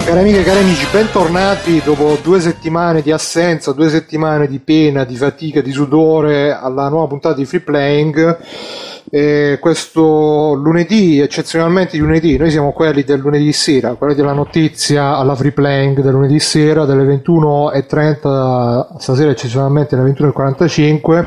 Cari amiche e cari amici, bentornati dopo 2 settimane di assenza, 2 settimane di pena, di fatica, di sudore alla nuova puntata di Free Playing. Questo lunedì, eccezionalmente di lunedì, noi siamo quelli del lunedì sera, quelli della notizia alla Free Playing del lunedì sera delle 21:30, stasera eccezionalmente alle 21:45.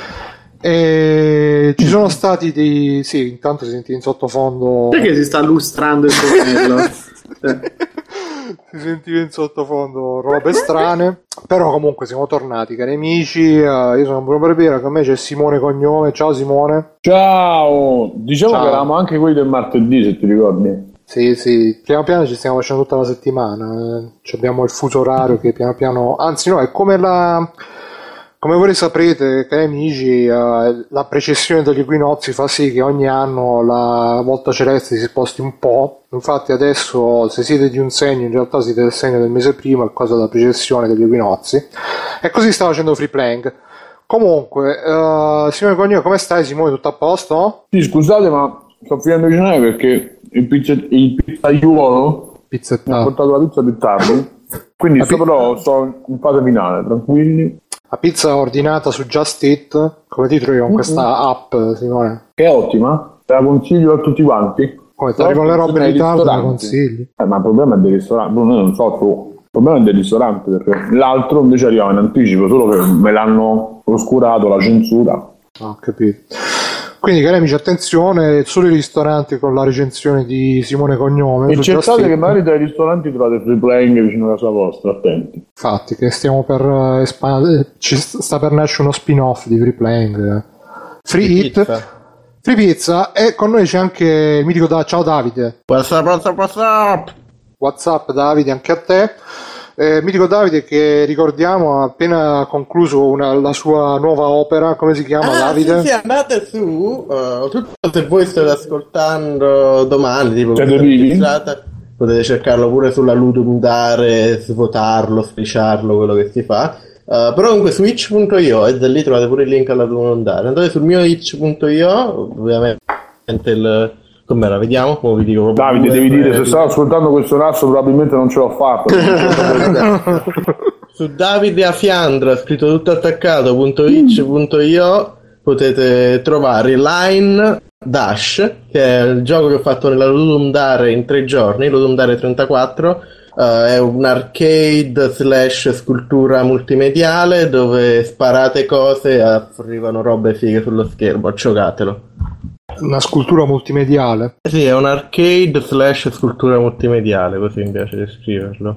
Ci sono stati dei... Sì, intanto si sente in sottofondo... Perché si sta lustrando il coltello? Si sentiva in sottofondo robe strane, però comunque siamo tornati, cari amici. Io sono Bruno Barbera, con me c'è Simone Cognome. Ciao Simone. Ciao. Diciamo che eravamo anche quelli del martedì, se ti ricordi. Sì, piano piano ci stiamo facendo tutta la settimana. Abbiamo il fuso orario che piano piano, anzi no, è come come voi saprete, cari amici, la precessione degli equinozi fa sì che ogni anno la volta celeste si sposti un po'. Infatti adesso, se siete di un segno, in realtà siete del segno del mese prima, a causa della precessione degli equinozi. E così sta facendo Free Playing. Comunque, Simone Cognome, come stai? Simone, tutto a posto? Sì, scusate, ma sto finendo di cenare perché il pizzaiuolo mi ha portato la pizza più tardi. Quindi però sto in fase finale, tranquilli. La pizza ordinata su Just Eat, come ti trovi con questa app, Simone? Che è ottima, te la consiglio a tutti quanti. Come ti arrivano le robe in ritardo, te la consigli? Ma il problema è del ristorante, non so tu. Il problema è del ristorante, perché l'altro invece arriva in anticipo, solo che me l'hanno oscurato la censura. Ho capito. Quindi, cari amici, attenzione, solo i ristoranti con la recensione di Simone Cognome. E cercate che magari dai ristoranti trovate Free Playing vicino a casa vostra, attenti. Infatti, che stiamo per espandere, ci sta per nascere uno spin-off di Free Playing. Free Eat, Free Pizza, e con noi c'è anche il mitico ciao Davide. Whatsapp Davide, anche a te. Mitico Davide, che ricordiamo ha appena concluso la sua nuova opera. Come si chiama, Davide? Sì, andate su tutto, se voi state ascoltando domani, tipo potete cercarlo pure sulla Ludum Dare, svuotarlo, strisciarlo, quello che si fa. Però comunque su itch.io, e da lì trovate pure il link alla Ludum Dare. Andate sul mio itch.io, ovviamente com'era, vediamo, come vi dico. Davide, devi dire, se stavo ascoltando questo razzo probabilmente non ce l'ho fatto. Su Davide Afiandra, scritto tutto attaccato.itch.io, potete trovare Line Dash, che è il gioco che ho fatto nella Ludum Dare in 3 giorni, Ludum Dare 34. È un arcade / scultura multimediale dove sparate cose e arrivano robe fighe sullo schermo. Giocatelo. Una scultura multimediale? Sì, è un arcade / scultura multimediale, così mi piace descriverlo.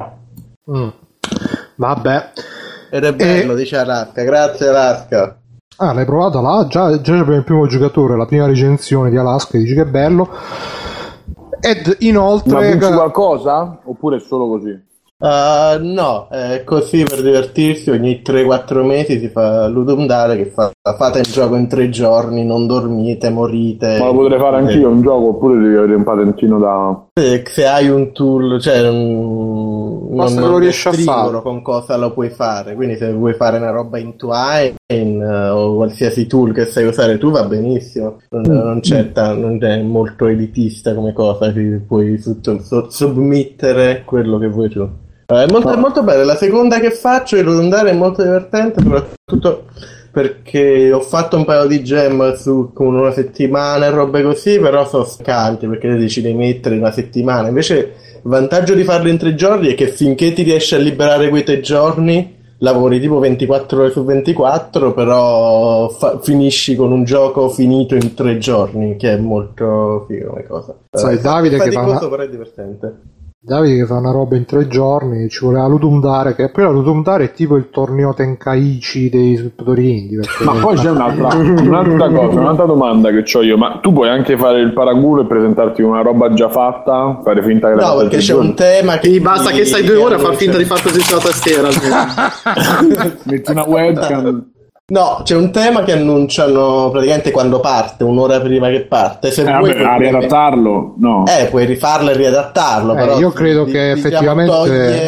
Vabbè. Ed è bello, dice Alaska. Grazie Alaska. Ah, l'hai provato là? Già per il primo giocatore, la prima recensione di Alaska, dici che è bello. Ed inoltre... Ma vinci qualcosa? Oppure è solo così? No, è così per divertirsi. Ogni 3-4 mesi si fa Ludum Dare, che fate il gioco in 3 giorni, non dormite, morite. Ma lo potrei fare anch'io un gioco, oppure devi avere un patentino da... Se hai un tool, cioè non lo riesci a fare. Con cosa lo puoi fare. Quindi se vuoi fare una roba in Twine o qualsiasi tool che sai usare tu, va benissimo. Non è molto elitista come cosa, puoi submittere quello che vuoi tu. È molto bello. La seconda che faccio, il Ludum Dare, è molto divertente, soprattutto perché ho fatto un paio di gem con una settimana e robe così, però sono scanti perché le decidi di mettere una settimana. Invece il vantaggio di farlo in 3 giorni è che finché ti riesci a liberare quei 3 giorni lavori tipo 24 ore su 24, però finisci con un gioco finito in 3 giorni, che è molto figo come cosa. Sai, Davide che però è divertente. Davide che fa una roba in 3 giorni, ci vuole la Ludum Dare, che poi la Ludum Dare è tipo il torneo Tenkaichi dei sviluppatori indie. Ma poi c'è un'altra cosa, un'altra domanda che ho io, ma tu puoi anche fare il paraculo e presentarti una roba già fatta, fare finta che no, perché c'è un tema che basta che stai 2 ore a far finta di far così sulla tastiera. Metti una webcam. No, c'è un tema che annunciano praticamente quando parte, un'ora prima che parte. Se vuoi a riadattarlo, no. Puoi rifarlo e riadattarlo. Però io credo che effettivamente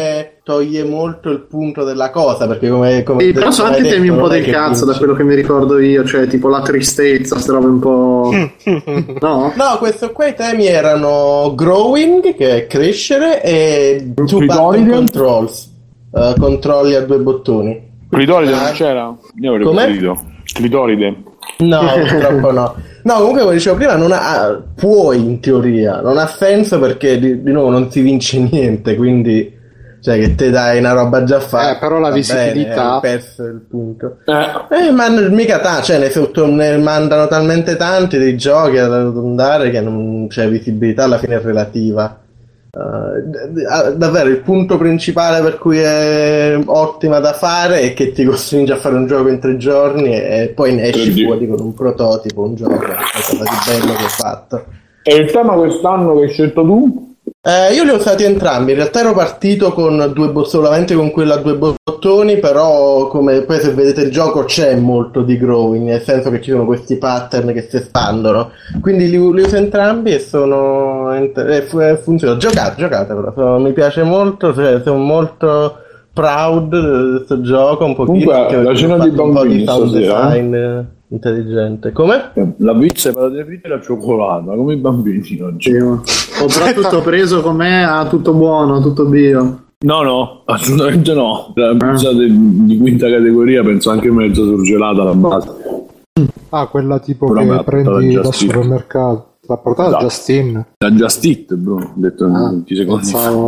toglie molto il punto della cosa, perché come sì, però sono anche temi un po' del cazzo, da quello che mi ricordo io, cioè tipo la tristezza, queste robe un po'... no? No, questo qua i temi erano growing, che è crescere, e two button controls, controlli a 2 bottoni. Clitoride non c'era? Io avrei preferito clitoride. No, purtroppo no. No, comunque come dicevo prima, puoi in teoria, non ha senso perché di nuovo non si vince niente, quindi cioè che te dai una roba già fatta. Però la visibilità hai perso il punto. Ma mica cioè ne mandano talmente tanti dei giochi ad andare che non c'è visibilità, alla fine è relativa. Davvero il punto principale per cui è ottima da fare è che ti costringe a fare un gioco in 3 giorni e poi ne esci fuori con un prototipo, un gioco, qualcosa di bello che hai fatto. E il tema quest'anno che hai scelto tu? Io li ho usati entrambi, in realtà ero partito con solamente con quello a 2 bottoni, però come poi se vedete il gioco c'è molto di growing, nel senso che ci sono questi pattern che si espandono, quindi li uso entrambi e funziona. Giocate però, mi piace molto, cioè, sono molto proud di questo gioco, un pochino. Comunque la cena di bambini sound design intelligente. Come? La pizza e patate fritte e la cioccolata, come i bambini oggi. Ho soprattutto preso con me tutto buono, tutto bio. No, assolutamente no. La pizza di quinta categoria penso anche mezzo surgelata alla base. Quella tipo però che prendi dal supermercato. L'ha portata Justin. Da Just Eat, bro. Detto 20 secondi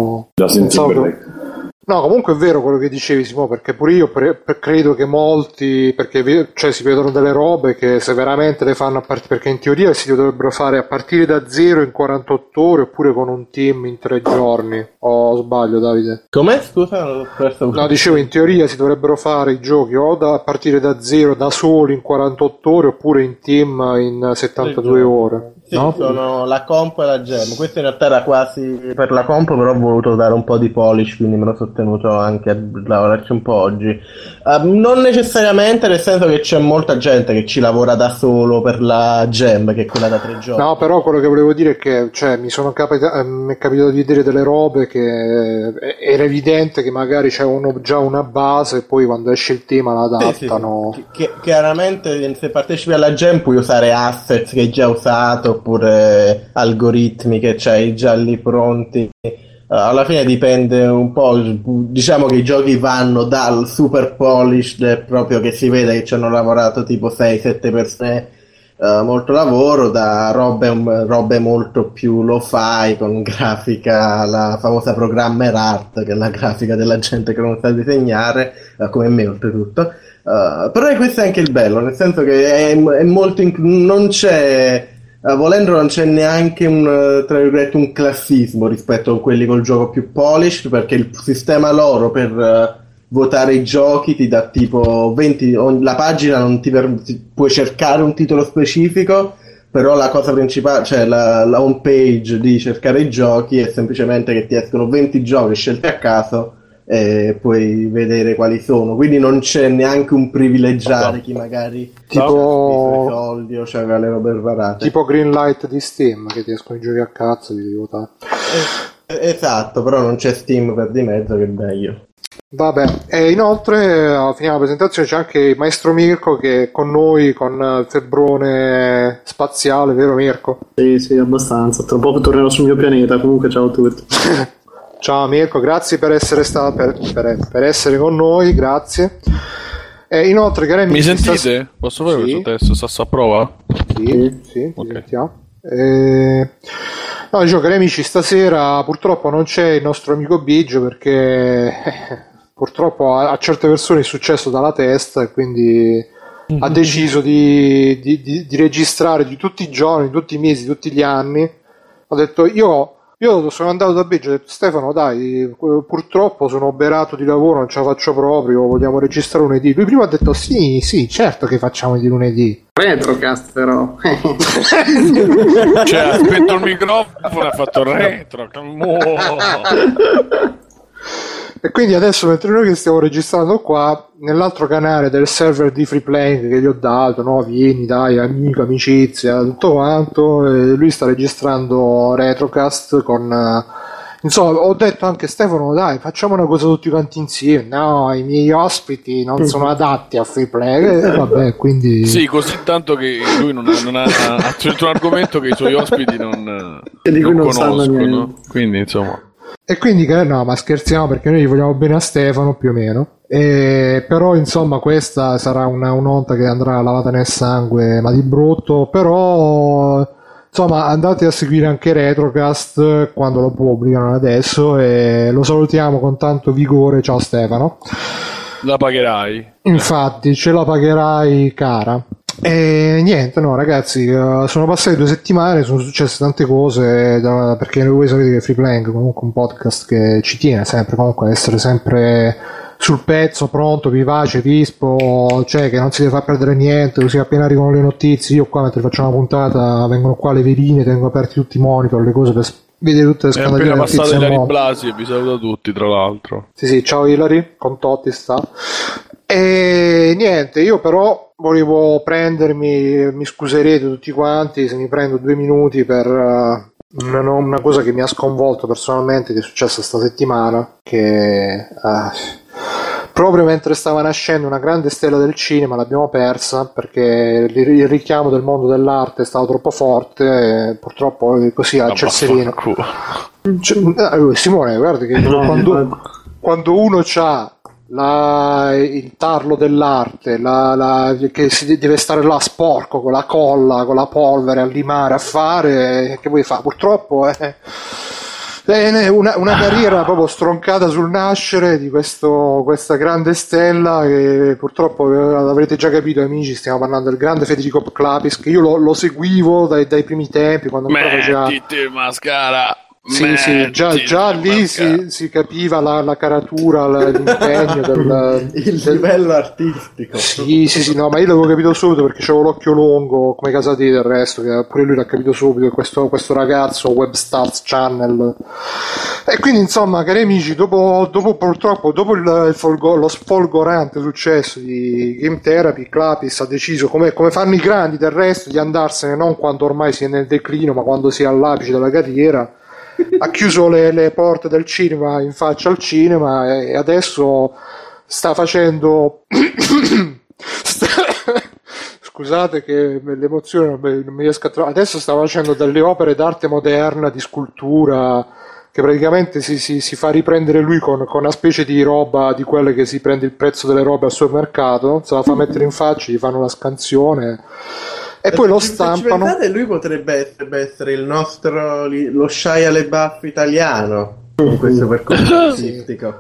fa. No, comunque è vero quello che dicevi, Simo, perché pure io credo che molti, perché cioè, si vedono delle robe che se veramente le fanno perché in teoria si dovrebbero fare a partire da 0 in 48 ore oppure con un team in 3 giorni. O sbaglio, Davide? Com'è? Scusa, non ho perso. No, dicevo, in teoria si dovrebbero fare i giochi o a partire da 0 da soli in 48 ore oppure in team in 72 ore. Sì, no? Sono la comp e la gem. Questo in realtà era quasi per la comp, però ho voluto dare un po' di polish, quindi me lo sono tenuto anche a lavorarci un po' oggi. Non necessariamente, nel senso che c'è molta gente che ci lavora da solo per la gem, che è quella da 3 giorni. No, però quello che volevo dire è che cioè, mi è capitato di vedere delle robe che era evidente che magari c'è già una base e poi quando esce il tema la adattano. Sì. Chiaramente se partecipi alla gem puoi usare assets che hai già usato oppure algoritmi che c'hai già lì pronti. Alla fine dipende un po', diciamo che i giochi vanno dal super polished, proprio che si vede che ci hanno lavorato tipo 6-7 persone, molto lavoro, da robe molto più lo-fi con grafica, la famosa programmer art, che è la grafica della gente che non sa disegnare, come me oltretutto. Però questo è anche il bello, nel senso che è molto non c'è volendo non c'è neanche tra virgolette un classismo rispetto a quelli col gioco più polished, perché il sistema loro per votare i giochi ti dà tipo 20, la pagina non puoi cercare un titolo specifico, però la cosa principale, cioè la home page di cercare i giochi è semplicemente che ti escono 20 giochi scelti a caso e puoi vedere quali sono, quindi non c'è neanche un privilegiare chi magari tipo i soldi o c'aveva le robe varate, tipo Greenlight di Steam che ti escono i giochi a cazzo di votare. Esatto, però non c'è Steam per di mezzo, che è meglio. Vabbè, e inoltre alla fine della presentazione c'è anche il maestro Mirko che è con noi con il febbrone spaziale, vero Mirko? Sì, abbastanza, tra poco tornerò sul mio pianeta. Comunque ciao a tutti. Ciao Mirko, grazie per essere stato per essere con noi, grazie. E inoltre, cari amici, mi sentite? Posso fare questo test? Sta a prova? Sì, okay. Sentiamo. No, dicevo, cari amici, stasera purtroppo non c'è il nostro amico Biggio perché purtroppo a certe persone è successo dalla testa e quindi ha deciso di registrare di tutti i giorni, tutti i mesi, tutti gli anni. Ho detto io sono andato da Biggio e ho detto Stefano dai, purtroppo sono oberato di lavoro, non ce la faccio proprio, vogliamo registrare lunedì. Lui prima ha detto sì, certo che facciamo di lunedì. Retrocast però. Cioè ha spento il microfono e ha fatto retro. E quindi adesso mentre noi che stiamo registrando qua nell'altro canale del server di Free Playing che gli ho dato, no, vieni dai amico, amicizia, tutto quanto, lui sta registrando Retrocast con insomma, ho detto anche a Stefano, dai, facciamo una cosa tutti quanti insieme. No, i miei ospiti non sono adatti a free play. Vabbè, quindi sì, così tanto che lui non ha un argomento che i suoi ospiti non conoscono, quindi insomma. E quindi no, ma scherziamo, perché noi gli vogliamo bene a Stefano più o meno. Però insomma questa sarà un'onta che andrà lavata nel sangue, ma di brutto. Però insomma andate a seguire anche Retrocast quando lo pubblicano adesso, e lo salutiamo con tanto vigore. Ciao Stefano, la pagherai, infatti ce la pagherai cara. E niente, no ragazzi, sono passate 2 settimane, sono successe tante cose, perché voi sapete che Free Playing è comunque un podcast che ci tiene sempre comunque a essere sempre sul pezzo, pronto, vivace, vispo, cioè che non si deve far perdere niente, così appena arrivano le notizie, io qua mentre faccio una puntata vengono qua le veline, tengo aperti tutti i monitor, le cose per vedere tutte le scandali. È appena passato Ilari Blasi e vi saluto tutti, tra l'altro. Sì, ciao Ilari, con Totti sta. E niente, io però volevo prendermi, mi scuserete tutti quanti se mi prendo 2 minuti per una cosa che mi ha sconvolto personalmente, che è successa sta settimana, che proprio mentre stava nascendo una grande stella del cinema l'abbiamo persa, perché il richiamo del mondo dell'arte è stato troppo forte e purtroppo così a Cerserino. Simone, guarda che quando uno c'ha il tarlo dell'arte, che si deve stare là sporco con la colla, con la polvere a limare, a fare, che vuoi fare? Purtroppo è una carriera proprio stroncata sul nascere di questa grande stella, che purtroppo avrete già capito, amici, stiamo parlando del grande Federico Clapis, che io lo seguivo dai primi tempi, quando ancora faceva mascara. Sì, già lì si capiva la caratura, l'impegno il livello artistico. Sì, no, ma io l'avevo capito subito, perché c'avevo l'occhio lungo come Casati del resto, che pure lui l'ha capito subito, questo ragazzo Webstars Channel. E quindi insomma, cari amici, dopo lo sfolgorante successo di Game Therapy, Clapis ha deciso, come fanno i grandi del resto, di andarsene non quando ormai si è nel declino, ma quando si è all'apice della carriera. Ha chiuso le porte del cinema in faccia al cinema, e adesso sta facendo scusate che l'emozione non mi riesco a trovare. Adesso sta facendo delle opere d'arte moderna, di scultura, che praticamente si fa riprendere lui con una specie di roba di quelle che si prende il prezzo delle robe al supermercato, se la fa mettere in faccia, gli fanno la scansione e poi lo stampano. Lui potrebbe essere il nostro lo Shia LaBeouf italiano in questo percorso artistico.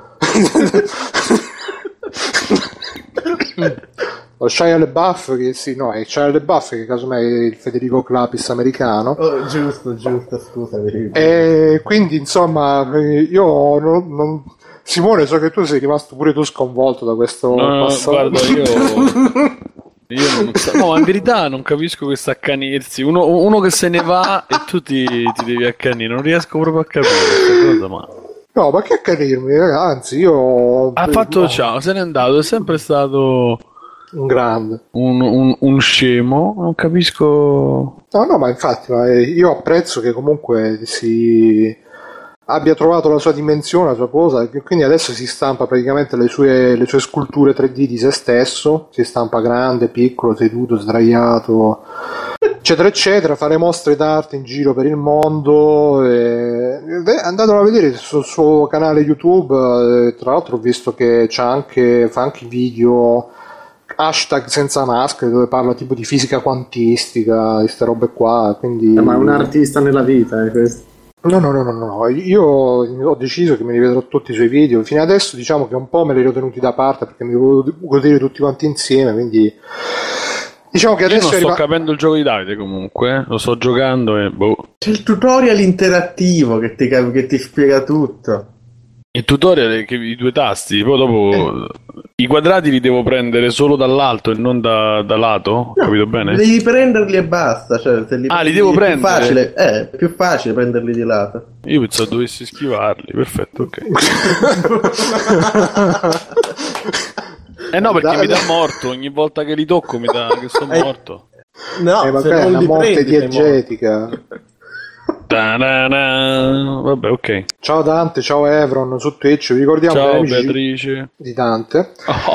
Lo Shia LaBeouf è Shia LaBeouf che casomai è il Federico Clapis americano. Giusto, scusa. E quindi insomma io non... Simone, so che tu sei rimasto pure tu sconvolto da questo passaggio. Guarda, io no, in verità non capisco questo accanirsi. Uno che se ne va e tu ti devi accanire. Non riesco proprio a capire questa cosa, ma... No, ma che accanirmi, ragazzi, io... Ha fatto ciao, se n'è andato, è sempre stato... un grande. Un scemo, non capisco... No, ma infatti, io apprezzo che comunque abbia trovato la sua dimensione, la sua cosa, e quindi adesso si stampa praticamente le sue sculture 3D di se stesso, si stampa grande, piccolo, seduto, sdraiato, eccetera eccetera, fa le mostre d'arte in giro per il mondo, andatelo a vedere sul suo canale YouTube, tra l'altro ho visto che fa anche video hashtag senza maschere, dove parla tipo di fisica quantistica, di queste robe qua, quindi... ma è un artista nella vita, questo. No, io ho deciso che me li vedrò tutti i suoi video. Fino adesso diciamo che un po' me li ero tenuti da parte perché mi volevo godere tutti quanti insieme, quindi diciamo che adesso io non sto capendo il gioco di Davide, comunque lo sto giocando e c'è il tutorial interattivo che ti spiega tutto. Il tutorial è i 2 tasti, poi dopo i quadrati li devo prendere solo dall'alto e non da lato, ho capito bene? Devi prenderli e basta, cioè se li devo prendere. È più facile prenderli di lato. Io pensavo dovessi schivarli, perfetto, ok. No, perché mi dà morto, ogni volta che li tocco mi dà che sono morto. No, magari è una morte diegetica. Vabbè, ok. Ciao Dante, ciao Evron su Twitch, vi ricordiamo ciao Beatrice di Dante.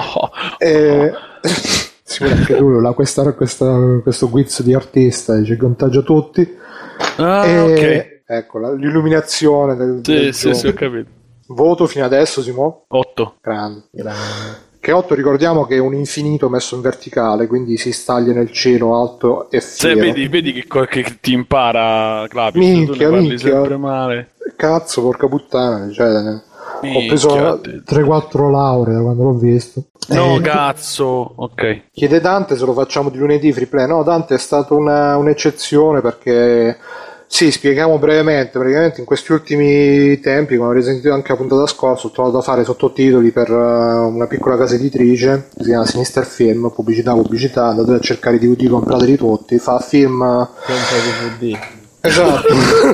Anche lui questo quiz di artista ci contagia tutti. Ok. Ecco l'illuminazione del sì, ho capito. Voto fino adesso, Simo? 8. Grande. Che 8 ricordiamo che è un infinito messo in verticale, quindi si staglia nel cielo alto e fiero. Vedi che ti impara Clapis, minchia, tu ne parli sempre male. Cazzo, porca puttana, cioè, ho preso 3-4 lauree da quando l'ho visto. No, cazzo, ok. Chiede Dante se lo facciamo di lunedì free play. No, Dante è stata un'eccezione perché... Sì, spieghiamo brevemente. Praticamente in questi ultimi tempi, come avete sentito anche la puntata scorsa, ho trovato da fare sottotitoli per una piccola casa editrice che si chiama Sinister Film, pubblicità, andate a cercare i DVD, comprateli tutti, fa film... DVD. Esatto.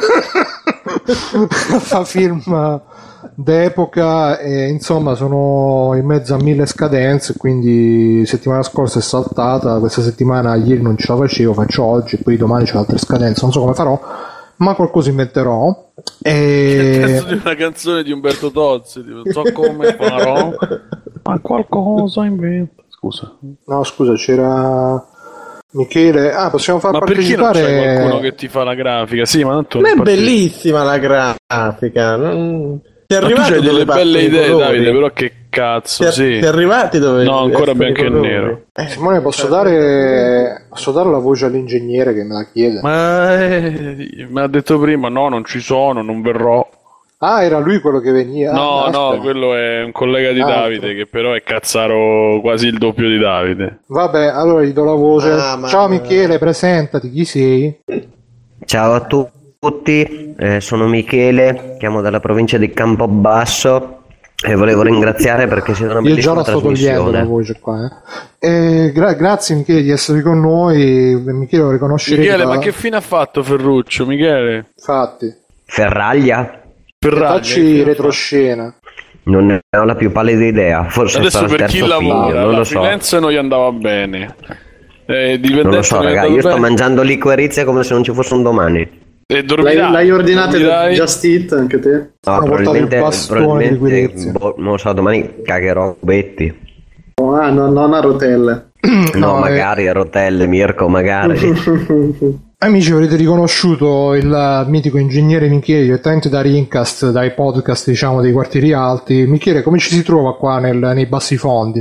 Fa film d'epoca e insomma sono in mezzo a 1000 scadenze, quindi settimana scorsa è saltata, questa settimana ieri non ce la facevo, faccio oggi e poi domani c'è altre scadenze, non so come farò ma qualcosa inventerò. Il testo di una canzone di Umberto Tozzi, non so come farò ma qualcosa invento. Scusa, c'era Michele, possiamo far partecipare. Ma perché non c'è qualcuno che ti fa la grafica? Sì, ma tanto è bellissima la grafica. Ti è arrivato delle belle idee, Davide, però che cazzo, sì. Ti è arrivati dove? No, ancora bianco e nero. Simone, posso dare la voce all'ingegnere che me la chiede? Ma mi ha detto prima, no, non ci sono, non verrò. Ah, era lui quello che veniva? No, quello è un collega di Davide che però è cazzaro quasi il doppio di Davide. Vabbè, allora gli do la voce. Ciao Michele, presentati, chi sei? Ciao a tutti, sono Michele, chiamo dalla provincia di Campobasso e volevo ringraziare perché siete una bellissima trasmissione. Io già la sto togliendo la voce qua. Grazie Michele di essere con noi. Michele lo riconoscerete. Michele, ma che fine ha fatto Ferruccio, Michele? Infatti. Ferraglia? Facci retroscena. Non ne ho la più pallida idea. Forse adesso per chi lavora, non la lo so. freelance non gli andava bene. Non lo so, raga. Io sto mangiando liquorizie come se non ci fosse un domani. E dormirai. L'hai ordinate Just Eat anche te? No, probabilmente non lo so, domani cagherò Betti. Non a rotelle. No, magari a rotelle, Mirko, magari. Amici, avrete riconosciuto il mitico ingegnere Michele direttamente da Rincast, dai podcast diciamo dei quartieri alti. Michele, come ci si trova qua nei bassi fondi,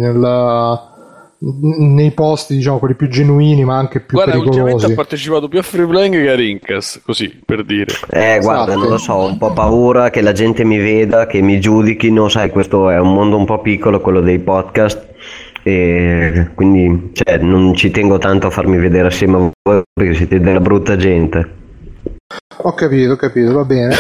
nei posti diciamo quelli più genuini ma anche più pericolosi? Ultimamente ha partecipato più a Freeplaying che a Rincast, così per dire. Guarda, non lo so, ho un po' paura che la gente mi veda, che mi giudichino, sai, questo è un mondo un po' piccolo, quello dei podcast. E quindi non ci tengo tanto a farmi vedere assieme a voi perché siete della brutta gente. Ho capito, va bene.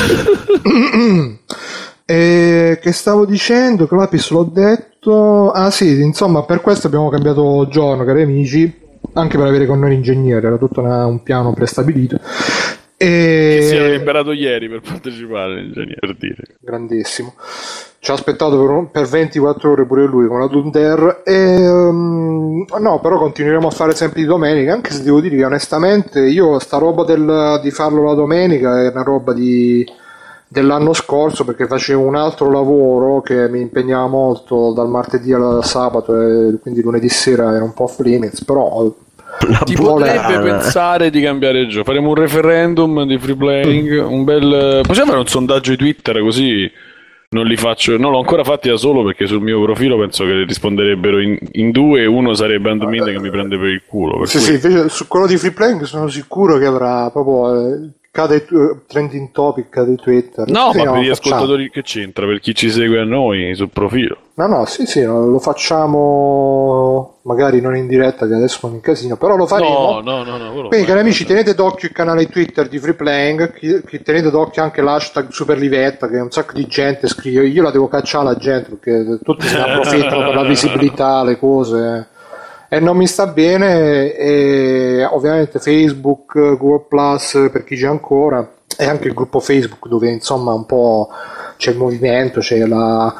Che stavo dicendo? Clapis l'ho detto. Sì, insomma, per questo abbiamo cambiato giorno, cari amici, anche per avere con noi l'ingegnere, era tutto un piano prestabilito. Che si era liberato ieri per partecipare l'ingegnere, per dire. Grandissimo. Ci ha aspettato per 24 ore pure lui con la Dunder no, però continueremo a fare sempre di domenica, anche se devo dire che onestamente io sta roba di farlo la domenica è una roba dell'anno scorso, perché facevo un altro lavoro che mi impegnava molto dal martedì al sabato e quindi lunedì sera era un po' off limits, però ti potrebbe pensare di cambiare gioco. Faremo un referendum di free playing, possiamo fare un sondaggio di Twitter, così non li faccio, non l'ho ancora fatti da solo perché sul mio profilo penso che risponderebbero in due e uno sarebbe Andmin che mi prende per il culo. Sì, su quello di free playing sono sicuro che avrà proprio cade trending topic di Twitter. No, ma per gli ascoltatori che c'entra? Per chi ci segue a noi sul profilo. No, sì, lo facciamo magari non in diretta che adesso sono in casino, però lo faremo. No. Quindi cari amici, tenete d'occhio il canale Twitter di Free Playing, tenete d'occhio anche l'hashtag Superlivetta, che un sacco di gente scrive, io la devo cacciare la gente perché tutti se ne approfittano per la visibilità, le cose, e non mi sta bene. E ovviamente Facebook, Google Plus per chi c'è ancora, e anche il gruppo Facebook dove insomma un po' c'è il movimento, c'è il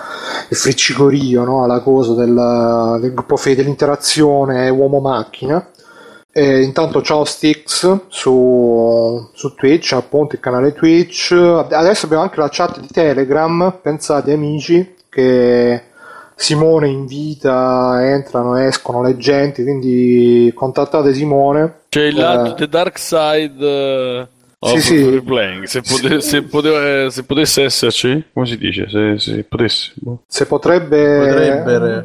friccicorio, no? La cosa del gruppo dell'interazione uomo-macchina. Intanto ciao Stix su Twitch, appunto il canale Twitch. Adesso abbiamo anche la chat di Telegram, pensate amici, che Simone invita, entrano, escono le genti, quindi contattate Simone. C'è il lato The Dark Side sì. Playing. Se potesse esserci, come si dice? Se potesse. Se potrebbe.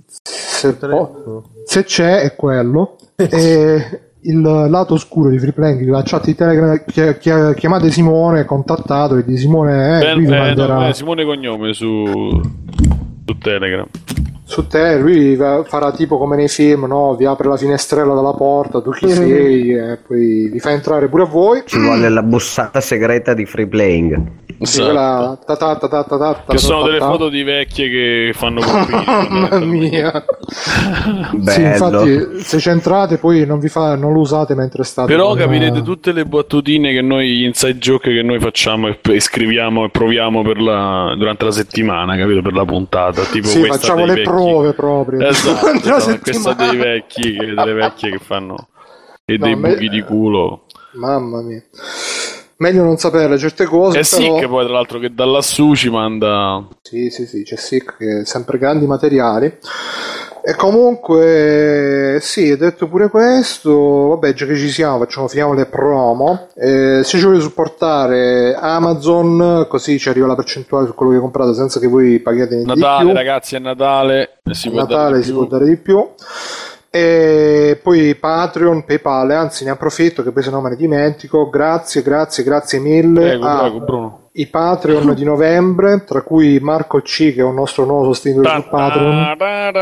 Se c'è è quello. E il lato oscuro di Free Playing, la chat di Telegram, chiamate Simone, contattatelo e di Simone manderà... Simone cognome su Telegram. Su te lui farà tipo come nei film, no? Vi apre la finestrella dalla porta, tu chi sei, e poi vi fa entrare pure a voi. Ci vuole la bussata segreta di Free Playing. Sì, quella che sono delle foto di vecchie che fanno compiti. Mamma mia. Bello. Sì, infatti se c'entrate poi non lo usate mentre state. Però capirete tutte le battutine che noi, gli inside joke che noi facciamo e scriviamo e proviamo durante la settimana, capito? Per la puntata. Tipo sì, facciamo le prove proprio. Esatto, questa dei vecchi, delle vecchie che fanno dei buchi di culo. Mamma mia. Meglio non sapere certe cose. È però... Sick poi tra l'altro che da lassù ci manda... Sì, c'è Sick che è sempre grandi materiali. E comunque sì, detto pure questo, vabbè, già che ci siamo, finiamo le promo. Se ci volete supportare Amazon, così ci arriva la percentuale su quello che comprate senza che voi paghiate niente Natale, di più. Ragazzi, è Natale, si può dare di più. E poi Patreon, PayPal, anzi ne approfitto che poi se no me ne dimentico. Grazie mille. Prego, Bruno. I Patreon di novembre, tra cui Marco C, che è un nostro nuovo sostenitore su Patreon,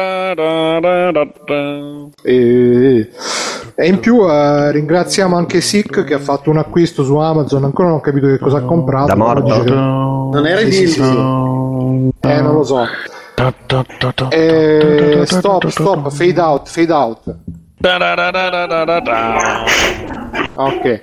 e in più ringraziamo anche Sick che ha fatto un acquisto su Amazon, ancora non ho capito che cosa ha comprato. Da morto. Non era il sì. Non lo so. Stop, fade out. Ok.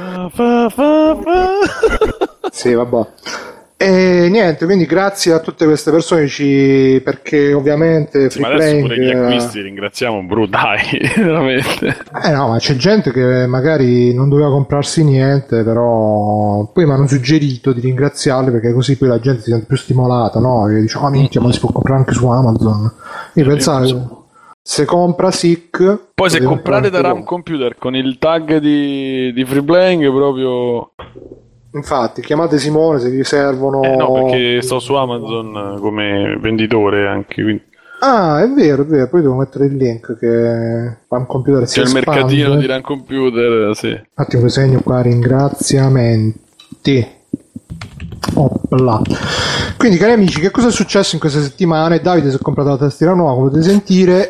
Sì, vabbè. E niente, quindi grazie a tutte queste persone perché ovviamente Free Playing, pure gli acquisti ringraziamo dai, veramente. No, ma c'è gente che magari non doveva comprarsi niente, però poi mi hanno suggerito di ringraziarli perché così poi la gente si sente più stimolata, no? E dice, minchia, ma si può comprare anche su Amazon. Io pensavo, se compra Sick, poi se comprate da RAM Computer con il tag di Free Playing proprio... Infatti, chiamate Simone se vi servono. No, perché sto su Amazon come venditore anche. Quindi... Ah, è vero, poi devo mettere il link che RAM Computer si espande. C'è il mercatino di RAM Computer, sì. Un attimo, segno qua, ringraziamenti. Opla. Quindi, cari amici, che cosa è successo in queste settimane? Davide si è comprato la tastiera nuova, come potete sentire,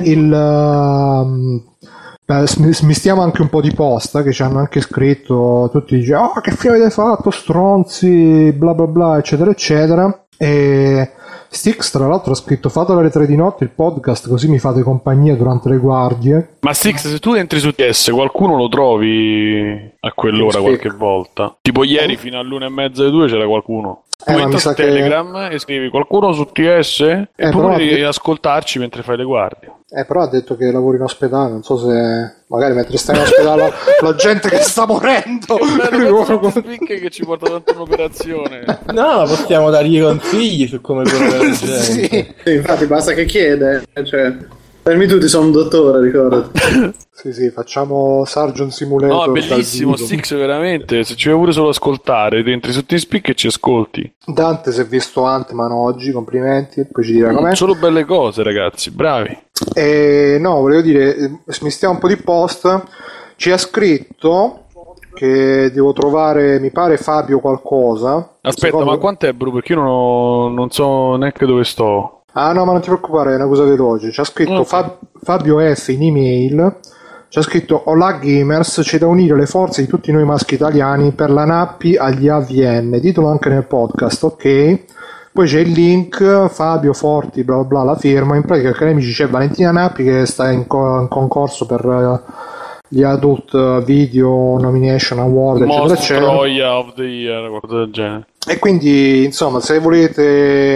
e smistiamo anche un po' di posta che ci hanno anche scritto, tutti dicono che fine avete fatto stronzi, bla bla bla, eccetera eccetera. E Stix tra l'altro ha scritto: fatelo alle 3 di notte il podcast così mi fate compagnia durante le guardie. Ma Stix, se tu entri su TS qualcuno lo trovi a quell'ora qualche volta, tipo ieri fino all'1:30 alle 2 c'era qualcuno. Tu entri su Telegram e scrivi qualcuno su TS e puoi ascoltarci mentre fai le guardie. Però ha detto che lavori in ospedale, non so se magari mentre stai in ospedale la gente che sta morendo che ci porta tanto un'operazione. No, possiamo dargli consigli su come curare la gente. Sì, infatti basta che chiede, cioè per me tutti sono un dottore, ricordati. Sì, facciamo Surgeon Simulator. No, bellissimo Stix, veramente. Se ci vuoi pure solo ascoltare, entri su TeamSpeak e ci ascolti. Dante si è visto Ant-Man oggi, complimenti. Poi ci dirà com'è. Solo belle cose, ragazzi, bravi. No, volevo dire, smistiamo un po' di post. Ci ha scritto che devo trovare, mi pare, Fabio qualcosa. Aspetta, ma quant'è, Bru? Perché io non so neanche dove sto. Ah no, ma non ti preoccupare, è una cosa veloce. Ci ha scritto Fabio F in email. C'è scritto: Hola gamers, c'è da unire le forze di tutti noi maschi italiani per la Nappi agli AVN, ditelo anche nel podcast, ok? Poi c'è il link, Fabio Forti, bla bla, la firma. In pratica, cari amici, c'è Valentina Nappi che sta in concorso per gli Adult Video Nomination Award, eccetera eccetera. Troia of the Year, qualcosa del genere. E quindi, insomma, se volete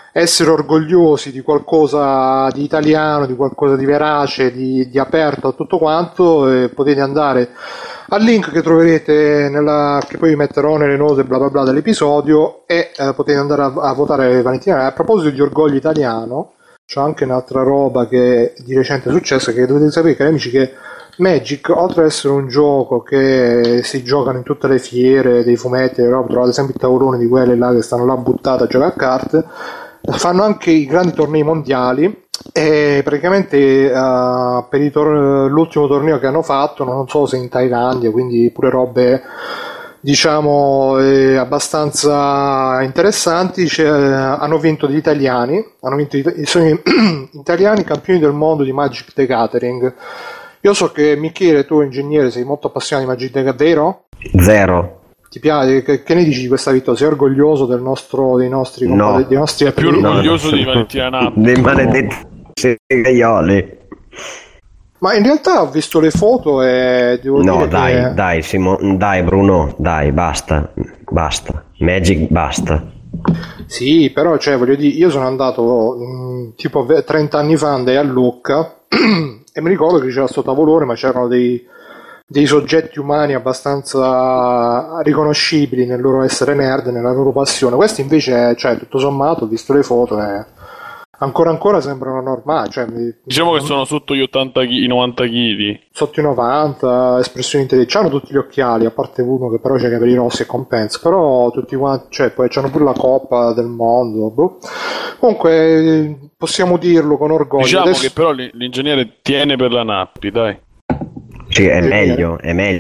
essere orgogliosi di qualcosa di italiano, di qualcosa di verace, di aperto a tutto quanto, potete andare al link che troverete che poi vi metterò nelle note bla bla bla dell'episodio, e potete andare a votare Valentina. A proposito di orgoglio italiano, c'è anche un'altra roba che di recente è successa, che dovete sapere, cari amici, che Magic, oltre ad essere un gioco che si giocano in tutte le fiere dei fumetti, trovate sempre i tavoloni di quelle là che stanno là buttate a giocare a carte, fanno anche i grandi tornei mondiali, e praticamente per l'ultimo torneo che hanno fatto, non so se in Thailandia, quindi pure robe diciamo abbastanza interessanti, hanno vinto gli italiani, sono gli italiani campioni del mondo di Magic the Gathering. Io so che Michele, tu ingegnere, sei molto appassionato di Magic the Gathering, vero? Zero. Ti piace? Che ne dici di questa vittoria? Sei orgoglioso dei nostri no. dei nostri più orgoglioso di Valentina Nappi, dei maledetti segaioli. Ma in realtà ho visto le foto e devo dire dai Bruno, dai, basta Magic, basta. Sì, però voglio dire, io sono andato tipo 30 anni fa, andai a Lucca e mi ricordo che c'era sto tavolone, ma c'erano dei soggetti umani abbastanza riconoscibili nel loro essere nerd, nella loro passione. Questi invece, tutto sommato, ho visto le foto e ancora sembrano normali. Diciamo che sono sotto gli 80 i 90 kg. Sotto i 90, espressioni intelligenti. Hanno tutti gli occhiali, a parte uno che però c'ha i capelli rossi e compensa. Però tutti quanti, poi c'hanno pure la Coppa del Mondo. Boh. Comunque, possiamo dirlo con orgoglio. Diciamo che però l'ingegnere tiene per la Nappi, dai. Sì, è meglio.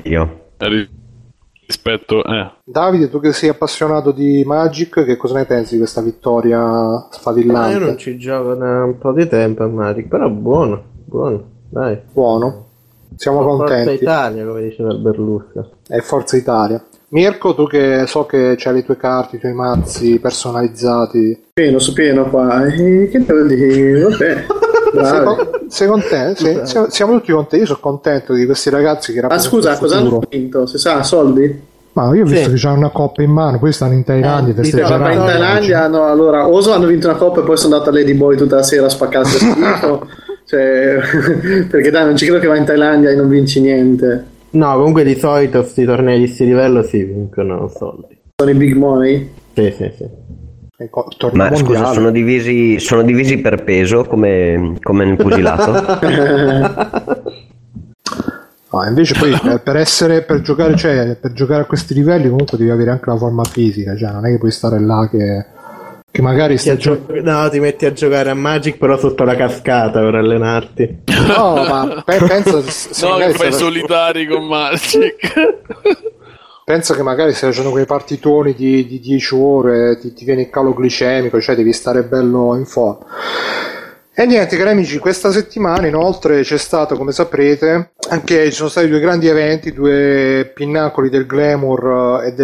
Rispetto Davide, tu che sei appassionato di Magic, che cosa ne pensi di questa vittoria sfavillante? Io non ci gioco da un po' di tempo a Magic, però buono, dai. Buono, siamo contenti. Forza Italia, come diceva Berlusca. È Forza Italia. Mirko, tu che so che c'hai le tue carte, i tuoi mazzi personalizzati. Pieno su pieno qua, che devo dire? Vabbè. Sei contento? Sì, siamo tutti contenti. Io sono contento di questi ragazzi che rappresentano. Ma scusa, cosa hanno vinto? Si sa, soldi? Ma io ho visto che c'hanno una coppa in mano, poi stanno in Thailandia festeggeranno. In Thailandia allora Oso hanno vinto una coppa e poi sono andato a Lady Boy tutta la sera a spaccarsi il schifo. Perché dai, non ci credo che vai in Thailandia e non vinci niente. No, comunque di solito questi tornei di sti livello si vincono soldi. Sono i big money? Sì. Ma scusa, sono divisi per peso come nel pugilato? No, invece poi per giocare a questi livelli comunque devi avere anche la forma fisica, non è che puoi stare là che magari ti metti a giocare a Magic però sotto la cascata per allenarti. No, ma pensa che fai solitari con Magic. Penso che magari se facendo quei partitoni di 10 ore ti viene il calo glicemico, devi stare bello in forma. E niente, cari amici, questa settimana inoltre c'è stato, come saprete, ci sono stati due grandi eventi, due pinnacoli del glamour e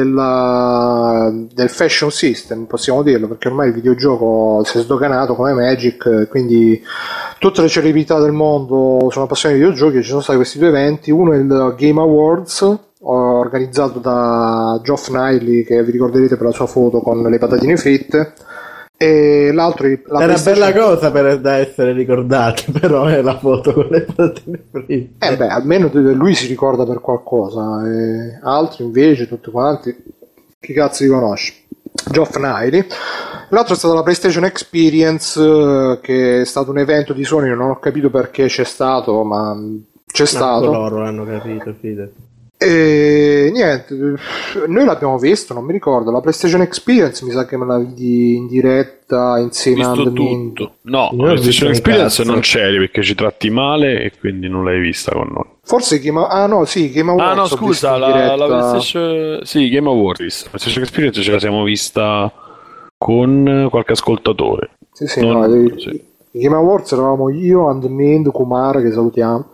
del fashion system, possiamo dirlo, perché ormai il videogioco si è sdoganato come Magic, quindi tutte le celebrità del mondo sono appassionate di videogiochi. Ci sono stati questi due eventi, uno è il Game Awards, organizzato da Geoff Niley, che vi ricorderete per la sua foto con le patatine fritte, e l'altro è una bella cosa da essere ricordati, però è la foto con le patatine fritte. Almeno lui si ricorda per qualcosa, e altri invece tutti quanti chi cazzo li conosce. Geoff Niley. L'altro è stata la PlayStation Experience, che è stato un evento di Sony, non ho capito perché c'è stato, ma c'è stato. Loro l'hanno capito, fidati. E niente, noi l'abbiamo visto, non mi ricordo, la PlayStation Experience mi sa che me la vidi in diretta insieme a tutto. No, la PlayStation Experience non c'eri perché ci tratti male e quindi non l'hai vista con noi. Forse Game Awards. Ah no, scusa, la PlayStation... Sì, Game Awards. La PlayStation Experience ce la siamo vista con qualche ascoltatore. Sì. Game Awards eravamo io, Andmind, Kumar, che salutiamo.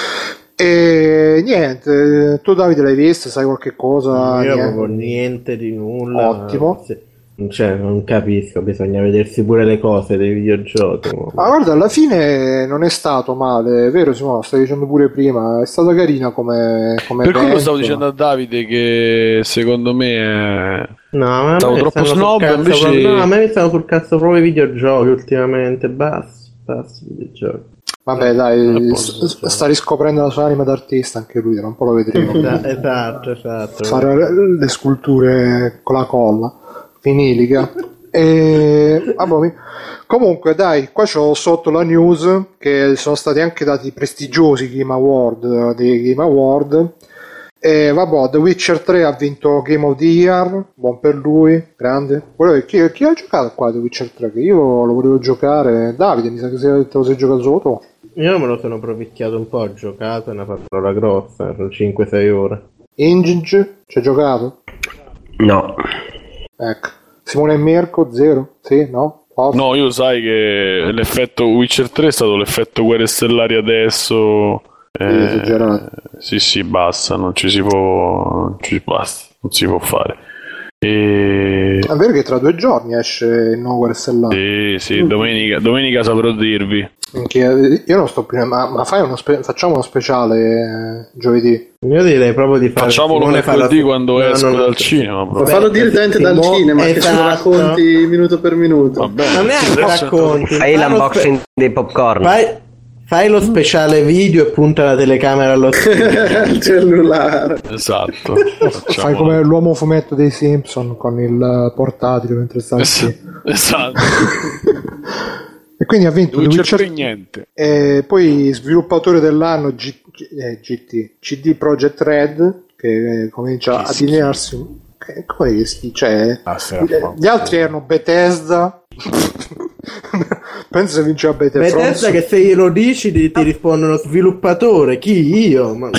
E niente, tu Davide l'hai visto, sai qualche cosa? Io proprio niente di nulla. Ottimo. Non capisco, bisogna vedersi pure le cose dei videogiochi. Ma guarda, alla fine non è stato male, è vero Simone, stavi dicendo pure prima, è stata carina come per quello stavo dicendo a Davide che secondo me No, ma stavo troppo snob, invece... No, a me mi stanno sul cazzo proprio i videogiochi ultimamente. Basta videogiochi. Vabbè, dai, sta riscoprendo la sua anima d'artista anche lui, tra un po' lo vedremo. Esatto. Fare le sculture con la colla vinilica. Comunque, dai, qua c'ho sotto la news che sono stati anche dati prestigiosi Game Award dei Game Award. The Witcher 3 ha vinto Game of the Year, buon per lui, grande. Chi ha giocato qua The Witcher 3? Che io lo volevo giocare. Davide, mi sa che te lo sei giocato solo tu. Io me lo sono provicchiato un po', ho giocato e una parola grossa, 5-6 ore. Inge, ci hai giocato? No. Ecco. Simone e Mirko, 0? Sì? No? Posso? No, io sai che l'effetto Witcher 3 è stato l'effetto Guerre Stellari adesso. Esagerato. Sì, basta, non si può fare. È vero che tra 2 giorni esce il nuovo Guerre Stellari. Sì, domenica saprò dirvi. Io non sto più, ma facciamo uno speciale giovedì. Io direi proprio di fare. Facciamolo mercoledì quando esco dal cinema. Lo farlo direttamente dal cinema, che ce lo racconti minuto per minuto. Vabbè, non è che racconti. Fai l'unboxing dei popcorn. Fai lo speciale video e punta la telecamera allo cellulare. Esatto. Fai come l'uomo fumetto dei Simpson con il portatile mentre sta esatto. E quindi ha vinto non c'è niente. E poi sviluppatore dell'anno CD Projekt Red, che comincia a delinearsi. Come si dice? Gli altri erano Bethesda. Penso che vinceva Bethesda, che se glielo dici ti rispondono sviluppatore. Chi? Io? Ma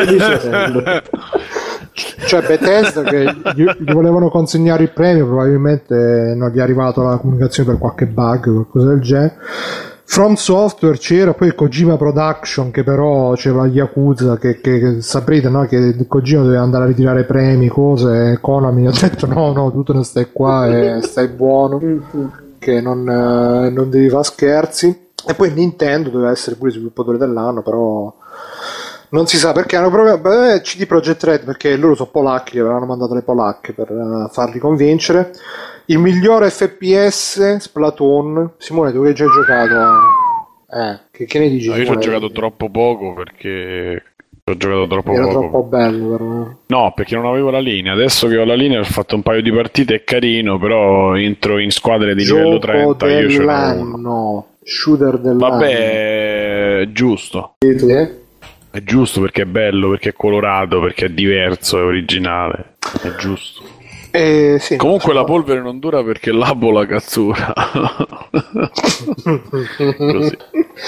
cioè Bethesda che gli volevano consegnare il premio, probabilmente non gli è arrivato la comunicazione per qualche bug o qualcosa del genere. From Software c'era, poi Kojima Production, che però c'era Yakuza, che saprete, no? Che Kojima doveva andare a ritirare premi, cose, e Konami ha detto no, tu te ne stai qua e stai buono, che non devi fare scherzi. E poi Nintendo doveva essere pure sviluppatore dell'anno, però non si sa perché hanno proprio CD Projekt Red, perché loro sono polacchi, che avevano mandato le polacche per farli convincere. Il migliore FPS Splatoon. Simone, tu che hai già giocato? Che ne dici? No, io ci ho giocato troppo poco perché era troppo bello però. No, perché non avevo la linea. Adesso che ho la linea ho fatto un paio di partite, è carino, però entro in squadre di livello 30. Io ce l'ho. Shooter dell'anno. Vabbè, giusto. È giusto perché è bello, perché è colorato, perché è diverso, è originale. È giusto. Sì, comunque la polvere non dura perché labo la cazzura. Così.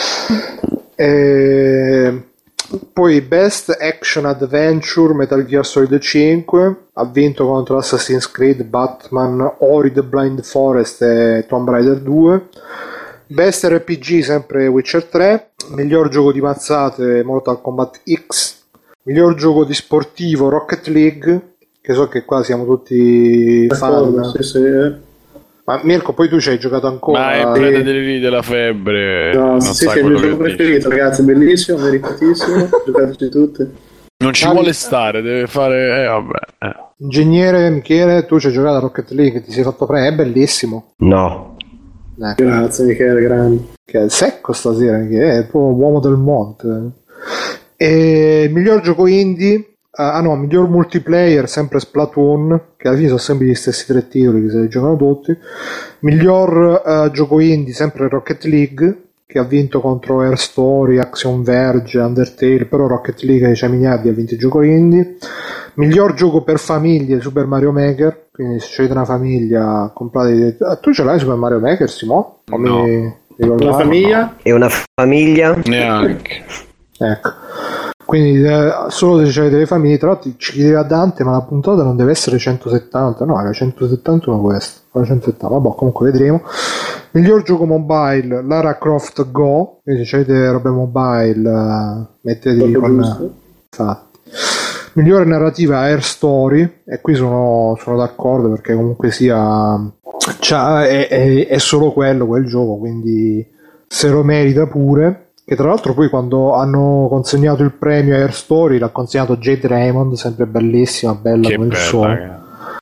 Poi Best Action Adventure Metal Gear Solid 5 ha vinto contro Assassin's Creed, Batman, Ori the Blind Forest e Tomb Raider 2. Best RPG sempre Witcher 3. Miglior gioco di mazzate Mortal Kombat X. Miglior gioco di sportivo Rocket League, che so che qua siamo tutti fan. Sì. Ma Mirko, poi tu ci hai giocato ancora? Ma è preda della febbre. No, sì, è il mio gioco preferito, ragazzi, bellissimo, meritatissimo. Giocateci tutte. Non ci vuole stare, deve fare. Vabbè. Ingegnere Michele, tu ci hai giocato a Rocket League, ti sei fatto prendere, è bellissimo. No. Grazie Michele, grande. Che è secco stasera, Michele, è proprio uomo del monte. E miglior gioco indie. Miglior multiplayer sempre Splatoon, che alla fine sono sempre gli stessi 3 titoli che se li giocano tutti. Miglior gioco indie sempre Rocket League, che ha vinto contro Air Story, Action Verge, Undertale, però Rocket League c'ha miliardi, ha vinto il gioco indie. Miglior gioco per famiglie Super Mario Maker, quindi se avete una famiglia comprate. Tu ce l'hai Super Mario Maker, Simo? No. Una famiglia? E una famiglia? Neanche. Ecco. Quindi solo se avete le famiglie. Tra l'altro ci chiedeva Dante, ma la puntata non deve essere 170, no, era 171 questa, 170, vabbè, comunque vedremo. Miglior gioco mobile Lara Croft Go, quindi se avete robe mobile mettetevi con infatti. Migliore narrativa Air Story, e qui sono d'accordo, perché comunque sia è solo quel gioco, quindi se lo merita pure. Che tra l'altro poi quando hanno consegnato il premio Air Story l'ha consegnato Jade Raymond, sempre bellissima, bella come il suono.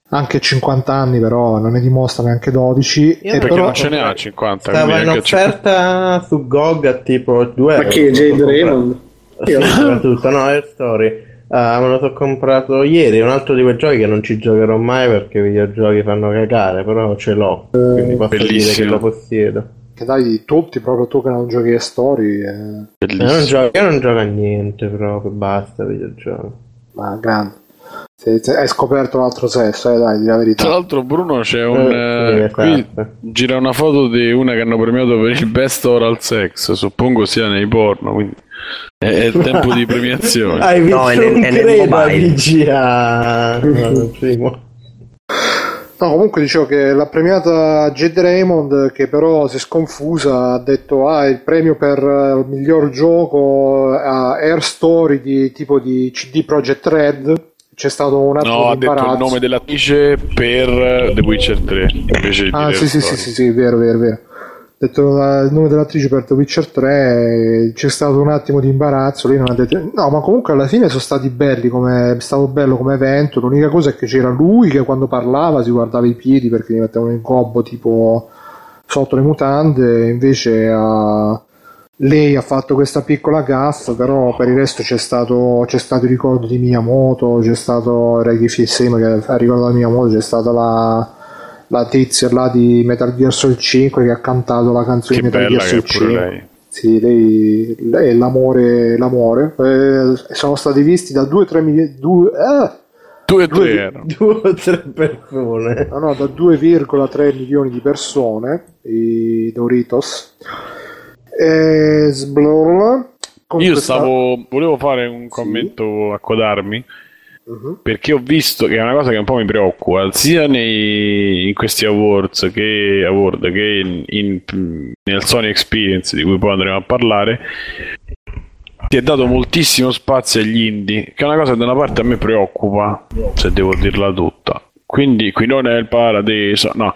anche 50 anni, però non ne dimostra neanche 12. Perché però non ce ne ha 50. Stava in offerta su GOG a tipo 2 euro. Ma che Jade Raymond? Io soprattutto, no, Air Story. Me lo so comprato ieri, è un altro di quei giochi che non ci giocherò mai perché i videogiochi fanno cagare, però ce l'ho, quindi posso dire che lo possiedo. Che dai, tutti proprio tu che non giochi a Story. Io non gioco a niente proprio, basta videogiochi. Ma grande. Hai scoperto un altro sesso, dai, di la verità. Tra l'altro, Bruno, c'è un qui gira una foto di una che hanno premiato per il best oral sex, suppongo sia nei porno, quindi è il tempo di premiazione. Hai visto No, è un nel credo mobile. PGA primo. No, comunque dicevo che l'ha premiata Jade Raymond, che però si è sconfusa, ha detto il premio per il miglior gioco a Air Story di tipo di CD Projekt Red. C'è stato un attimo No, ha di detto imbarazzo. il nome dell'attrice per The Witcher 3 invece di dire sì, vero. Ha detto il nome dell'attrice per The Witcher 3, c'è stato un attimo di imbarazzo, lei non ha detto no, ma comunque alla fine sono stati belli, è stato bello come evento. L'unica cosa è che c'era lui che quando parlava si guardava i piedi perché gli mettevano in gobbo tipo sotto le mutande, invece lei ha fatto questa piccola gaffa, però per il resto c'è stato il ricordo di Miyamoto, c'è stato Reiki Fissema che ha ricordato Miyamoto, c'è stata la tizia là di Metal Gear Solid 5 che ha cantato la canzone che di Metal Gear Solid 5. Lei. Sì, lei è l'amore. Sono stati visti da 2-3 milioni 2 o 3 persone. no, da 2,3 milioni di persone, i Doritos. Volevo fare un commento, accodarmi, perché ho visto che è una cosa che un po' mi preoccupa, sia in questi awards che nel Sony Experience, di cui poi andremo a parlare. Si è dato moltissimo spazio agli indie, che è una cosa che da una parte a me preoccupa, se devo dirla tutta. Quindi qui non è il paradiso, no,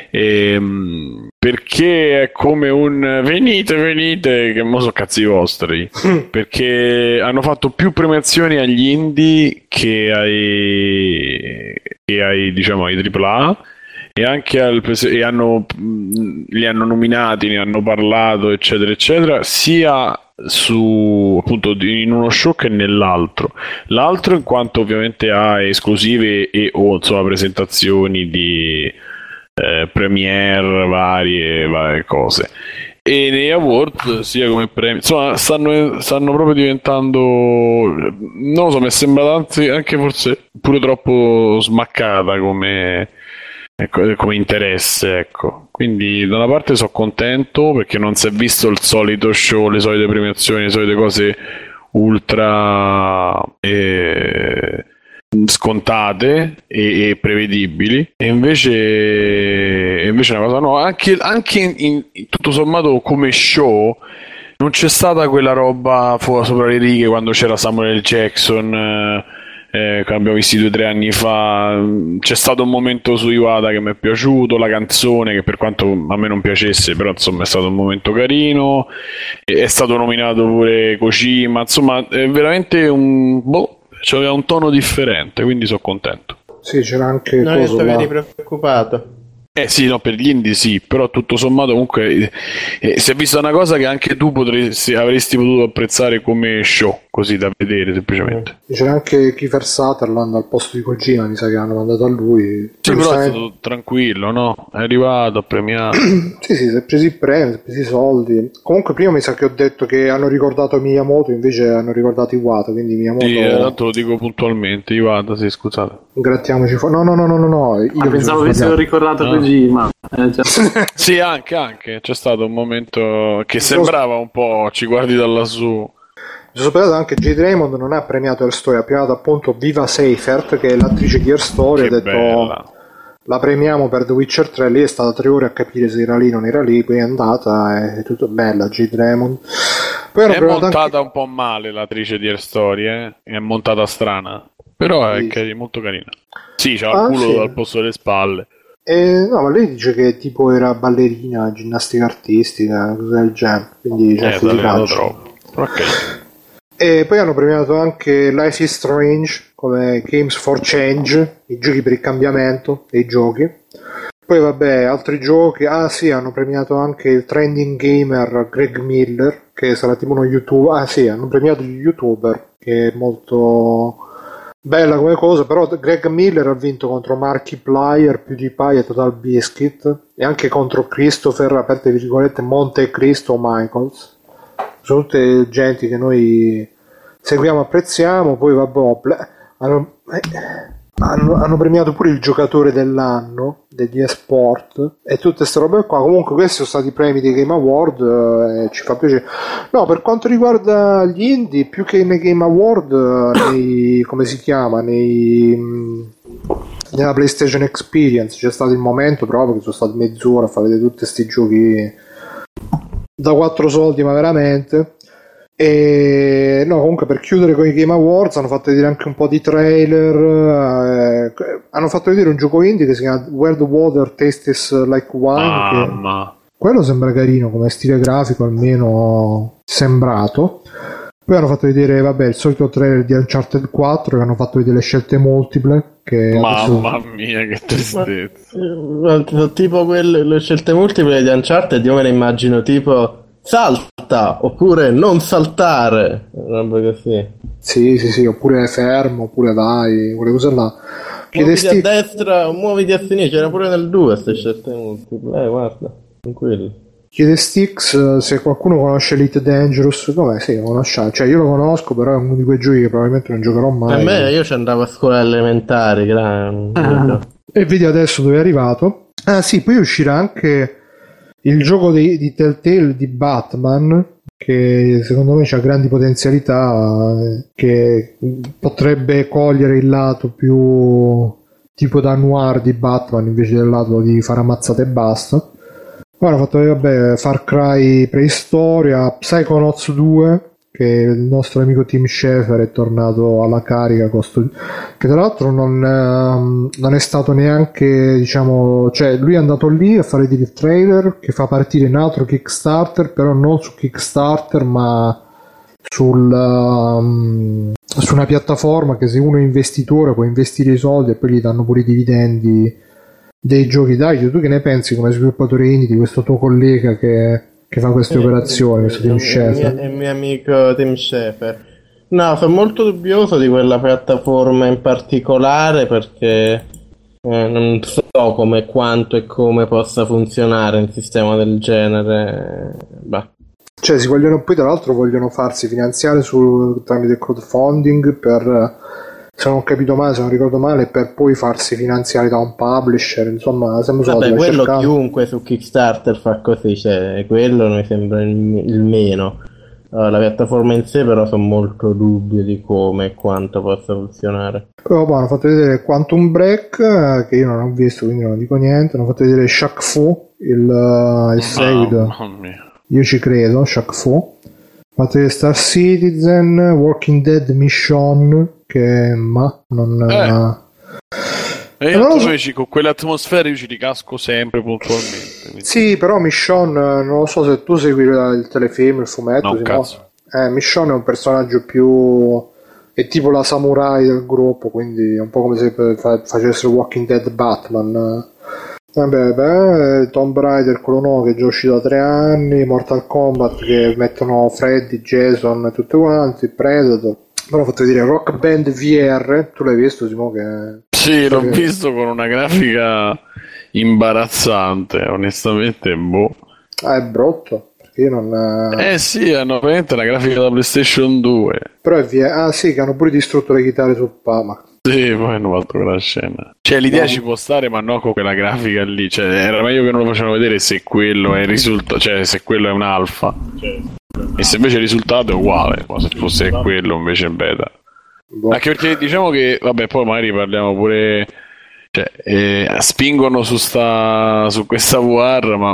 perché è come un venite, che mo sono cazzi vostri, perché hanno fatto più premiazioni agli indie che ai diciamo ai AAA, e anche li hanno nominati, ne hanno parlato, eccetera eccetera, sia appunto in uno show che nell'altro. L'altro in quanto ovviamente ha esclusive o insomma presentazioni di premiere varie cose, e nei award sia come premi, insomma stanno proprio diventando, non lo so, mi sembra anche forse pure troppo smaccata come interesse, ecco. Quindi da una parte sono contento perché non si è visto il solito show, le solite premiazioni, le solite cose ultra scontate e prevedibili, e invece è una cosa nuova, anche in tutto sommato come show. Non c'è stata quella roba sopra le righe quando c'era Samuel L. Jackson, che abbiamo visto 2 o 3 anni fa. C'è stato un momento su Iwata che mi è piaciuto, la canzone, che per quanto a me non piacesse, però insomma è stato un momento carino. È stato nominato pure Kojima, insomma è veramente c'aveva un tono differente, quindi sono contento. Sì, c'era anche non eri preoccupato. Sì, no, per gli indie sì, però tutto sommato comunque si è vista una cosa che anche tu avresti potuto apprezzare come show, così da vedere semplicemente. C'era anche Kiefer Sutherland al posto di Kojima, mi sa che hanno mandato a lui. Sì, però è stato tranquillo, no? È arrivato, ha premiato. Sì, si è presi il premio, si è presi i soldi. Comunque prima mi sa che ho detto che hanno ricordato Miyamoto, invece hanno ricordato Iwata, quindi Miyamoto... Sì, tanto lo dico puntualmente, Iwata, sì, scusate. Grattiamoci fuori. No. Io pensavo avessero ricordato Kojima. Sì, anche. C'è stato un momento che sembrava un po', ci guardi da lassù. Mi sono sbagliato, anche Jade Raymond non ha premiato Air Story, ha premiato appunto Viva Seifert, che è l'attrice di Air Story. Ha detto bella. La premiamo per The Witcher 3, lì è stata 3 ore a capire se era lì o non era lì, poi è andata, è tutto bella Jade Raymond. Poi è montata un po' male l'attrice di Air Story, è montata strana, però è molto carina. Sì, c'ha il culo al posto delle spalle. No, ma lei dice che tipo era ballerina, ginnastica artistica, cosa del genere, quindi troppo. Ok. E poi hanno premiato anche Life is Strange come Games for Change, i giochi per il cambiamento dei giochi. Poi vabbè, altri giochi, hanno premiato anche il trending gamer Greg Miller, che sarà tipo uno youtuber, hanno premiato gli youtuber, che è molto bella come cosa, però Greg Miller ha vinto contro Markiplier, PewDiePie e Total Biscuit, e anche contro Christopher, aperte virgolette, Monte Cristo Michaels. Sono tutte genti che noi seguiamo, apprezziamo. Poi vabbè, hanno premiato pure il giocatore dell'anno degli esport e tutte queste robe qua. Comunque questi sono stati i premi dei Game Award, e ci fa piacere. No, per quanto riguarda gli indie, più che nei Game Award, come si chiama, nella PlayStation Experience c'è stato il momento proprio che sono stati mezz'ora a far vedere tutti questi giochi da 4 soldi, ma veramente. E no, comunque, per chiudere con i Game Awards, hanno fatto vedere anche un po' di trailer. Hanno fatto vedere un gioco indie che si chiama Where the Water Tastes Like Wine, quello sembra carino come stile grafico, almeno sembrato. Poi hanno fatto vedere, vabbè, il solito trailer di Uncharted 4, che hanno fatto vedere le scelte multiple, che mamma mia, che tristezza. Tipo le scelte multiple di Uncharted, io me le immagino tipo salta oppure non saltare, roba così. Sì, oppure fermo, oppure vai, quelle cose là. Muoviti a destra o muoviti a sinistra, c'era pure nel 2 queste scelte multiple. Guarda, tranquillo. Chiede Stix se qualcuno conosce Elite Dangerous. Come? Sì, lo conosciamo. Cioè, io lo conosco, però è uno di quei giochi che probabilmente non giocherò mai. A me, io ci andavo a scuola elementari, e vedi adesso dove è arrivato. Sì, poi uscirà anche il gioco di Telltale di Batman, che secondo me ha grandi potenzialità, che potrebbe cogliere il lato più tipo da noir di Batman invece del lato di fare ammazzate e basta. Ora hanno fatto vedere, Far Cry Preistoria, Psychonauts 2, che il nostro amico Tim Schafer è tornato alla carica, che tra l'altro non è stato neanche, diciamo, cioè lui è andato lì a fare il trailer che fa partire un altro Kickstarter, però non su Kickstarter ma su una piattaforma che se uno è investitore può investire i soldi e poi gli danno pure i dividendi dei giochi. Dai, tu che ne pensi come sviluppatore indie di questo tuo collega che fa queste operazioni, questo Tim Schafer? Il mio amico Tim Schafer. No, sono molto dubbioso di quella piattaforma in particolare perché non so quanto e come possa funzionare un sistema del genere. Cioè poi tra l'altro vogliono farsi finanziare tramite crowdfunding per, se non ho capito male, se non ricordo male, per poi farsi finanziare da un publisher, insomma, vabbè, quello chiunque su Kickstarter fa così, cioè quello mi sembra il meno. La piattaforma in sé però sono molto dubbio di come e quanto possa funzionare. Poi hanno fatto vedere Quantum Break, che io non ho visto, quindi non dico niente. Hanno fatto vedere Shaq Fu, il seguito. Io ci credo, Shaq Fu. Hanno fatto vedere Star Citizen, Walking Dead Mission, che non con quelle atmosfere io ci ricasco sempre puntualmente, quindi. Sì, però Michonne, non lo so se tu segui il telefilm, il fumetto, no, cazzo. Michonne è un personaggio più, è tipo la samurai del gruppo, quindi è un po' come se facessero Walking Dead Batman. Vabbè, Tomb Raider, quello nuovo che è già uscito da 3 anni, Mortal Kombat che mettono Freddy, Jason e tutti quanti, Predator. Però ho fatto vedere Rock Band VR, tu l'hai visto, Simo? Sì, l'ho visto con una grafica imbarazzante, onestamente, è brutto, perché io non... sì, hanno veramente una grafica da PlayStation 2. Però è VR, sì, che hanno pure distrutto le chitarre sul Pama. Sì, poi hanno fatto quella scena. Cioè, l'idea ci può stare, ma no con quella grafica lì. Cioè, era meglio che non lo facevano vedere se quello è il risultato, cioè se quello è un alfa. E se invece il risultato è uguale, ma se fosse quello invece è beta. Anche perché diciamo che, vabbè, poi magari parliamo pure, cioè, spingono su questa VR, ma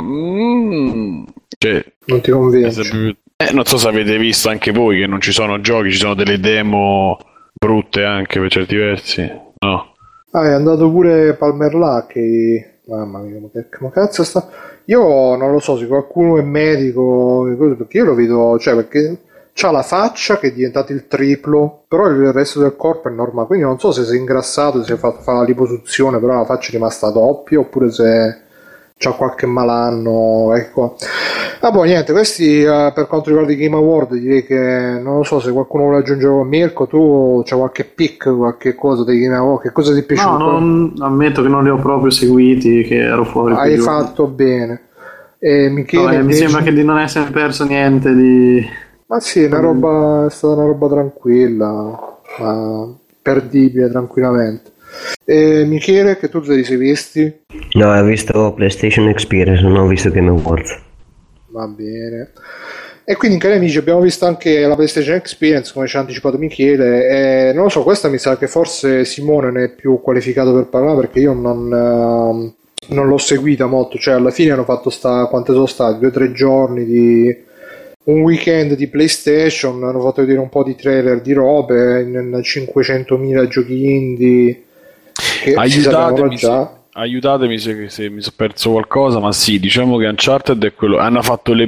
cioè, non ti convince. Non so se avete visto anche voi che non ci sono giochi, ci sono delle demo brutte anche per certi versi. No. È andato pure Palmer Luckey. Mamma mia, ma cazzo sta... Io non lo so se qualcuno è medico, perché io lo vedo, cioè, perché c'ha la faccia che è diventata il triplo, però il resto del corpo è normale, quindi non so se si è ingrassato, se fa la liposuzione, però la faccia è rimasta doppia, oppure se c'ha qualche malanno, ecco. Poi niente, questi per quanto riguarda i Game Award direi che non lo so se qualcuno vuole aggiungere. Mirko, tu c'è qualche pick, qualche cosa dei Game Award, che cosa ti è piaciuto? No, ammetto che non li ho proprio seguiti, che ero fuori. Hai fatto bene. Michele, mi sembra che di non essere perso niente di... Ma sì, è stata una roba tranquilla, ma perdibile tranquillamente. Michele, che tu te li sei visti? No, ho visto PlayStation Experience, non ho visto Game Awards. Va bene. E quindi, cari amici, abbiamo visto anche la PlayStation Experience, come ci ha anticipato Michele, e non lo so, questa mi sa che forse Simone ne è più qualificato per parlare, perché io non l'ho seguita molto, cioè alla fine hanno fatto quante sono stati? 2 o 3 giorni di un weekend di PlayStation, hanno fatto vedere un po' di trailer di robe, 500.000 giochi indie che aiutatemi se mi sono perso qualcosa, ma sì, diciamo che Uncharted è quello. Hanno fatto i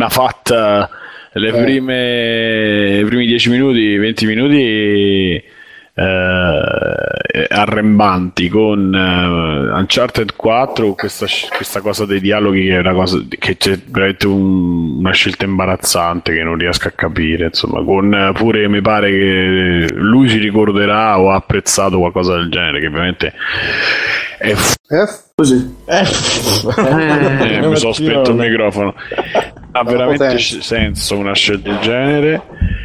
primi 10 minuti, 20 minuti arrembanti con Uncharted 4, questa cosa dei dialoghi che è una cosa che c'è veramente una scelta imbarazzante che non riesco a capire, insomma, con pure mi pare che lui si ricorderà o ha apprezzato qualcosa del genere, che ovviamente è così mi sono spento il microfono, ha veramente senso una scelta del genere.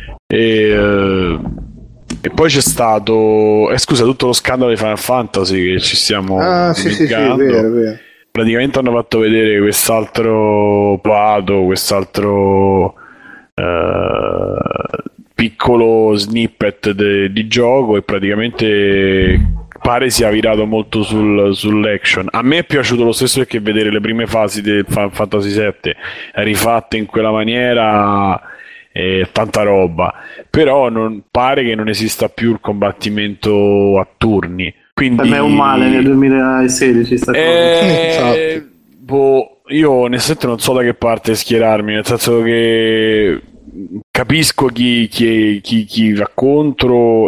E poi c'è stato scusa, tutto lo scandalo di Final Fantasy che ci stiamo dimenticando. Sì, vero. Praticamente hanno fatto vedere quest'altro piccolo snippet di gioco, e praticamente pare sia virato molto sull'action. A me è piaciuto lo stesso, perché vedere le prime fasi del Final Fantasy VII rifatte in quella maniera tanta roba, però non pare che non esista più il combattimento a turni, quindi per me è un male nel 2016 sta cosa. Io onestamente non so da che parte schierarmi, nel senso che capisco chi va contro,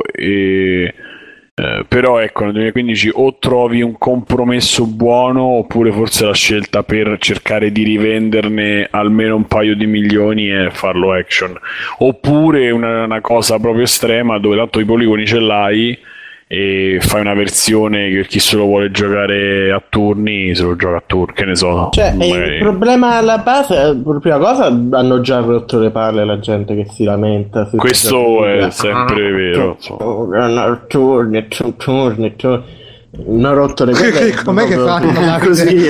però ecco, nel 2015 o trovi un compromesso buono, oppure forse la scelta per cercare di rivenderne almeno un paio di milioni è farlo action, oppure una cosa proprio estrema dove tanto i poligoni ce l'hai e fai una versione che chi se lo vuole giocare a turni se lo gioca a turni, che ne so. Cioè, il problema alla base, per prima cosa, hanno già rotto le palle la gente che si lamenta. Questo è sempre vero. Turni. Non ho rotto le palle. Com'è che fanno così?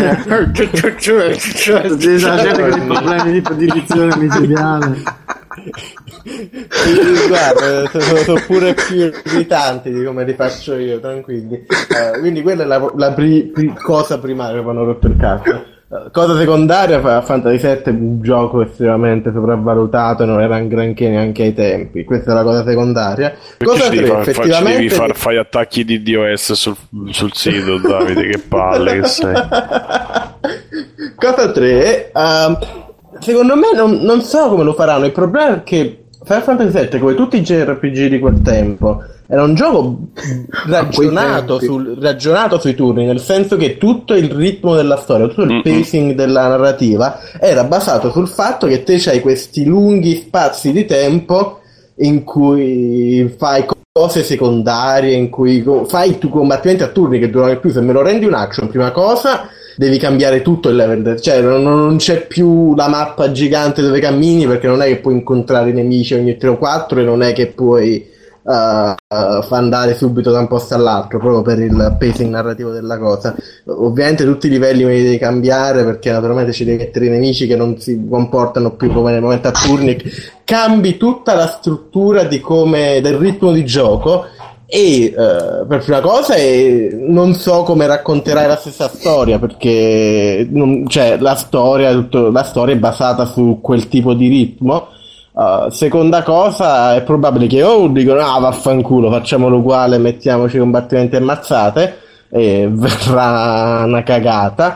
La gente con i problemi di dizione micidiale. Guarda, sono pure più irritanti di come li faccio io, tranquilli. Quindi quella è la cosa primaria che vanno rotto il cazzo. Cosa secondaria, Fantasy VII è un gioco estremamente sopravvalutato, non era un granché neanche ai tempi. Questa è la cosa secondaria. Cosa 3, effettivamente devi fai attacchi di DOS sul sito, Davide, che palle che sei. Cosa 3, secondo me non so come lo faranno. Il problema è che Final Fantasy VII, come tutti i JRPG di quel tempo, era un gioco ragionato sui turni, nel senso che tutto il ritmo della storia, tutto il pacing della narrativa era basato sul fatto che te c'hai questi lunghi spazi di tempo in cui fai cose secondarie, in cui fai i tuoi combattimenti a turni che durano di più. Se me lo rendi un action, prima cosa devi cambiare tutto il level, cioè non c'è più la mappa gigante dove cammini, perché non è che puoi incontrare i nemici ogni 3 o 4 e non è che puoi fa andare subito da un posto all'altro, proprio per il pacing narrativo della cosa. Ovviamente tutti i livelli me li devi cambiare, perché naturalmente ci devi mettere i nemici che non si comportano più come nel momento a turni, cambi tutta la struttura del ritmo di gioco. E per prima cosa non so come racconterai la stessa storia, perché la storia è basata su quel tipo di ritmo. Seconda cosa, è probabile che dicono vaffanculo, facciamolo uguale, mettiamoci combattimenti e mazzate, e verrà una cagata.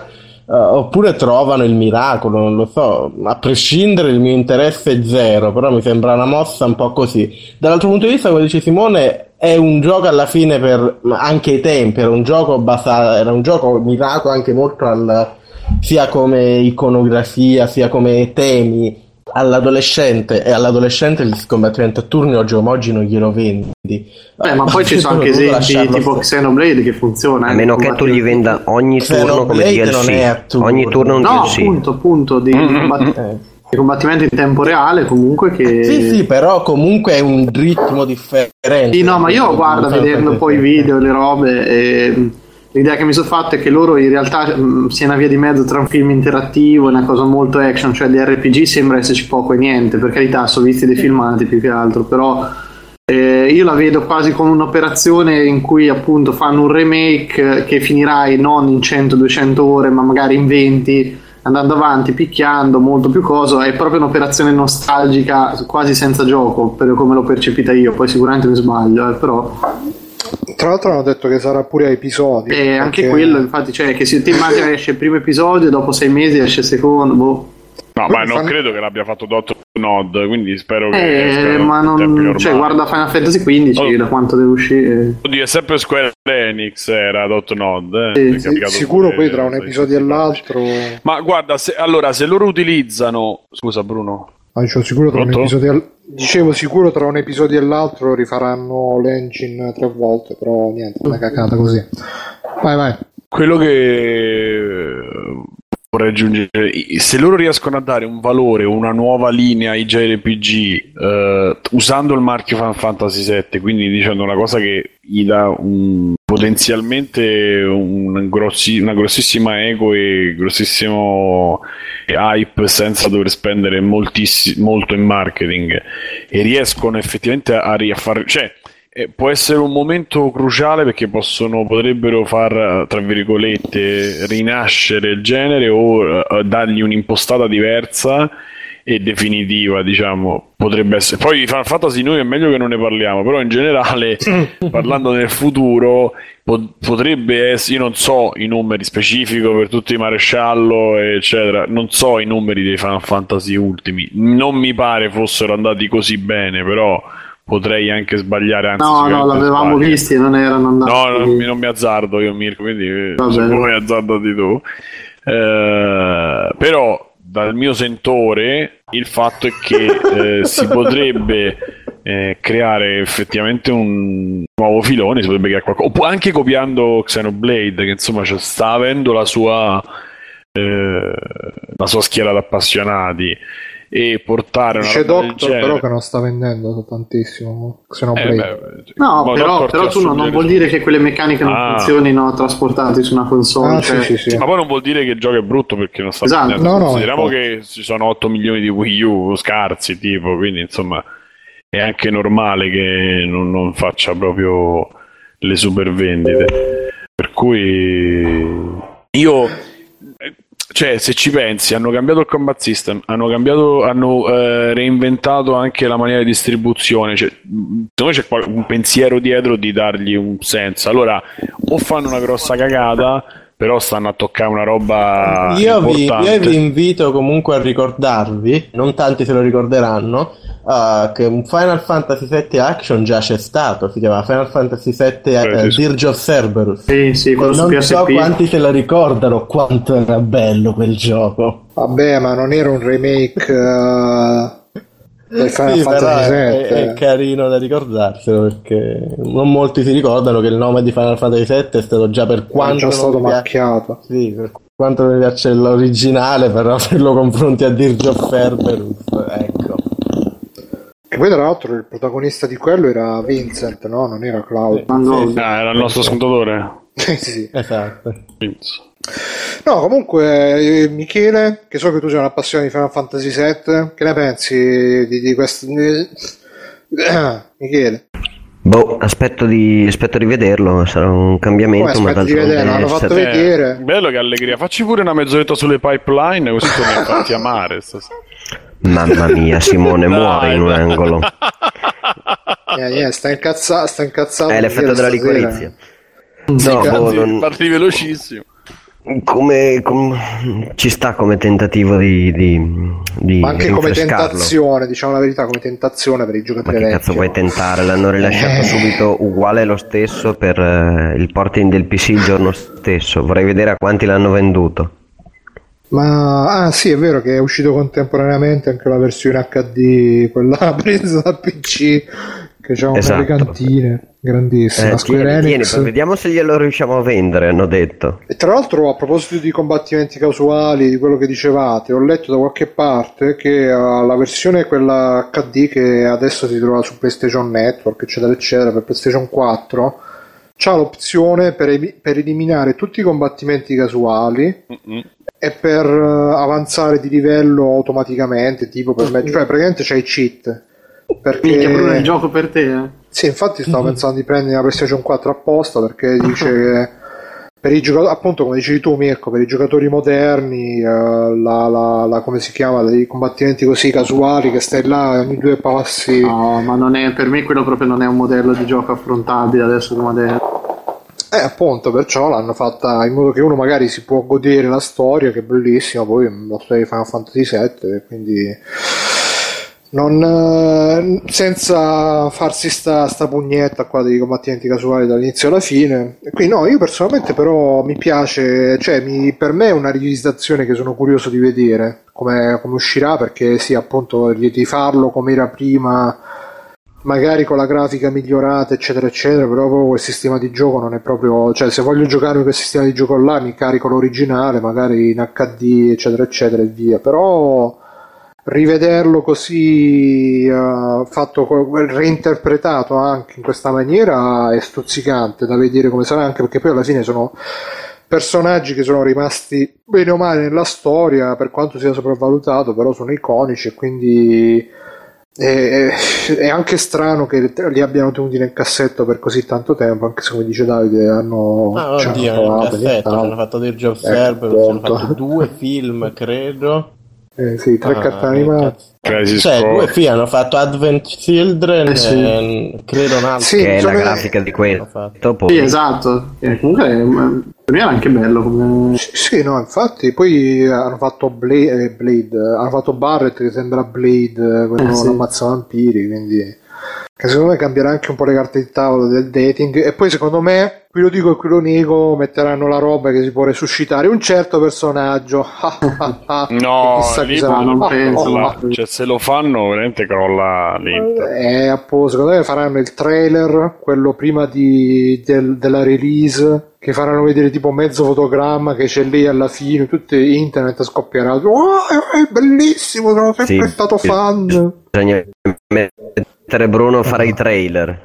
oppure trovano il miracolo, non lo so. A prescindere il mio interesse è zero, però mi sembra una mossa un po' così. Dall'altro punto di vista, come dice Simone, è un gioco alla fine per anche i tempi, era un gioco mirato anche molto sia come iconografia sia come temi all'adolescente, e all'adolescente il combattimento a turni oggi non glielo vendi. Ma poi ci sono anche esempi tipo Xenoblade che funziona, a meno che tu gli venda ogni turno come DLC, non è a turno. Ogni turno un DLC. appunto di combattimento in tempo reale comunque che sì, però comunque è un ritmo differente. Sì, no, ma io guarda, vedendo poi i video, le robe, l'idea che mi sono fatta è che loro in realtà sia una via di mezzo tra un film interattivo e una cosa molto action, cioè di RPG sembra esserci poco e niente, per carità, sono visti dei filmati più che altro, però io la vedo quasi come un'operazione in cui appunto fanno un remake che finirai non in 100-200 ore ma magari in 20, andando avanti, picchiando, molto più cosa. È proprio un'operazione nostalgica quasi senza gioco, per come l'ho percepita io, poi sicuramente mi sbaglio, però tra l'altro hanno detto che sarà pure a episodi, anche quello infatti, cioè che se ti immagini esce il primo episodio e dopo 6 mesi esce il secondo, No, ma non credo che l'abbia fatto Nod, quindi spero che ma non, cioè guarda Final Fantasy XV da quanto deve uscire. Oddio, è sempre Square Enix era Nod, sicuro poi tra un episodio e l'altro. Ma guarda, se loro utilizzano, scusa Bruno, dicevo sicuro tra un episodio e l'altro rifaranno l'engine 3 volte, però niente, una cacata così. Vai. Quello che vorrei aggiungere, se loro riescono a dare un valore, una nuova linea ai JRPG usando il marchio Final Fantasy VII, quindi dicendo una cosa che gli dà potenzialmente una grossissima ego e grossissimo hype senza dover spendere molto in marketing, e riescono effettivamente a fare, cioè può essere un momento cruciale perché potrebbero far, tra virgolette, rinascere il genere o dargli un'impostata diversa e definitiva, diciamo, potrebbe essere. Poi di Final Fantasy noi è meglio che non ne parliamo, però in generale parlando nel futuro potrebbe essere, io non so i numeri specifici per tutti i maresciallo eccetera, non so i numeri dei Final Fantasy ultimi, non mi pare fossero andati così bene, però potrei anche sbagliare, anzi no, l'avevamo visti e non erano andati. Non mi azzardo io, Mirko, quindi se vuoi azzardati tu, però dal mio sentore il fatto è che si potrebbe creare effettivamente un nuovo filone, si potrebbe creare qualcosa, anche copiando Xenoblade, che insomma sta avendo la sua schiera di appassionati, e portare una c'è Doctor però che non sta vendendo tantissimo però tu non vuol dire che quelle meccaniche non funzionino trasportate su una console, sì. Ma poi non vuol dire che il gioco è brutto perché non sta vendendo. Consideriamo che ci sono 8 milioni di Wii U scarsi, tipo, quindi insomma è anche normale che non faccia proprio le super vendite, per cui cioè, se ci pensi, hanno cambiato il combat system, hanno reinventato anche la maniera di distribuzione, cioè, secondo me c'è un pensiero dietro di dargli un senso. Allora, o fanno una grossa cagata, però stanno a toccare una roba importante. Io vi invito comunque a ricordarvi, non tanti se lo ricorderanno, che un Final Fantasy VII Action già c'è stato, si chiama Final Fantasy VII Dirge of Cerberus. Sì, non so quanti se lo ricordano quanto era bello quel gioco. Vabbè, ma non era un remake del Final Fantasy VII. È carino da ricordarselo, perché non molti si ricordano che il nome di Final Fantasy VII è stato già, per quanto è già stato macchiato. Sì, per quanto mi piace l'originale, però se lo confronti a Dirge of Cerberus, ecco. E poi tra l'altro il protagonista di quello era Vincent, no? Non era Cloud. Era il nostro scontatore. Sì. Esatto. No, comunque Michele, che so che tu sei un appassionato di Final Fantasy VII, che ne pensi di questo? Michele? Aspetto di vederlo, sarà un cambiamento. Ma di vederlo, hanno fatto vedere. Bello, che allegria. Facci pure una mezz'oretta sulle pipeline, così torni a farti amare. Mamma mia, Simone, muore in un angolo. Sta incazzato. È l'effetto della licorizia. Parli velocissimo. ci sta come tentativo di ma anche come tentazione, diciamo la verità, come tentazione per i giocatori vecchi. Ma che cazzo vuoi tentare? L'hanno rilasciato subito uguale lo stesso per il porting del PC il giorno stesso. Vorrei vedere a quanti l'hanno venduto. Ma sì, è vero che è uscito contemporaneamente anche la versione HD, quella presa dal PC, che c'ha esatto. Delle cantine grandissime. Tieni, vediamo se glielo riusciamo a vendere, hanno detto. E tra l'altro, a proposito di combattimenti casuali, di quello che dicevate, ho letto da qualche parte che la versione quella HD che adesso si trova su PlayStation Network, eccetera eccetera, per PlayStation 4 c'ha l'opzione per eliminare tutti i combattimenti casuali e per avanzare di livello automaticamente, tipo per me, cioè praticamente c'hai i cheat. Perché Bruno è il gioco per te, eh? Sì, infatti stavo pensando di prendere la PlayStation 4 apposta, perché dice che per i giocatori, appunto come dicevi tu Mirko, per i giocatori moderni la come si chiama, dei combattimenti così casuali che stai là ogni due passi. No, ma non è, per me quello proprio non è un modello di gioco affrontabile adesso come adesso. Appunto, perciò l'hanno fatta in modo che uno magari si può godere la storia, che è bellissima, poi la storia di Final Fantasy VII, quindi non senza farsi sta pugnetta qua dei combattimenti casuali dall'inizio alla fine. E quindi no, io personalmente però mi piace, cioè per me è una rivisitazione che sono curioso di vedere come uscirà, perché sì, appunto di farlo come era prima, magari con la grafica migliorata eccetera eccetera, però proprio quel sistema di gioco non è proprio, cioè se voglio giocare quel sistema di gioco là mi carico l'originale magari in HD eccetera eccetera e via, però rivederlo così fatto reinterpretato anche in questa maniera è stuzzicante da vedere come sarà, anche perché poi alla fine sono personaggi che sono rimasti bene o male nella storia, per quanto sia sopravvalutato, però sono iconici, e quindi è anche strano che li abbiano tenuti nel cassetto per così tanto tempo, anche se come dice Davide hanno hanno fatto Dirge of Cerberus, hanno fatto 2 film credo. Sì, 3 cartoni animati. Cioè, 2 film hanno fatto Advent Children, credo un altro. Sì, che è la grafica di questo. Sì, esatto. Comunque per me era anche bello come... Sì, no, infatti. Poi hanno fatto Blade, hanno fatto Barret che sembra Blade, quello l'ammazza vampiri, quindi che secondo me cambierà anche un po' le carte di tavolo del dating. E poi secondo me, qui lo dico e qui lo nego, metteranno la roba che si può resuscitare un certo personaggio. No, lì non penso. Cioè, se lo fanno veramente crolla l'Inter. Secondo me faranno il trailer, quello prima della release, che faranno vedere tipo mezzo fotogramma che c'è lì alla fine, tutto internet scoppierà. È bellissimo, sono sempre stato fan. Bisogna mettere Bruno a fare i trailer.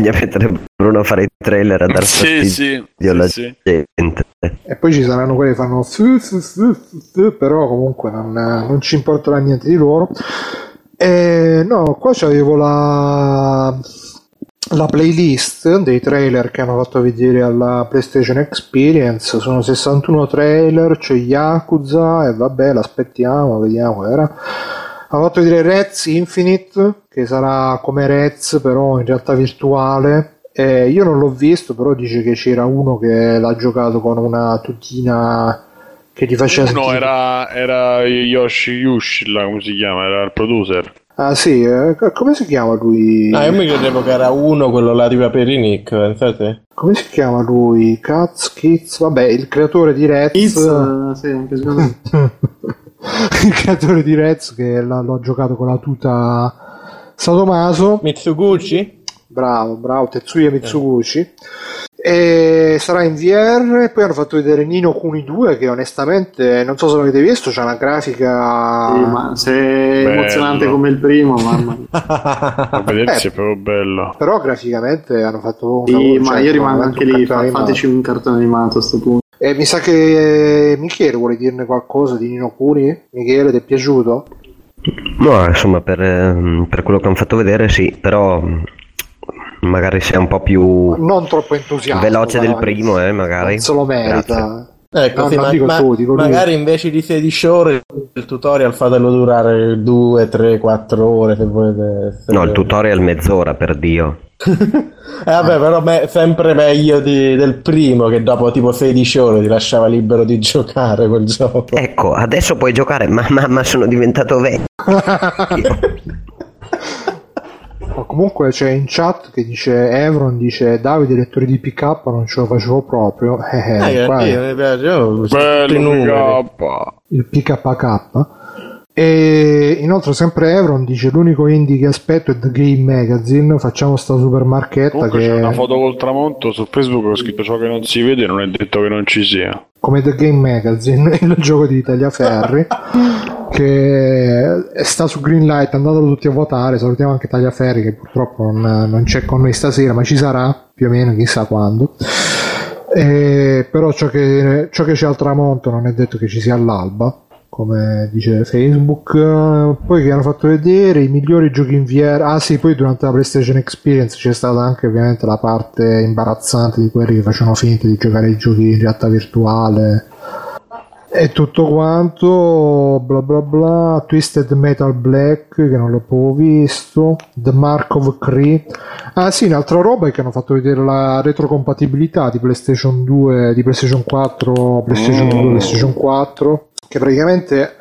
A dar fastidio alla gente. E poi ci saranno quelli che fanno però comunque non ci importerà niente di loro. No, qua c'avevo la playlist dei trailer che hanno fatto vedere alla PlayStation Experience. Sono 61 trailer, c'è Yakuza e vabbè, l'aspettiamo, vediamo era. Hanno fatto vedere Rez Infinite, che sarà come Rez però in realtà virtuale. Io non l'ho visto, però dice che c'era uno che l'ha giocato con una tutina che gli faceva sentire... era Yoshi là, come si chiama? Era il producer. Ah sì, come si chiama lui? Io mi credevo che era uno, quello là di Paperinik, pensate? Come si chiama lui? Kids, vabbè, il creatore di Rez. Sì, anche secondo me. Il creatore di Rez che l'ho giocato con la tuta Sadomaso. Mitsuguchi? Bravo, Tetsuya Mitsuguchi. E sarà in VR. Poi hanno fatto vedere Nino Kuni 2, che onestamente non so se l'avete visto, c'ha una grafica ma se è emozionante come il primo, mamma a vedersi è proprio bello, però graficamente hanno fatto un lavoro, ma io rimango anche lì, fateci un cartone animato a sto punto. Mi sa che Michele vuole dirne qualcosa di Nino Kuni. Michele, ti è piaciuto? No, insomma, per quello che hanno fatto vedere sì, però magari sia un po' più non troppo entusiasta, veloce del primo, magari non se lo merita. Ecco, dico magari invece di 16 ore il tutorial fatelo durare 2, 3, 4 ore se volete. No, il tutorial mezz'ora, per Dio. Vabbè, però sempre meglio del primo, che dopo tipo 16 ore ti lasciava libero di giocare quel gioco. Ecco, adesso puoi giocare, ma sono diventato vecchio. Ma comunque c'è in chat che dice Evron, dice Davide lettori di PK non ce lo facevo proprio. Mi piace, il PKK. E inoltre sempre Evron dice l'unico indie che aspetto è The Game Magazine, facciamo sta super marchetta. Comunque che c'è una foto col tramonto su Facebook, ho scritto ciò che non si vede, non è detto che non ci sia. Come The Game Magazine, il gioco di Tagliaferri che sta su Greenlight, andatelo tutti a votare. Salutiamo anche Tagliaferri che purtroppo non c'è con noi stasera, ma ci sarà più o meno chissà quando. Però ciò che c'è al tramonto non è detto che ci sia all'alba, come dice Facebook. Poi che hanno fatto vedere i migliori giochi in VR. Sì, poi durante la PlayStation Experience c'è stata anche ovviamente la parte imbarazzante di quelli che facevano finta di giocare ai giochi in realtà virtuale e tutto quanto, bla bla bla. Twisted Metal Black, che non l'ho proprio visto. The Mark of Cree. Sì, un'altra roba è che hanno fatto vedere la retrocompatibilità di PlayStation 2, di PlayStation 4, PlayStation 2, PlayStation 4, che praticamente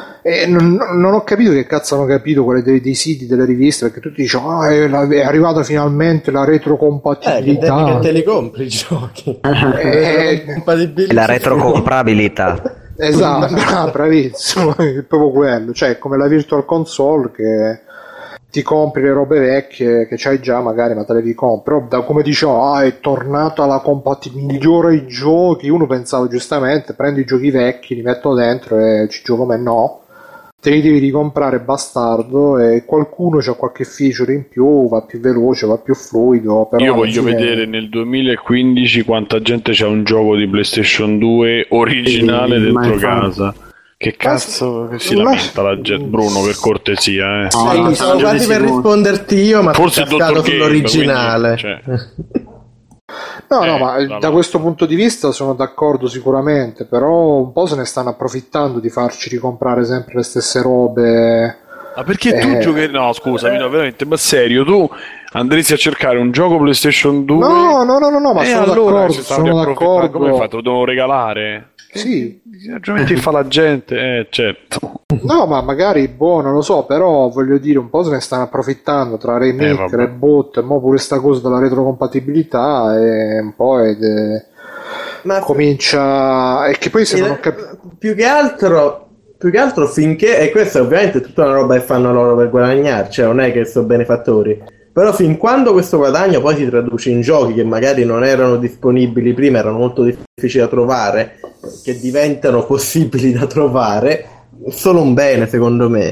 non ho capito che cazzo hanno capito quelle dei siti, delle riviste, perché tutti dicono è arrivata finalmente la retrocompatibilità. Che te li compri i giochi. La retrocomprabilità. Esatto, bravissimo, è proprio quello, cioè come la Virtual Console che ti compri le robe vecchie che c'hai già magari, ma te le ricompri. Però da come dicevo, è tornata la compatibilità, migliora i giochi. Uno pensava giustamente, prendo i giochi vecchi, li metto dentro e ci gioco, ma no, te li devi ricomprare, bastardo, e qualcuno c'ha qualche feature in più, va più veloce, va più fluido. Però io voglio vedere nel 2015 quanta gente c'ha un gioco di PlayStation 2 originale dentro casa. Che cazzo si lamenta la gente, Bruno, per cortesia, stavo quasi per risponderti io, ma forse il dottor sull'originale. Game, No, ma da questo punto di vista sono d'accordo sicuramente, però un po' se ne stanno approfittando di farci ricomprare sempre le stesse robe. Ma perché tu giochi? No, scusami, no, veramente, ma serio, tu andresti a cercare un gioco PlayStation 2? No, ma sono d'accordo. Come fai? Te lo devo regalare? Sì, ragionamenti fa la gente, certo. No, ma magari non lo so, però voglio dire, un po' se ne stanno approfittando tra remaker e bot, e mo pure sta cosa della retrocompatibilità e un po' comincia, e che poi se non ho capito più che altro finché, e questa ovviamente è tutta una roba che fanno loro per guadagnarci, non è che sono benefattori. Però fin quando questo guadagno poi si traduce in giochi che magari non erano disponibili prima, erano molto difficili da trovare, che diventano possibili da trovare, è solo un bene secondo me.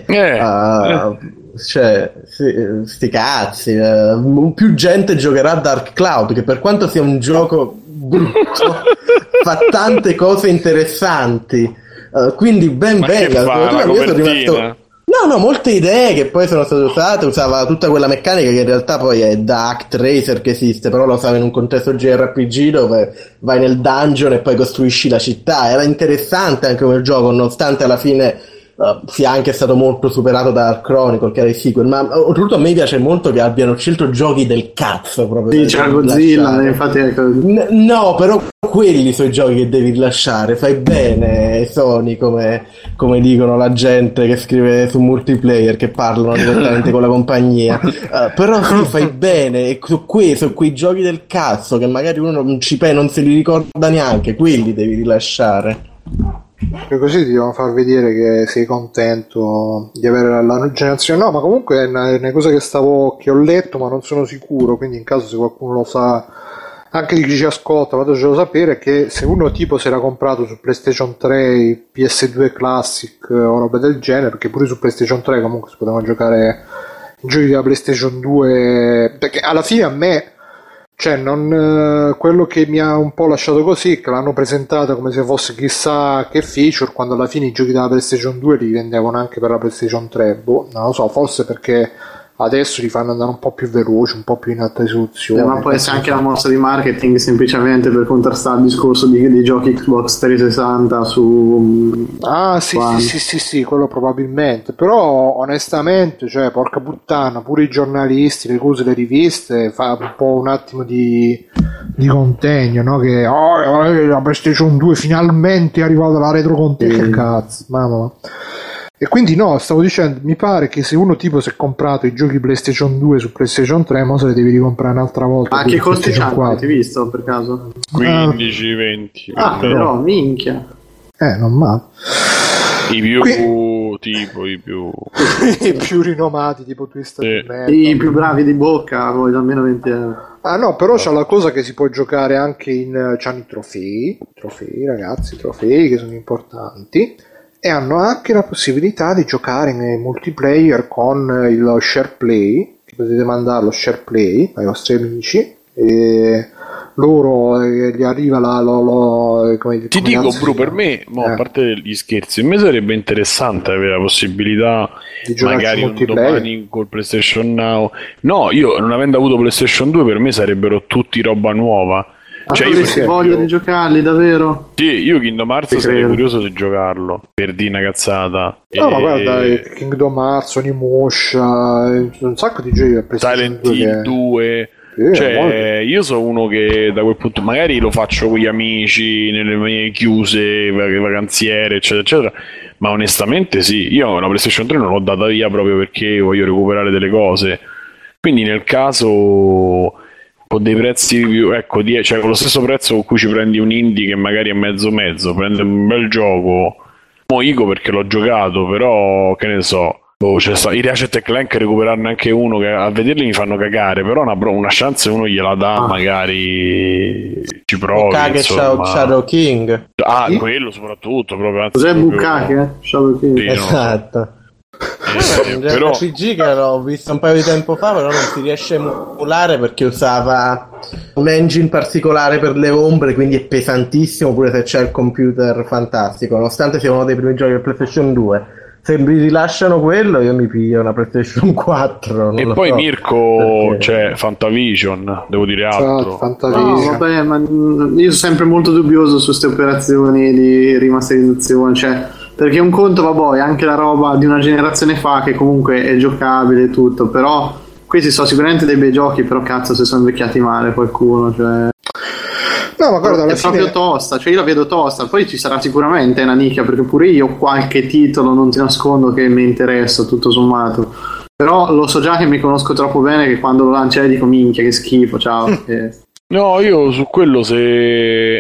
Cioè, sti cazzi, più gente giocherà a Dark Cloud, che per quanto sia un gioco brutto fa tante cose interessanti, quindi ben venga. Io sono rimasto... No, molte idee che poi sono state usate, usava tutta quella meccanica che in realtà poi è da Act Racer che esiste, però lo usava in un contesto JRPG dove vai nel dungeon e poi costruisci la città. Era interessante anche come gioco, nonostante alla fine sia anche stato molto superato da Dark Chronicle, che era il sequel, ma oltretutto a me piace molto che abbiano scelto giochi del cazzo proprio. Sì, c'è Godzilla, infatti no, però quelli sono i giochi che devi rilasciare, fai bene Sony, come dicono la gente che scrive su multiplayer, che parlano direttamente con la compagnia, però sì, fai bene, e su quei giochi del cazzo che magari uno non se li ricorda neanche, quelli devi rilasciare. Che così ti devono far vedere che sei contento di avere la nuova generazione. No, ma comunque è una cosa che ho letto, ma non sono sicuro, quindi in caso se qualcuno lo sa, anche chi ci ascolta, fatecelo sapere, che se uno tipo si era comprato su PlayStation 3 PS2 Classic o roba del genere, perché pure su PlayStation 3 comunque si potevano giocare i giochi della PlayStation 2, perché alla fine a me, cioè quello che mi ha un po' lasciato così è che l'hanno presentata come se fosse chissà che feature, quando alla fine i giochi della PlayStation 2 li vendevano anche per la PlayStation 3. Non lo so, forse perché adesso li fanno andare un po' più veloci, un po' più in alta risoluzione. Ma può essere anche una mossa di marketing semplicemente per contrastare il discorso di giochi Xbox 360 su... Sì, quello probabilmente, però onestamente, cioè, porca puttana, pure i giornalisti, le cose, le riviste, fa un po' un attimo di contegno, no? Che la PlayStation 2 finalmente è arrivata la retrocontegno, cazzo, mamma. E quindi no, stavo dicendo, mi pare che se uno tipo si è comprato i giochi PlayStation 2 su PlayStation 3, mo se li devi ricomprare un'altra volta. Ma che costi c'hanno? Avete visto per caso? 15, 20. Però minchia. Non male. I più rinomati, tipo Twisted Metal. I più bravi di bocca, voglio almeno 20 euro. Ah no, però c'ha la cosa che si può giocare anche c'hanno i trofei, ragazzi, trofei che sono importanti. E hanno anche la possibilità di giocare in multiplayer con il share play, che potete mandare lo share play ai vostri amici e loro gli arriva ti dico Bru, per me a parte gli scherzi, a me sarebbe interessante avere la possibilità di magari un domani col PlayStation Now. No, io non avendo avuto PlayStation 2, per me sarebbero tutti roba nuova. Cioè, io avresti voglia di giocarli davaro? Sì, io Kingdom Hearts sarei curioso di giocarlo per dire una cazzata. No, ma guarda, Kingdom Hearts, Onimusha, un sacco di giochi per Silent Hill 2. Cioè, io sono uno che da quel punto magari lo faccio con gli amici nelle mie chiuse vacanziere, eccetera, eccetera. Ma onestamente sì, io la PlayStation 3 non l'ho data via proprio perché voglio recuperare delle cose. Quindi nel caso con dei prezzi più, ecco, cioè con lo stesso prezzo con cui ci prendi un indie che magari è mezzo, prende un bel gioco. Mo Ico perché l'ho giocato, però che ne so. I Ratchet & Clank, recuperarne anche uno che a vederli mi fanno cagare, però una chance uno gliela dà, magari ci provi. Shadow King. Quello soprattutto proprio. Cos'è Bukkake? Shadow King. Sì, esatto. Però RPG che l'ho visto un paio di tempo fa, però non si riesce a emulare perché usava un engine particolare per le ombre, quindi è pesantissimo pure se c'è il computer fantastico, nonostante sia uno dei primi giochi del PlayStation 2. Se mi rilasciano quello io mi piglio una PlayStation 4. E poi so. Mirko c'è Fantavision, devo dire altro. No, vabbè, ma io sono sempre molto dubbioso su queste operazioni di rimasterizzazione, cioè, perché un conto vabbè è anche la roba di una generazione fa che comunque è giocabile e tutto, però questi sono sicuramente dei bei giochi, però cazzo se sono invecchiati male qualcuno, cioè... No, ma guarda, è proprio tosta, cioè io la vedo tosta. Poi ci sarà sicuramente una nicchia, perché pure io qualche titolo non ti nascondo che mi interessa tutto sommato, però lo so già che mi conosco troppo bene che quando lo lanciai dico minchia che schifo, ciao. No, io su quello se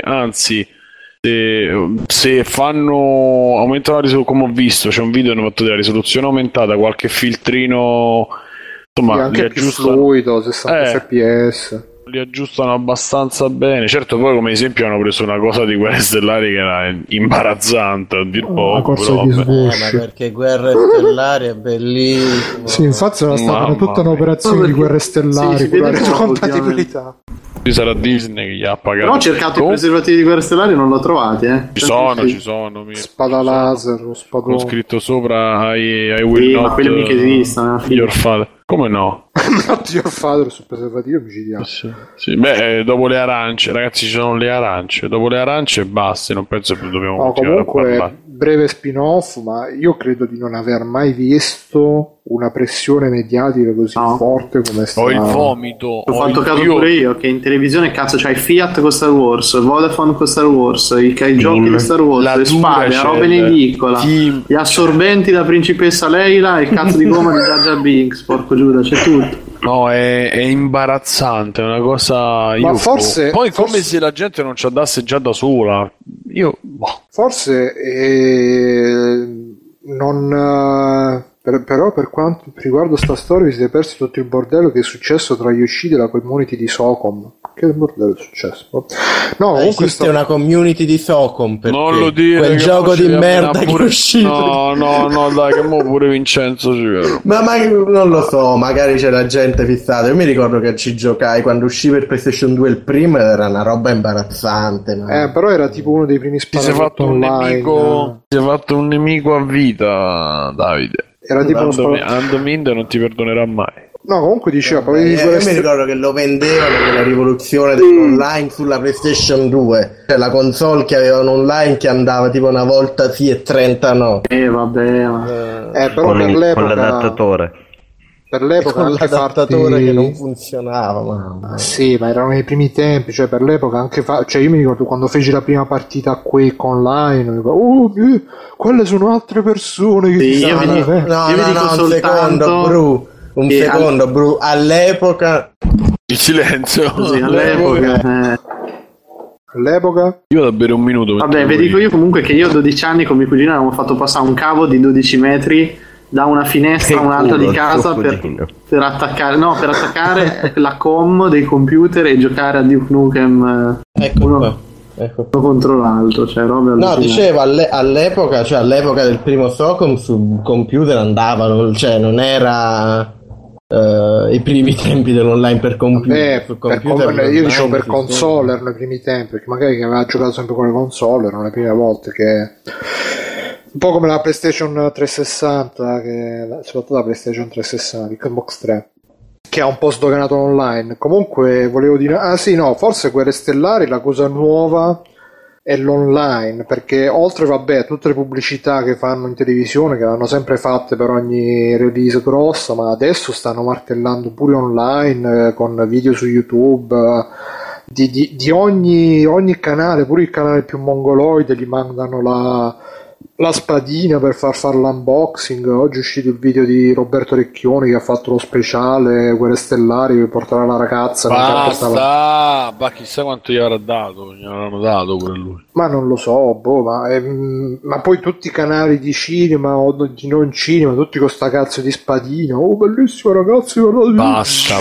fanno aumentano la risoluzione, come ho visto c'è un video hanno fatto della risoluzione aumentata, qualche filtrino, insomma, anche più fluido, 60 fps li aggiustano abbastanza bene. Certo, poi come esempio hanno preso una cosa di Guerre Stellari che era imbarazzante a dir poco, ma perché Guerre Stellari è bellissimo. Sì, infatti sarà stata tutta un'operazione di Guerre Stellari con la retrocompatibilità. Ci sarà Disney che gli ha pagato. Però ho cercato i preservativi di Guerre Stellari e non l'ho trovati, Ci sono. Spada laser, lo spadone. Ho scritto sopra I will not, ma quello mica esistono. Your father. Come no? Not your father sul preservativo micidiale. Sì. Beh, dopo le arance, ragazzi, ci sono le arance. Dopo le arance basta, non penso che dobbiamo continuare a parlare. Breve spin-off, ma io credo di non aver mai visto una pressione mediatica così forte come sta. Ho il vomito. Ho fatto caso pure io che in televisione cazzo c'hai Fiat con Star Wars, Vodafone con Star Wars, i giochi di Star Wars, le spade, la roba in edicola, gli assorbenti da principessa Leila e il cazzo di gomma di Jar Jar Binks, porco Giuda, c'è tutto. No, è imbarazzante, è una cosa. Ma forse. Poi come se la gente non ci andasse già da sola. Forse non. Però per quanto riguarda sta storia vi siete persi tutto il bordello che è successo tra Yoshida e la community di Socom. Che bordello è successo? No, esiste una community di Socom perché non lo dire, quel gioco di merda che è uscito. No, dai, che mo pure Vincenzo ci vero. Ma non lo so, magari c'è la gente fissata. Io mi ricordo che ci giocai quando usciva il PlayStation 2 il primo ed era una roba imbarazzante. Però era tipo uno dei primi sparatutto online. Ti sei fatto un nemico a vita, Davide. Era tipo Andomindo non ti perdonerà mai. No, comunque diceva io mi ricordo che lo vendevano nella rivoluzione dell'online sulla PlayStation 2, cioè la console che aveva un online che andava tipo una volta sì e 30 no. Vabbè. Però con per l'adattatore. Per l'epoca con anche l'adattatore che non funzionava, sì, ma erano nei primi tempi, cioè per l'epoca anche cioè io mi ricordo quando feci la prima partita a Quake online, quelle sono altre persone che io vi dico un secondo, Bru, all'epoca il silenzio. Così, all'epoca io da bere un minuto. Vabbè, vi dico io comunque che io a 12 anni con mio cugino avevamo fatto passare un cavo di 12 metri da una finestra a un'altra di casa per attaccare la com dei computer e giocare a Duke Nukem uno contro l'altro, cioè robe no, dicevo all'epoca del primo Socom sul computer andavano, cioè non era i primi tempi dell'online per computer. Io dicevo per console erano i primi tempi, perché magari chi aveva giocato sempre con le console erano le prime volte che un po' come la PlayStation 360, soprattutto la PlayStation 360, il Xbox 3, che ha un po' sdoganato online. Comunque volevo dire, forse Guerre Stellari la cosa nuova è l'online, perché oltre tutte le pubblicità che fanno in televisione, che l'hanno sempre fatte per ogni release grossa, ma adesso stanno martellando pure online con video su YouTube di ogni canale, pure il canale più mongoloide gli mandano la spadina per fare l'unboxing. Oggi è uscito il video di Roberto Recchioni che ha fatto lo speciale Guerre Stellari per portare la ragazza. Basta, ma chissà quanto gli avranno dato pure lui. Ma non lo so, ma poi tutti i canali di cinema o di non cinema, tutti con sta cazzo di spadina. Bellissimo ragazzi, basta,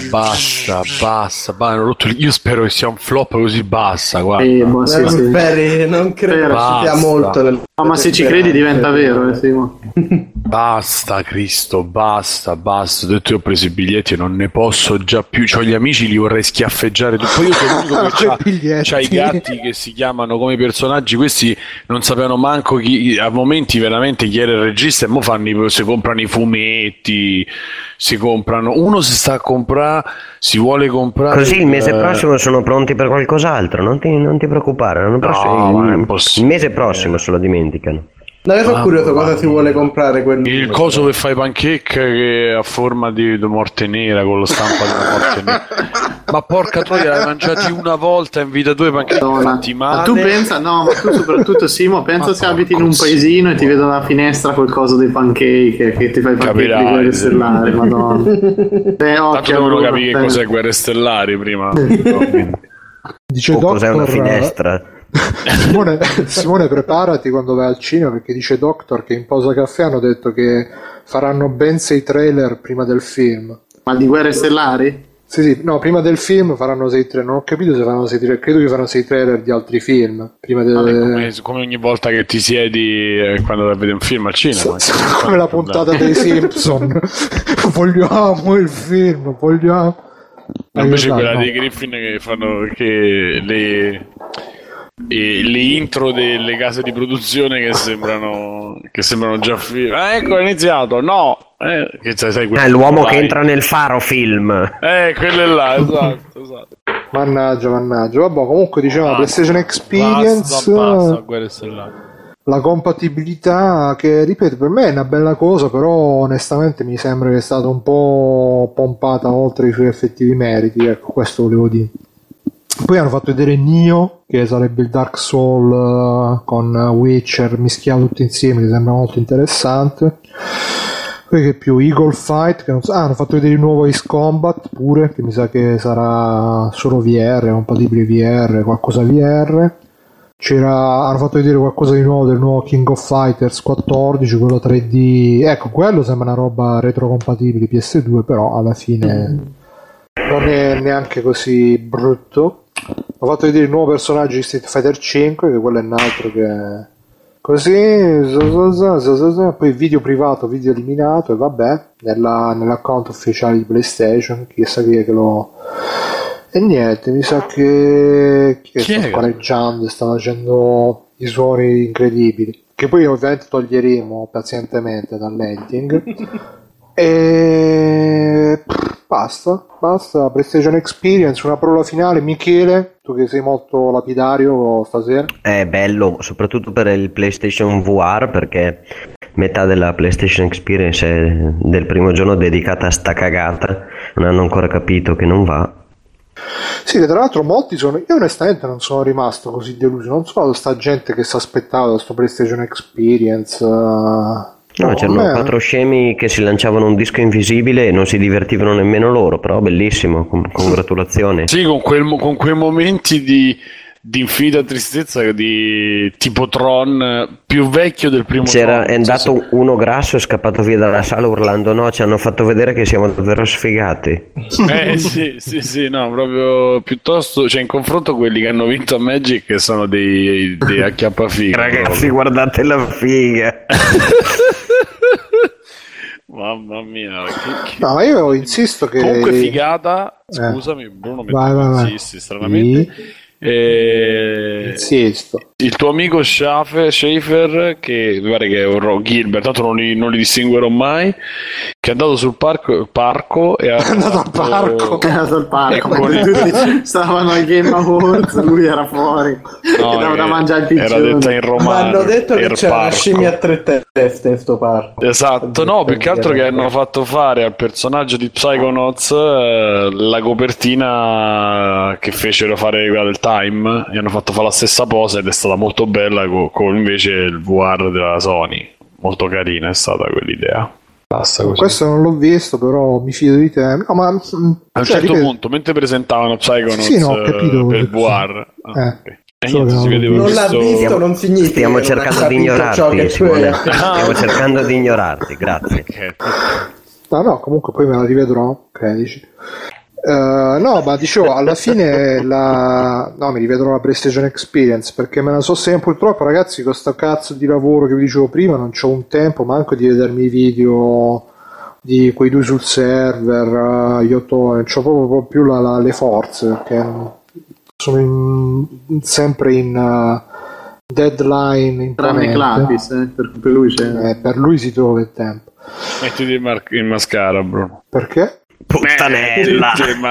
io spero che sia un flop così, basta, guarda. Non credo ci sia molto ma se ci credi diventa vero, Simo. Basta Cristo, basta. Ho detto, io ho preso i biglietti e non ne posso già più. C'ho gli amici, li vorrei schiaffeggiare. Poi io sono l'unico che c'ha i gatti che si chiamano come i personaggi. Questi non sapevano manco a momenti veramente chi era il regista, e mo si comprano i fumetti, uno si sta a comprare, si vuole comprare. Così il mese prossimo sono pronti per qualcos'altro, non ti preoccupare, il mese prossimo se lo dimenticano. No, io sono curioso cosa si vuole comprare il coso per fare i pancake che a forma di morte nera, con la stampa della morte nera. Ma porca troia, l'hai mangiati una volta in vita tua i pancake fatti male. Ma tu pensa, ma tu soprattutto Simo, pensa se abiti in un paesino e ti vedo dalla finestra quel coso dei pancake che ti fai i pancake di Guerre Stellari, madonna. Tanto devono capire che cos'è Guerre Stellari prima. Dice cos'è una finestra. Simone, preparati quando vai al cinema, perché dice Doctor che in pausa caffè hanno detto che faranno ben 6 trailer prima del film. Ma di Guerre Stellari? Sì, no, prima del film faranno 6 trailer. Non ho capito se faranno 6 trailer, credo che faranno 6 trailer di altri film prima come ogni volta che ti siedi quando vai a vedere un film al cinema, come la puntata dei Simpson. Vogliamo il film, vogliamo. Invece quella dei Griffin che fanno le intro delle case di produzione che sembrano già film. Ecco, è iniziato. No, che sai, l'uomo che entra nel faro film. Quello là, esatto. Mannaggia. Vabbè, comunque diciamo la PlayStation Experience, basta, Guerre Stellari. La compatibilità, che ripeto, per me è una bella cosa, però onestamente mi sembra che è stata un po' pompata oltre i suoi effettivi meriti, ecco, questo volevo dire. Poi hanno fatto vedere Nioh, che sarebbe il Dark Soul con Witcher mischiato tutti insieme, mi sembra molto interessante. Poi che più, Eagle Fight, che hanno fatto vedere il nuovo Ace Combat pure, che mi sa che sarà solo VR, compatibile VR, qualcosa VR. Hanno fatto vedere qualcosa di nuovo del nuovo King of Fighters 14, quello 3D, ecco, quello sembra una roba retrocompatibile PS2, però alla fine non è neanche così brutto. Ho fatto vedere il nuovo personaggio di Street Fighter 5, che quello è un altro che così, poi video privato, video eliminato, e vabbè, nell'account ufficiale di PlayStation, chissà chi è che lo... E niente, mi sa che sta scorreggiando, sta facendo i suoni incredibili, che poi ovviamente toglieremo pazientemente dall'editing. E basta, PlayStation Experience. Una parola finale, Michele, tu che sei molto lapidario stasera. È bello, soprattutto per il PlayStation VR, perché metà della PlayStation Experience è del primo giorno dedicata a sta cagata, non hanno ancora capito che non va. Sì, tra l'altro molti sono, io onestamente non sono rimasto così deluso, non sono sta gente che si aspettava da sto PlayStation Experience. No, c'erano 4 scemi che si lanciavano un disco invisibile e non si divertivano nemmeno loro, però bellissimo, congratulazioni. Sì, con quei momenti di infinita tristezza di tipo Tron più vecchio del primo. È andato uno grasso, è scappato via dalla sala urlando no, ci hanno fatto vedere che siamo davvero sfigati. Sì, no, proprio piuttosto, cioè in confronto a quelli che hanno vinto a Magic che sono dei acchiappafighe. Ragazzi, guardate la figa. Mamma mia, no, io insisto che comunque figata, scusami Bruno, vai. Insisti stranamente. Insisto. Il tuo amico Schaefer, che mi pare che è un Gilbert, tanto non li distinguerò mai, che è andato sul parco e è andato al parco. Stavano ai Game Awards, lui era fuori, no, che da mangiare il piccione. Era detta in romano. Ma hanno detto che c'era una scimmia a 3 teste in sto parco. Esatto, no, più che altro che hanno fatto fare al personaggio di Psychonauts la copertina che fecero fare quella del Time, gli hanno fatto fare la stessa posa ed è stata molto bella con invece il VR della Sony, molto carina è stata quell'idea. Basta così. Questo non l'ho visto, però mi fido di te. No, ma a un certo punto, mentre presentavano Psychonauts per il VR, okay. Non l'ha visto, non significa. Stiamo cercando di ignorarti, Simone. Stiamo cercando di ignorarti, grazie. No, comunque poi me la rivedrò, credici. No, ma dicevo, alla fine mi rivedrò la PlayStation Experience, perché me la so sempre. Purtroppo, ragazzi, con sto cazzo di lavoro che vi dicevo prima non c'ho un tempo manco di vedermi i video di quei due sul server. Io non c'ho proprio più le forze, perché sono sempre in deadline. Tranne Clapis, per lui c'è. Per lui si trova il tempo. Mettiti il mascara, Bruno. Perché? Puttanella!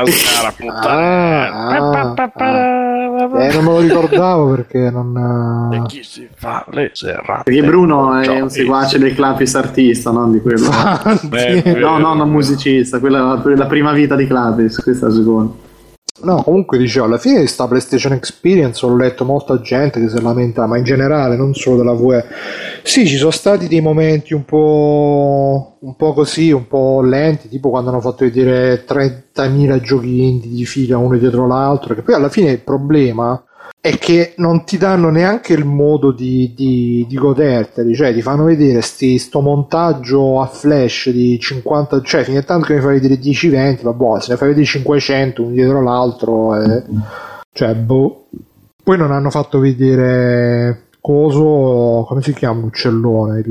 Non me lo ricordavo perché non. E chi si fa le serrate? Perché Bruno è un seguace del Clapis artista, non di quello. No, non musicista, quella è la prima vita di Clapis, questa è la seconda. No, comunque dicevo, alla fine di sta PlayStation Experience ho letto molta gente che si lamenta, ma in generale, non solo della UE. Sì, ci sono stati dei momenti un po' così, un po' lenti, tipo quando hanno fatto vedere 30.000 giochi indie di fila uno dietro l'altro, che poi alla fine il problema è che non ti danno neanche il modo di goderteli, cioè ti fanno vedere sto montaggio a flash di 50, cioè fino a tanto che mi fai vedere 10-20, vabbè, se ne fai vedere 500 uno dietro l'altro, cioè boh. Poi non hanno fatto vedere coso, come si chiama l'uccellone,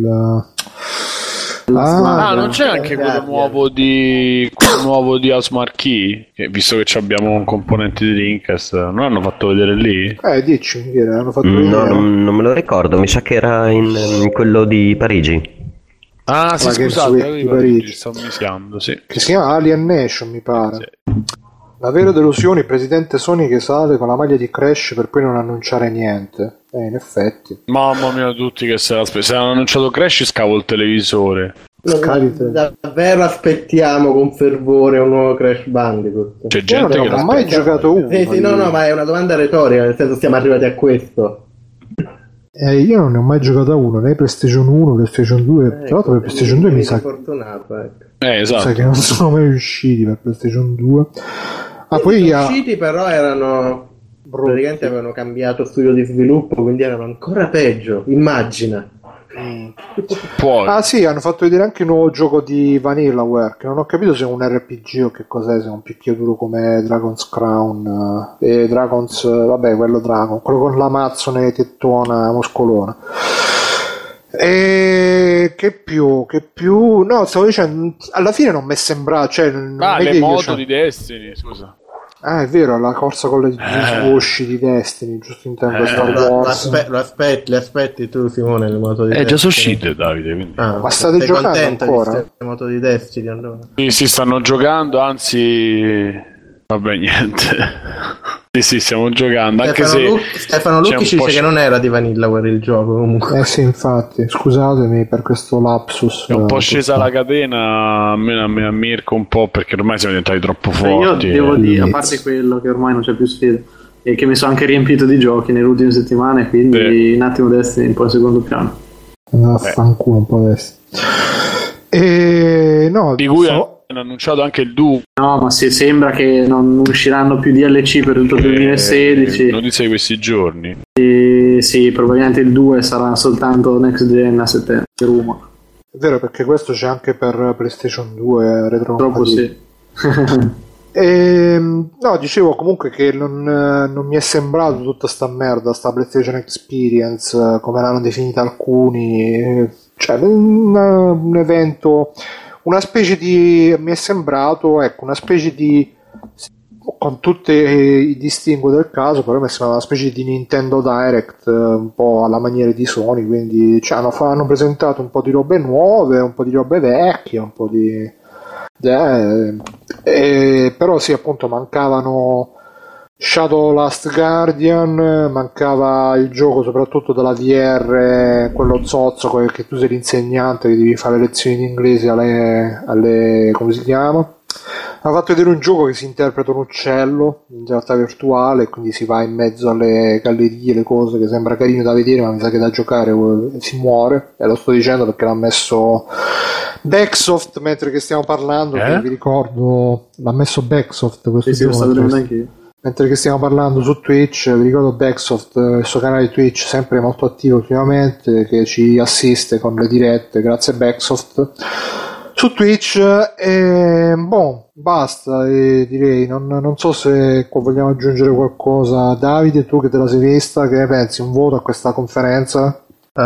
non c'è anche quello nuovo di House Marquee, che visto che abbiamo un componente di Dreamcast, non l'hanno fatto vedere lì? Dici che l'hanno fatto vedere? No, non me lo ricordo, mi sa che era in quello di Parigi. Ah sì, scusate, di Parigi stavo mischiando, sì. Che si chiama Alien Nation, mi pare. Sì. La vera delusione, il presidente Sony che sale con la maglia di Crash per poi non annunciare niente. In effetti. Mamma mia, tutti che se hanno annunciato Crash scavo il televisore. Davvero aspettiamo con fervore un nuovo Crash Bandicoot? C'è gente che non ho mai giocato uno. Sì, no, ma è una domanda retorica, nel senso siamo arrivati a questo. Io non ne ho mai giocato a uno, né PlayStation 1, PlayStation 2. Tra l'altro per PlayStation 2 mi sa fortunato, ecco. Esatto. Sa che non sono mai usciti per PlayStation 2. Poi sono usciti, però erano praticamente avevano cambiato studio di sviluppo, quindi erano ancora peggio, immagina. Sì, hanno fatto vedere anche un nuovo gioco di Vanillaware, che non ho capito se è un RPG o che cos'è, se è un picchiaduro come Dragon's Crown e Dragon's, vabbè, quello Dragon, quello con l'amazzone tettona muscolona. E che più no, stavo dicendo, alla fine non mi è sembrato, cioè le moto di Destiny, scusa. Ah, è vero, la corsa con le voci di Destiny, giusto in tempo Star Wars. Lo aspetti tu, Simone, il moto di Destiny. Già sono uscite, Davide. Quindi. Ma state giocando ancora? Il moto di Destiny, allora. Sì, stanno giocando, anzi... Vabbè, niente. Sì, stiamo giocando. Anche Stefano Lucchi ci dice che non era di Vanillaware il gioco, comunque. Sì, infatti, scusatemi per questo lapsus. È un po' scesa la catena, a me Mirko un po', perché ormai siamo diventati troppo forti. Io devo dire, a parte quello che ormai non c'è più sfida, e che mi sono anche riempito di giochi nelle ultime settimane, quindi un attimo Destiny un po' in secondo piano. Fanculo un po' adesso. No, di cui hanno annunciato anche il 2. No, ma se sembra che non usciranno più DLC per tutto il 2016. Notizia di questi giorni. Sì, probabilmente il 2 sarà soltanto next gen a settembre. Rumor. È vero, perché questo c'è anche per PlayStation 2 retrocompatibile. Troppo sì. No, dicevo comunque che non mi è sembrato tutta sta merda, sta PlayStation Experience, come l'hanno definita alcuni, cioè un evento, una specie di, mi è sembrato, ecco, una specie di, con tutti i distinguo del caso, però mi è sembrato una specie di Nintendo Direct, un po' alla maniera di Sony, quindi cioè, hanno presentato un po' di robe nuove, un po' di robe vecchie, un po' di... però sì, appunto mancavano Shadow Last Guardian, mancava il gioco soprattutto della VR, quello zozzo che tu sei l'insegnante che devi fare lezioni di inglese alle come si chiama. Ha fatto vedere un gioco che si interpreta un uccello in realtà virtuale, quindi si va in mezzo alle gallerie, le cose, che sembra carino da vedere, ma mi sa che da giocare si muore, e lo sto dicendo perché l'ha messo Backsoft mentre che stiamo parlando, che vi ricordo l'ha messo Backsoft questo sì, mentre che stiamo parlando su Twitch. Vi ricordo Backsoft, il suo canale Twitch sempre molto attivo ultimamente, che ci assiste con le dirette, grazie Backsoft su Twitch. E basta, direi, non so se vogliamo aggiungere qualcosa. Davide, tu che te la sei vista, che ne pensi? Un voto a questa conferenza?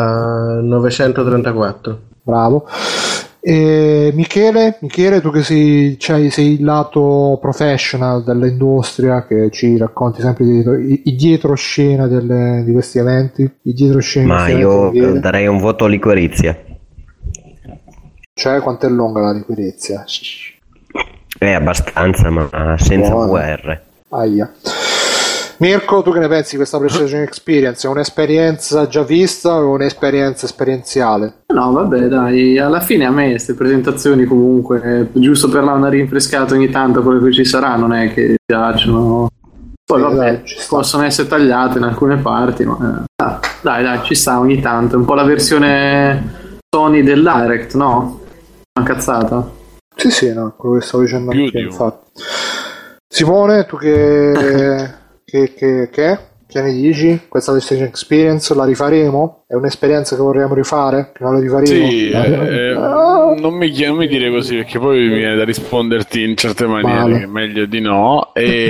934. Bravo. E Michele, tu che sei il lato professional dell'industria, che ci racconti sempre i dietro-scena di questi eventi, ma io darei un voto liquirizia. Cioè, quanto è lunga la liquirizia? È abbastanza, ma senza VR. Aia. Mirko, tu che ne pensi di questa PlayStation Experience? È un'esperienza già vista o un'esperienza esperienziale? No, vabbè, dai, alla fine a me queste presentazioni comunque, giusto per una rinfrescata ogni tanto, quelle che ci sarà, non è che piacciono. Poi vabbè, possono essere tagliate in alcune parti, ma dai, ci sta ogni tanto. Un po' la versione Sony del Direct, no? Una cazzata. Sì, no, quello che stavo dicendo anche, infatti. Simone, tu che ne dici? Questa PlayStation Experience la rifaremo? È un'esperienza che vorremmo rifare? Che non la rifaremo? Sì, non mi dire così, perché poi mi viene da risponderti in certe maniere, che è meglio di no.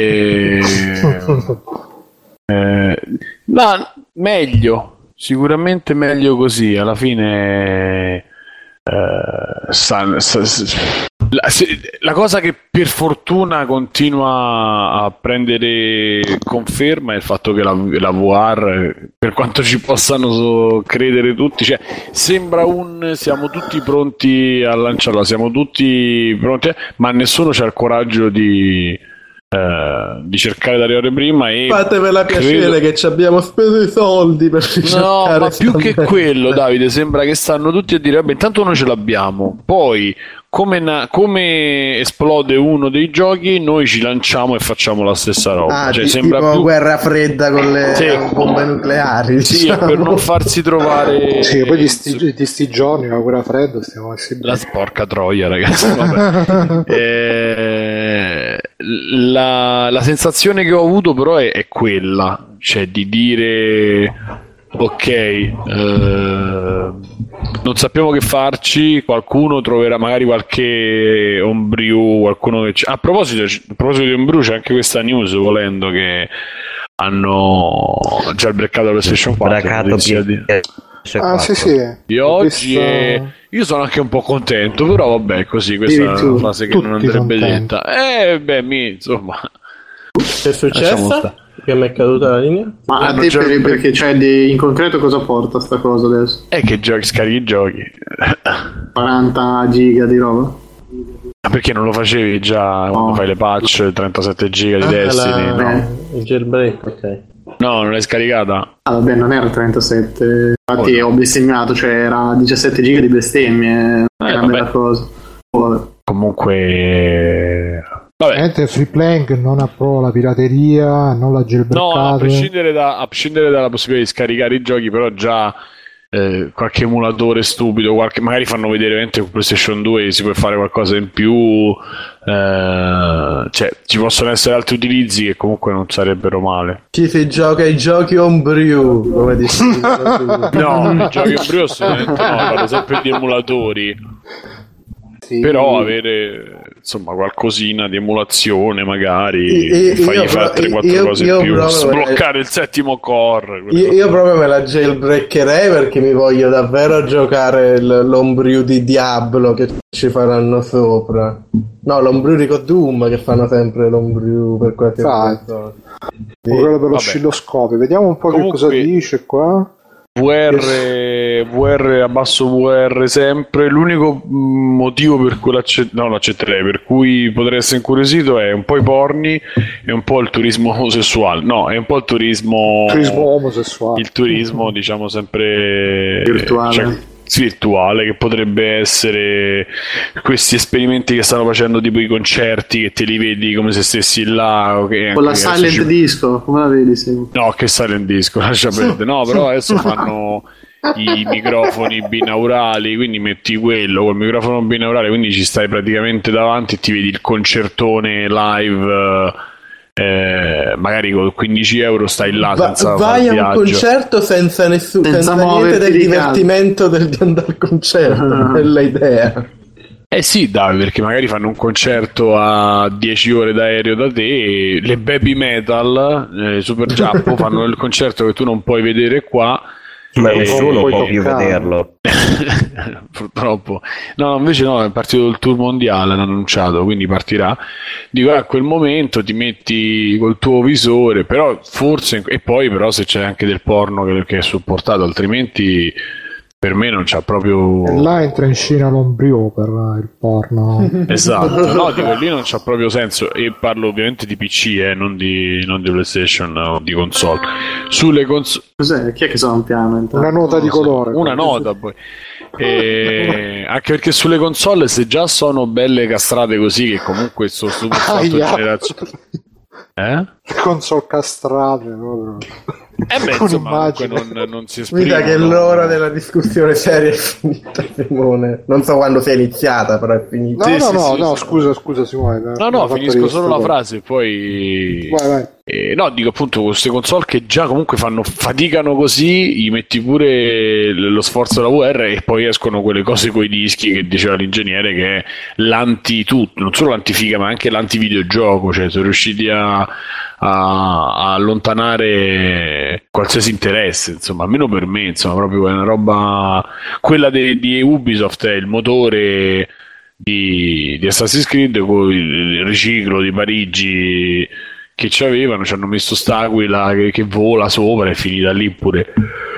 No, meglio, sicuramente meglio così. Alla fine la cosa che per fortuna continua a prendere conferma è il fatto che la VR, per quanto ci possano credere tutti, cioè sembra siamo tutti pronti a lanciarla, siamo tutti pronti, ma nessuno c'ha il coraggio di cercare di arrivare prima. E fatevela piacere che ci abbiamo speso i soldi per no, ma più che quello, Davide, sembra che stanno tutti a dire vabbè, intanto noi ce l'abbiamo, poi come esplode uno dei giochi noi ci lanciamo e facciamo la stessa roba, cioè sembra tipo più guerra fredda con le bombe nucleari, sì, diciamo. Per non farsi trovare poi di sti giorni la guerra fredda stiamo la porca troia, ragazzi. La sensazione che ho avuto però è quella, cioè di dire ok, non sappiamo che farci, qualcuno troverà magari qualche homebrew, qualcuno che a proposito di homebrew c'è anche questa news, volendo, che hanno già breakato la PlayStation 4 sì. di oggi io sono anche un po' contento, però vabbè, così questa è una frase che non andrebbe detta. Insomma, Che è successo? Che mi è caduta la linea? Ma a te perché in concreto cosa porta sta cosa adesso? È che scarichi i giochi 40 giga di roba? Perché non lo facevi già quando fai le patch 37 giga di Destiny? Il jailbreak, ok. No, non l'hai scaricata? Ah vabbè, non era 37, infatti ho bestemmiato, cioè era 17 giga di bestemmie, è una bella cosa. Comunque vabbè. Free Playing non approva la pirateria, non la jailbreakate. No, a prescindere dalla possibilità di scaricare i giochi, però già qualche emulatore stupido, magari fanno vedere veramente con PlayStation 2 si può fare qualcosa in più, cioè ci possono essere altri utilizzi che comunque non sarebbero male. Chi si gioca i giochi homebrew, come dici? No, i giochi homebrew assolutamente no, parlo sempre di emulatori. Sì. Però avere insomma qualcosina di emulazione magari fargli fare 3-4 cose in più, sbloccare il settimo core. Io proprio me la jailbreakerei perché mi voglio davvero giocare l'homebrew di Diablo che ci faranno sopra. No, l'homebrew di Doom che fanno sempre l'homebrew per qualche cosa. Quello per l'oscilloscopio, vediamo un po' comunque, che cosa dice qua. VR a basso VR sempre. L'unico motivo per cui l'accetterei, per cui potrei essere incuriosito, è un po' i porni e un po' il turismo omosessuale. No, è un po' il turismo omosessuale. Il turismo, diciamo, sempre virtuale. Virtuale, che potrebbe essere questi esperimenti che stanno facendo, tipo i concerti che te li vedi come se stessi là con la silent disco, come la vedi? No, che silent disco, lascia perdere. No, però adesso fanno i microfoni binaurali, quindi metti quello col microfono binaurale, quindi ci stai praticamente davanti e ti vedi il concertone live. Magari con 15 euro stai là senza vai a un concerto senza niente del divertimento di andare al concerto, quella idea. Sì, dai, perché magari fanno un concerto a 10 ore d'aereo da te, le baby metal Super Giappo fanno il concerto che tu non puoi vedere qua. Ma nessuno può più vederlo. Purtroppo. No, invece no, è partito il tour mondiale, hanno annunciato, quindi partirà. Dico, a quel momento ti metti col tuo visore, però forse, e poi però se c'è anche del porno che è supportato, altrimenti per me non c'ha proprio. E là entra in scena l'ombrio per il porno. Esatto, no, dico, lì non c'ha proprio senso. E parlo ovviamente di PC, non di PlayStation o di console. Sulle console. Cos'è? Chi è che sa un piano? Una nota di colore. Una nota poi. Anche perché sulle console, se già sono belle castrate così, che comunque sono super fatto generazione. Console castrate proprio. Insomma, non si esprime. Mi sa che l'ora della discussione seria è finita, Simone. Non so quando sia iniziata, però è finita. No, scusa Simone. No, finisco solo la frase, poi. Vai. No, dico appunto, queste console che già comunque faticano così, gli metti pure lo sforzo della VR e poi escono quelle cose coi dischi che diceva l'ingegnere, che è l'anti-tutto, non solo l'antifiga ma anche l'anti-videogioco, cioè sono riusciti a allontanare qualsiasi interesse, insomma, almeno per me, insomma, proprio è una roba. Quella di Ubisoft è il motore di Assassin's Creed con il riciclo di Parigi che ci avevano, ci hanno messo st'aquila che vola sopra, è finita lì pure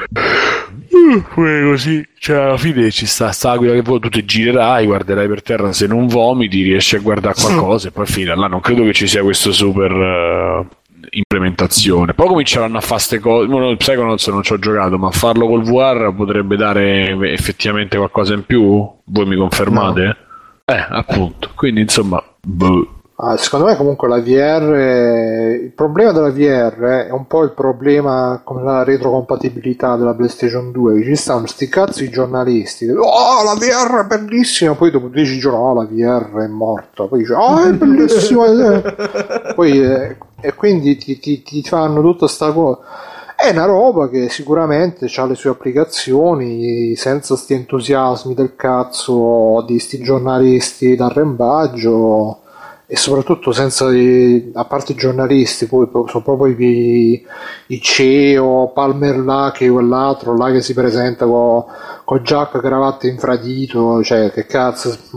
così, cioè alla fine ci sta st'aquila che vola, tu ti girerai, guarderai per terra, se non vomiti riesci a guardare qualcosa e poi fine là. Non credo che ci sia questo super implementazione. Poi cominceranno a fare ste cose. Psychonauts non ci ho giocato, ma farlo col VR potrebbe dare effettivamente qualcosa in più? Voi mi confermate? No. Appunto, quindi insomma secondo me comunque la VR, il problema della VR è un po' il problema come la retrocompatibilità della PlayStation 2, ci stanno sti cazzo i giornalisti, la VR è bellissima, poi dopo 10 giorni la VR è morta, poi dice è bellissima poi e quindi ti fanno tutta sta cosa. È una roba che sicuramente ha le sue applicazioni, senza sti entusiasmi del cazzo di sti giornalisti d'arrembaggio, e soprattutto senza, a parte i giornalisti, poi sono proprio i CEO, Palmer là, che quell'altro là che si presenta con giacca, cravatta, infradito, cioè che cazzo, ma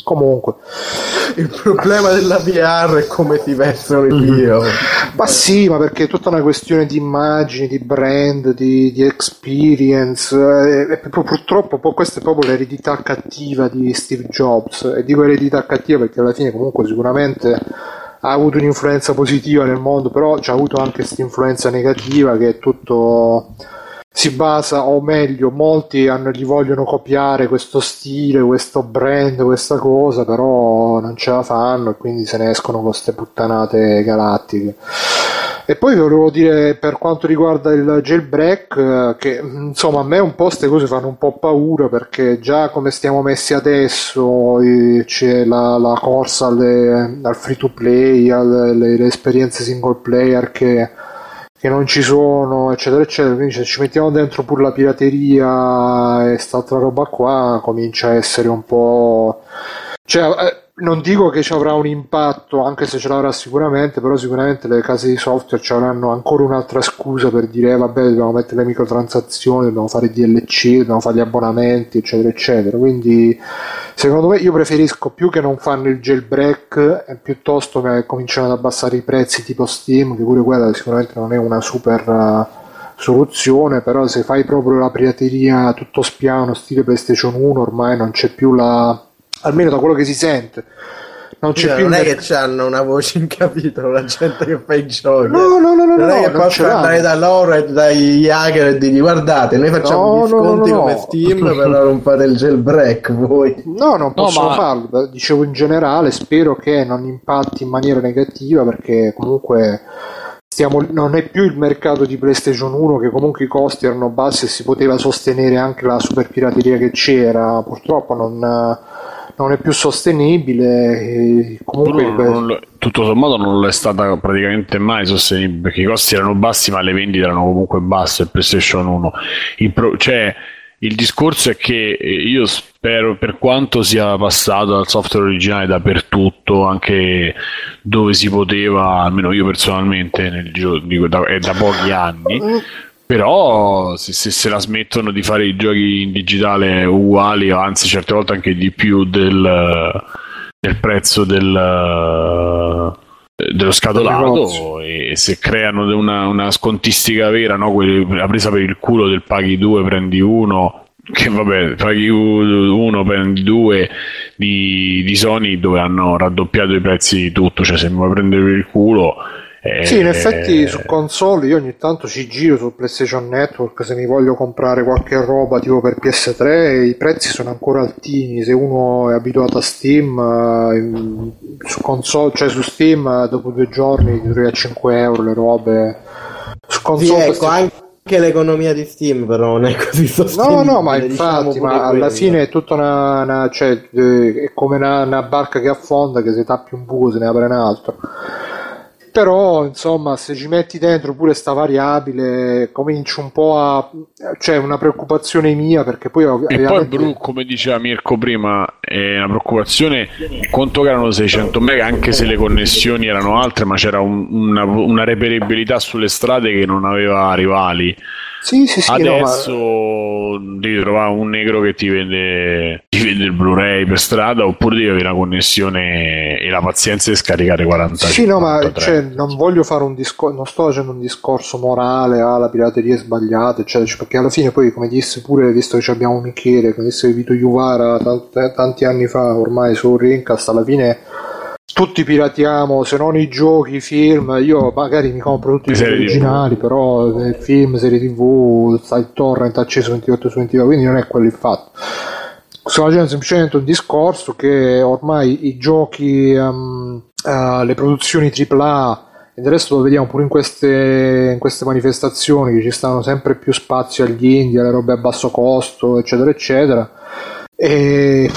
Comunque, il problema della VR è come si vestono i video. Ma sì, ma perché è tutta una questione di immagini, di brand, di experience, e purtroppo questa è proprio l'eredità cattiva di Steve Jobs, e dico eredità cattiva perché alla fine comunque sicuramente ha avuto un'influenza positiva nel mondo, però c'ha avuto anche questa influenza negativa che è tutto... si basa, o meglio, molti gli vogliono copiare questo stile, questo brand, questa cosa, però non ce la fanno e quindi se ne escono con queste puttanate galattiche. E poi volevo dire, per quanto riguarda il jailbreak, che insomma a me un po' queste cose fanno un po' paura, perché già come stiamo messi adesso c'è la corsa al free to play, alle esperienze single player che non ci sono, eccetera eccetera, quindi se ci mettiamo dentro pure la pirateria e st'altra roba qua comincia a essere un po', cioè non dico che ci avrà un impatto, anche se ce l'avrà sicuramente, però sicuramente le case di software ci avranno ancora un'altra scusa per dire vabbè, dobbiamo mettere le microtransazioni, dobbiamo fare DLC, dobbiamo fare gli abbonamenti, eccetera eccetera. Quindi secondo me io preferisco, più che non fanno il jailbreak, piuttosto che cominciano ad abbassare i prezzi tipo Steam, che pure quella sicuramente non è una super soluzione, però se fai proprio la pirateria tutto spiano stile PlayStation 1 ormai non c'è più almeno da quello che si sente, non c'è più. Non è che c'hanno una voce in capitolo la gente che fa i giochi. No, non è che posso andare da loro e dagli hacker e dirgli guardate, noi facciamo gli sconti come Steam, però non fate il jailbreak voi. No, non possono farlo. Dicevo in generale, spero che non impatti in maniera negativa, perché comunque non è più il mercato di PlayStation 1, che comunque i costi erano bassi e si poteva sostenere anche la super pirateria che c'era. Purtroppo non è più sostenibile, comunque tutto sommato non lo è stata praticamente mai sostenibile, perché i costi erano bassi ma le vendite erano comunque basse il PlayStation 1. Il discorso è che io spero, per quanto sia passato dal software originale dappertutto, anche dove si poteva, almeno io personalmente nel giro è da pochi anni, però se la smettono di fare i giochi in digitale uguali, o anzi certe volte anche di più del prezzo dello scatolato, e se creano una scontistica vera, no? La presa per il culo del paghi 2 prendi 1, che vabbè, paghi 1 prendi 2 di Sony, dove hanno raddoppiato i prezzi di tutto, cioè se mi vuoi prendere per il culo. Sì, in effetti su console io ogni tanto ci giro sul PlayStation Network se mi voglio comprare qualche roba tipo per PS3, i prezzi sono ancora altini. Se uno è abituato a Steam, su console, cioè su Steam, dopo 2 giorni ti trovi a 5 euro le robe. Su console sì, ecco, anche l'economia di Steam però non è così sostenibile. No, ma infatti, diciamo, ma alla fine è tutta una cioè, è come una barca che affonda, che se tappi un buco se ne apre un altro. Però insomma, se ci metti dentro pure sta variabile, comincio un po' c'è una preoccupazione mia, perché poi e poi Bru, come diceva Mirko prima, è una preoccupazione, conto che erano 600 mega, anche se le connessioni erano altre, ma c'era una reperibilità sulle strade che non aveva rivali. Sì, adesso devi trovare un negro che ti vende il Blu-ray per strada, oppure devi avere una connessione e la pazienza di scaricare 40. Sì, no, ma cioè, non voglio fare un discorso, non sto facendo un discorso morale, la pirateria è sbagliata, eccetera, perché alla fine poi, come disse pure, visto che abbiamo Michele, come disse Vito Juvara tanti anni fa ormai su Rincast, alla fine tutti piratiamo, se non i giochi, i film. Io magari mi compro tutti i giochi originali, però film, serie TV, il torrent acceso 28 su 24, quindi non è quello il fatto. Sto facendo semplicemente un discorso che ormai i giochi, le produzioni AAA, e del resto lo vediamo pure in queste manifestazioni, che ci stanno sempre più spazio agli indie, alle robe a basso costo, eccetera eccetera, e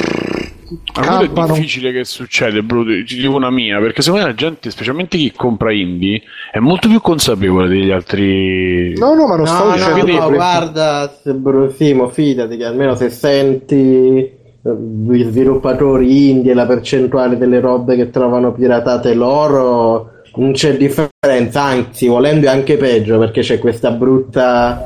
è difficile che succede, Bruto. Ti dico una mia, perché secondo me la gente, specialmente chi compra indie, è molto più consapevole degli altri. No, ma non sto dicendo. No, guarda, Simo, fidati che almeno se senti gli sviluppatori indie, la percentuale delle robe che trovano piratate loro non c'è differenza, anzi volendo è anche peggio, perché c'è questa brutta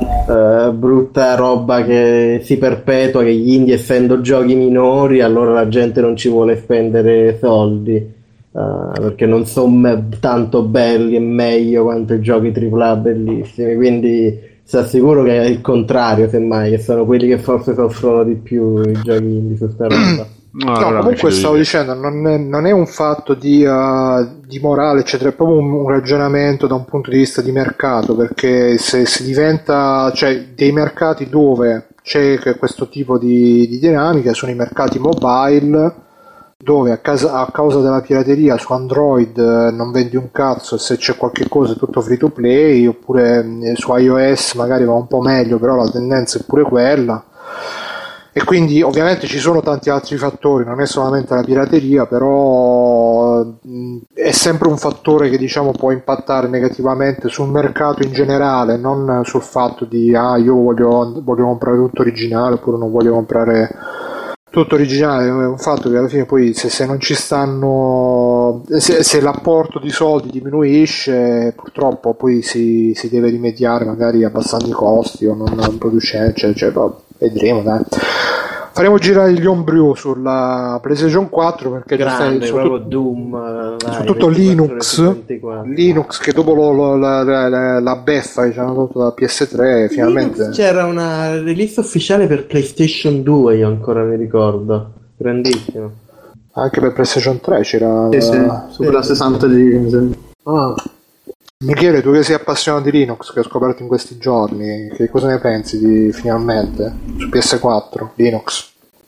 roba che si perpetua, che gli indie, essendo giochi minori, allora la gente non ci vuole spendere soldi, perché non sono tanto belli e meglio quanto i giochi AAA bellissimi, quindi sta sicuro che è il contrario, semmai, che sono quelli che forse soffrono di più i giochi indie su sta roba. No, comunque stavo dicendo, non è un fatto di morale, eccetera, è proprio un ragionamento da un punto di vista di mercato, perché se si diventa, cioè, dei mercati dove c'è questo tipo di dinamica sono i mercati mobile, dove a causa della pirateria su Android non vendi un cazzo, e se c'è qualche cosa è tutto free to play, oppure su iOS magari va un po' meglio, però la tendenza è pure quella. E quindi ovviamente ci sono tanti altri fattori, non è solamente la pirateria, però è sempre un fattore che, diciamo, può impattare negativamente sul mercato in generale, non sul fatto di io voglio comprare tutto originale oppure non voglio comprare tutto originale. È un fatto che alla fine poi se non ci stanno, se l'apporto di soldi diminuisce, purtroppo poi si deve rimediare magari abbassando i costi o non producendo, cioè vedremo, dai. Faremo girare gli homebrew sulla PlayStation 4 perché grande, Doom, soprattutto Linux che dopo la beffa, diciamo, tutto da PS3 finalmente Linux, c'era una release ufficiale per PlayStation 2, io ancora mi ricordo, grandissimo. Anche per PlayStation 3 c'era su quella 60 giga. Michele, tu che sei appassionato di Linux, che ho scoperto in questi giorni, che cosa ne pensi di finalmente su PS4 Linux?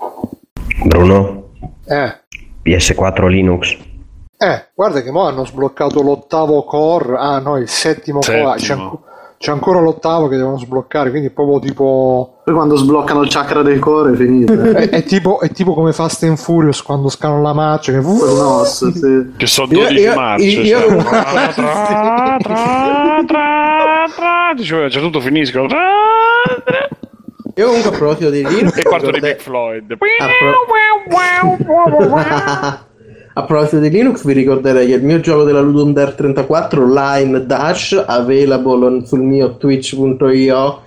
Bruno? PS4 Linux? Guarda che mo hanno sbloccato l'8º core, il 7º core, c'è ancora l'8º che devono sbloccare, quindi è proprio tipo... Poi quando sbloccano il chakra del core è finito. è tipo come Fast and Furious quando scalano la marcia che sono 12 marce. Diceva, c'è tutto finiscono. Io comunque a proposito di Linux e quarto di Pink Floyd. A proposito di Linux vi ricorderei che il mio gioco della Ludum Dare 34 Line Dash available sul mio twitch.io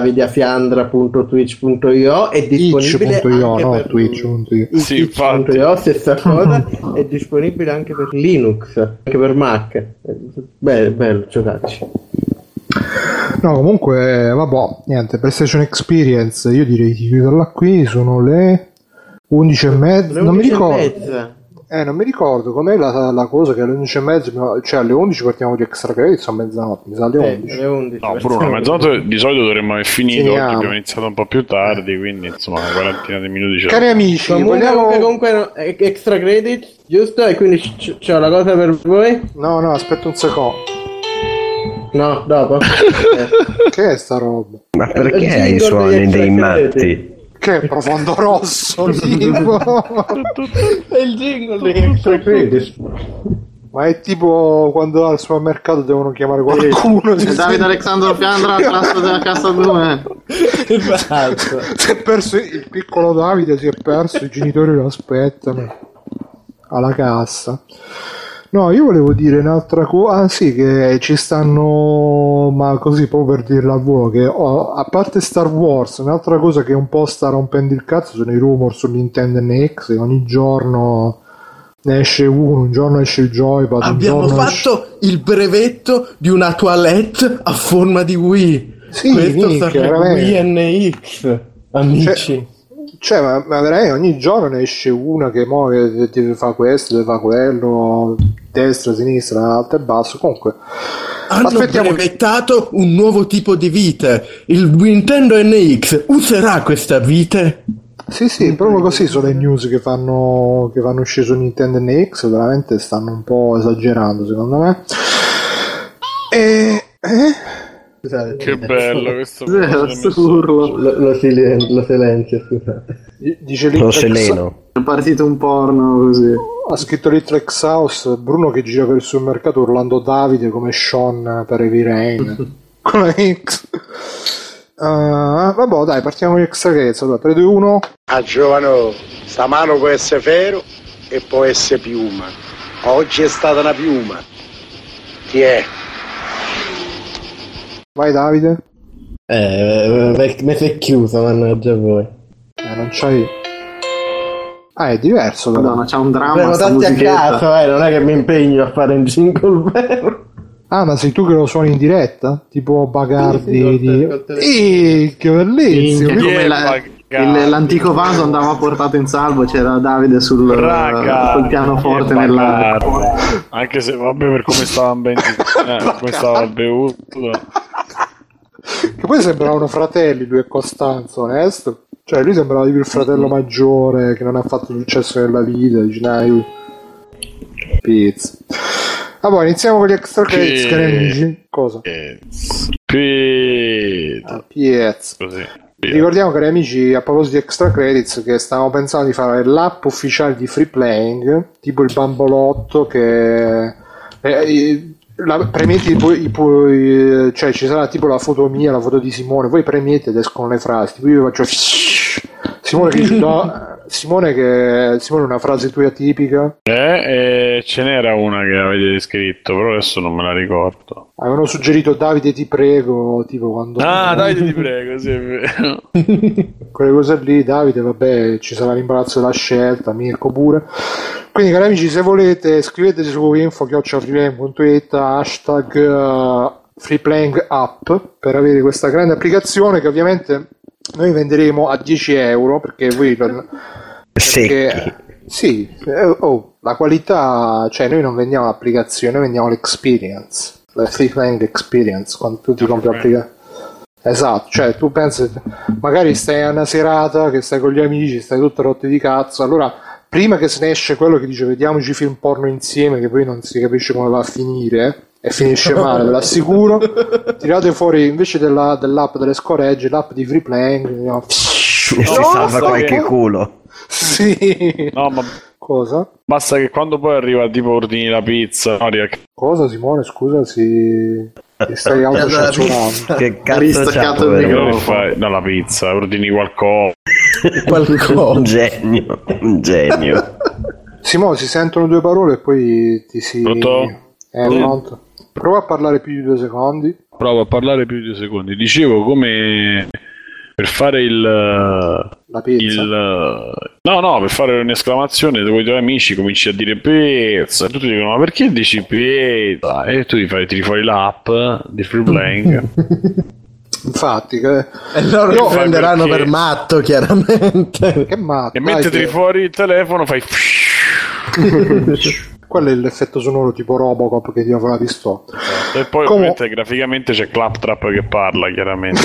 davidiafiandra.twitch.io è disponibile anche per twitch.io stessa cosa, è disponibile anche per Linux, anche per Mac. Bello, giocarci. No, comunque vabbè, niente, PlayStation Experience io direi di chiuderla qui, sono le 11:30, non mi ricordo. Non mi ricordo com'è la cosa che alle 11:30, cioè alle 11 partiamo di Extra Credits a mezzanotte, mi sa alle 11. Alle 11. No, pure una mezzanotte di solito dovremmo aver finito, oggi abbiamo iniziato un po' più tardi, quindi insomma una quarantina di minuti. Cari amici, comunque Extra Credits, giusto? E quindi c'ho la cosa per voi? No, aspetta un secondo. No, dopo. Che è sta roba? Ma perché hai i suoni dei matti? Che è Profondo Rosso, tipo. È il jingle di Extra Credits. Ma è tipo quando al supermercato devono chiamare qualcuno. Davide Alessandro Fiandra, classe della cassa 2. Esatto. Si è perso il piccolo Davide, si è perso, i genitori lo aspettano alla cassa. No, io volevo dire un'altra cosa, sì, che ci stanno, ma così proprio per dirla a volo, che a parte Star Wars, un'altra cosa che un po' sta rompendo il cazzo sono i rumor su Nintendo NX, ogni giorno ne esce uno, un giorno esce il Joypad. Abbiamo fatto il brevetto di una toilette a forma di Wii. Sì, questo sarà Wii NX, amici. Cioè, ma veramente ogni giorno ne esce una che mo deve fare questo, deve fare quello, destra, sinistra, alto e basso. Comunque hanno brevettato un nuovo tipo di vite. Il Nintendo NX userà questa vite? Sì, proprio così sono le news che fanno uscire su Nintendo NX, veramente stanno un po' esagerando secondo me. Che bello questo urlo. Lo silenzio, scusate. Dice lo seleno. È partito un porno così. Ha scritto Little X House, Bruno che gira per il supermercato urlando Davide come Sean per Heavy Rain con la X. Vabbè, dai, partiamo di Extra Credits. Allora, 3, 2, 1. Giovano, sta mano può essere ferro e può essere piuma. Oggi è stata una piuma. Chi è? Vai Davide. Mi si è chiuso, mannaggia voi. Non c'hai... è diverso però. Madonna, c'ha un dramma. Abbiamo tanti a caso, non è che mi impegno a fare un jingle vero. Ma sei tu che lo suoni in diretta? Tipo Bagardi che bellissimo. L'antico vaso andava portato in salvo, c'era Davide sul pianoforte nell'aria. Anche se vabbè, per come stava come stava bevuto. Che poi sembravano fratelli lui e Costanzo, onesto. Cioè lui sembrava il fratello maggiore che non ha fatto successo nella vita. Dici dai, pizza. Poi iniziamo con gli extra credits, cari amici. Cosa? Pizza. Così. Ricordiamo, cari amici, a proposito di extra credits, che stavamo pensando di fare l'app ufficiale di Free Playing, tipo il bambolotto che premete cioè ci sarà tipo la foto mia, la foto di Simone, voi premete ed escono le frasi, tipo io faccio Simone è una frase tua tipica. Ce n'era una che avete scritto, però adesso non me la ricordo. Avevano suggerito Davide ti prego, tipo quando... Davide ti prego, sì, è vero. Quelle cose lì, Davide, vabbè, ci sarà l'imbarazzo della scelta, Mirko pure. Quindi cari amici, se volete scriveteci su info@freeplaying.it #freeplayingapp per avere questa grande applicazione che ovviamente noi venderemo a €10 perché voi sì, la qualità, cioè noi non vendiamo l'applicazione, noi vendiamo l'experience, la Free Playing Experience, quando tu ti compri l'applicazione. Esatto, cioè tu pensi, magari stai a una serata che stai con gli amici, stai tutto rotti di cazzo, allora prima che se ne esce quello che dice vediamoci film porno insieme, che poi non si capisce come va a finire e finisce male, ve l'assicuro, tirate fuori invece dell'app delle scoregge l'app di Free Playing, si salva qualche culo. Sì. No, ma cosa? Basta che quando poi arriva tipo ordini la pizza, cosa Simone, scusa, ti stai autocensurando. Che cazzo c'è? No, la pizza, ordini qualcosa. Un genio. Simone, si sentono due parole e poi ti si... Pronto? Prova a parlare più di 2 secondi. Provo a parlare più di 2 secondi. Dicevo come per fare la pizza. No, per fare un'esclamazione con i tuoi amici cominci a dire pizza e tutti dicono ma perché dici pizza? E tu tiri fuori l'app di Free Playing. Infatti e loro lo prenderanno per matto, chiaramente. Che matto? E mentre tiri fuori il telefono fai quello è l'effetto sonoro tipo Robocop che tira fuori la pistola. E poi ovviamente graficamente c'è Claptrap che parla, chiaramente.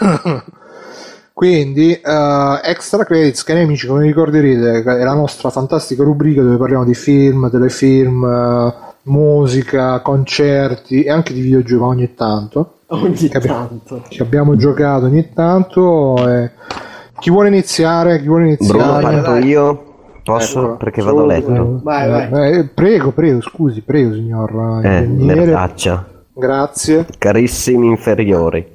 Quindi extra credits, cari amici, come ricorderete è la nostra fantastica rubrica dove parliamo di film, telefilm, musica, concerti e anche di videogiochi ogni tanto. Che abbiamo giocato ogni tanto. Chi vuole iniziare? Bruno, parto io. Posso? Perché vado a letto. Vai. Prego, scusi, signor mertaccia. Grazie. Carissimi inferiori.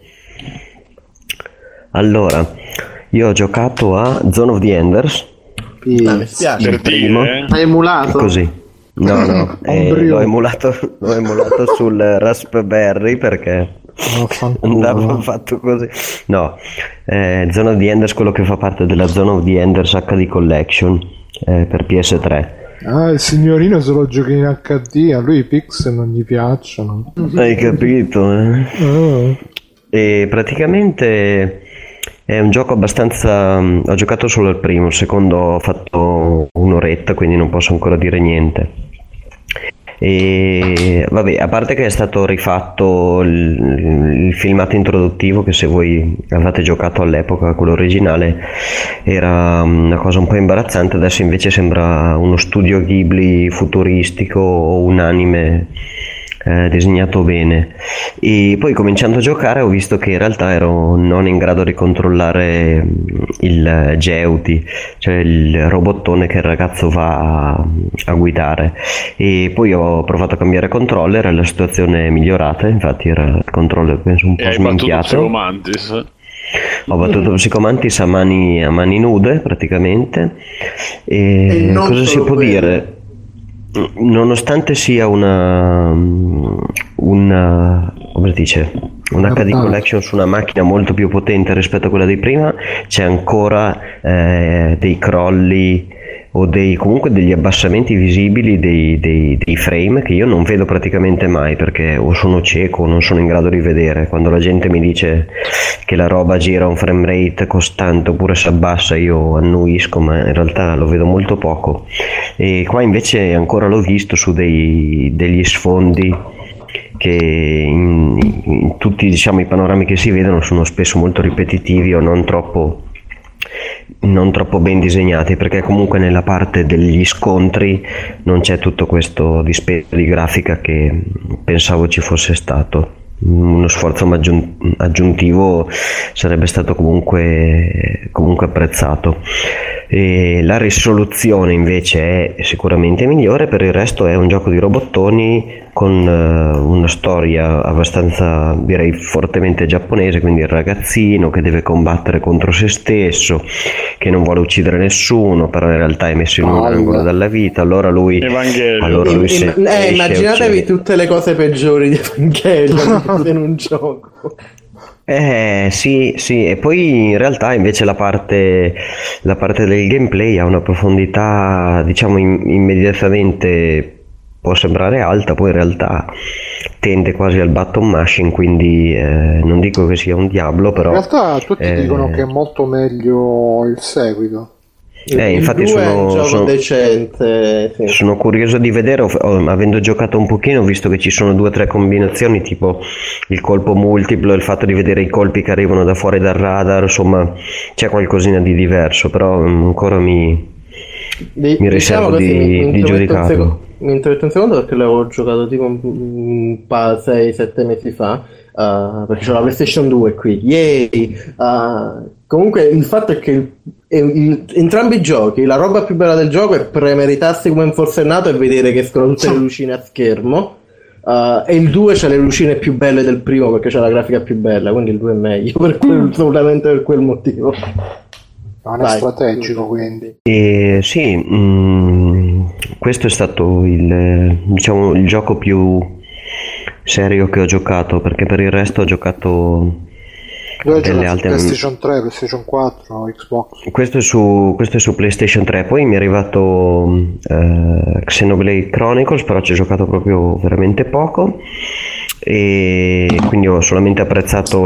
Allora, io ho giocato a Zone of the Enders. Mi spiace. Il primo. Hai emulato? Così. No. L'ho emulato sul Raspberry perché andava fatto così. No, Zone of the Enders, quello che fa parte della Zone of the Enders HD Collection per PS3. Il signorino se lo gioca in HD, a lui i pixel non gli piacciono. Hai capito? E praticamente è un gioco abbastanza... Ho giocato solo il primo, il secondo ho fatto un'oretta, quindi non posso ancora dire niente. E vabbè, a parte che è stato rifatto il filmato introduttivo, che se voi avevate giocato all'epoca quello originale era una cosa un po' imbarazzante, adesso invece sembra uno studio Ghibli futuristico o un anime disegnato bene. E poi cominciando a giocare ho visto che in realtà ero non in grado di controllare il Geuti, cioè il robottone che il ragazzo va a guidare, e poi ho provato a cambiare controller e la situazione è migliorata, infatti era il controller penso un po' sminchiato. Ho battuto Psicomantis a mani nude praticamente, e cosa si può dire? Nonostante sia un un HD collection su una macchina molto più potente rispetto a quella di prima, c'è ancora dei crolli o comunque degli abbassamenti visibili dei frame che io non vedo praticamente mai, perché o sono cieco o non sono in grado di vedere. Quando la gente mi dice che la roba gira a un frame rate costante oppure si abbassa, io annuisco, ma in realtà lo vedo molto poco. E qua invece ancora l'ho visto su degli sfondi che in tutti, diciamo, i panorami che si vedono sono spesso molto ripetitivi o non troppo ben disegnati, perché comunque nella parte degli scontri non c'è tutto questo dispendio di grafica che pensavo ci fosse stato. Uno sforzo aggiuntivo sarebbe stato comunque apprezzato. E la risoluzione invece è sicuramente migliore. Per il resto è un gioco di robottoni con una storia abbastanza, direi, fortemente giapponese, quindi il ragazzino che deve combattere contro se stesso, che non vuole uccidere nessuno, però in realtà è messo in un angolo dalla vita, allora lui immaginatevi tutte le cose peggiori di Evangelion in un gioco. Sì, e poi in realtà invece la parte del gameplay ha una profondità, diciamo, immediatamente può sembrare alta, poi in realtà tende quasi al button mashing, quindi non dico che sia un diavolo, però in realtà tutti dicono che è molto meglio il seguito. Infatti sono decente, sì. Sono curioso di vedere, avendo giocato un pochino, visto che ci sono 2 o 3 combinazioni, tipo il colpo multiplo, il fatto di vedere i colpi che arrivano da fuori dal radar, insomma c'è qualcosina di diverso, però ancora mi riservo di giudicarlo. Mi interrompo un secondo perché l'avevo giocato tipo 6-7 mesi fa, perché c'ho la PlayStation 2 qui, yay! Comunque il fatto è che entrambi i giochi, la roba più bella del gioco è premere i tasti come in Forsennato e vedere che escono tutte le lucine a schermo, e il 2 c'ha le lucine più belle del primo perché c'ha la grafica più bella, quindi il 2 è meglio solamente per quel motivo. Non è strategico, quindi. Sì, questo è stato il gioco più serio che ho giocato, perché per il resto ho giocato delle altre PlayStation 3, PlayStation 4, Xbox. Questo è su PlayStation 3. Poi mi è arrivato Xenoblade Chronicles, però ci ho giocato proprio veramente poco e quindi ho solamente apprezzato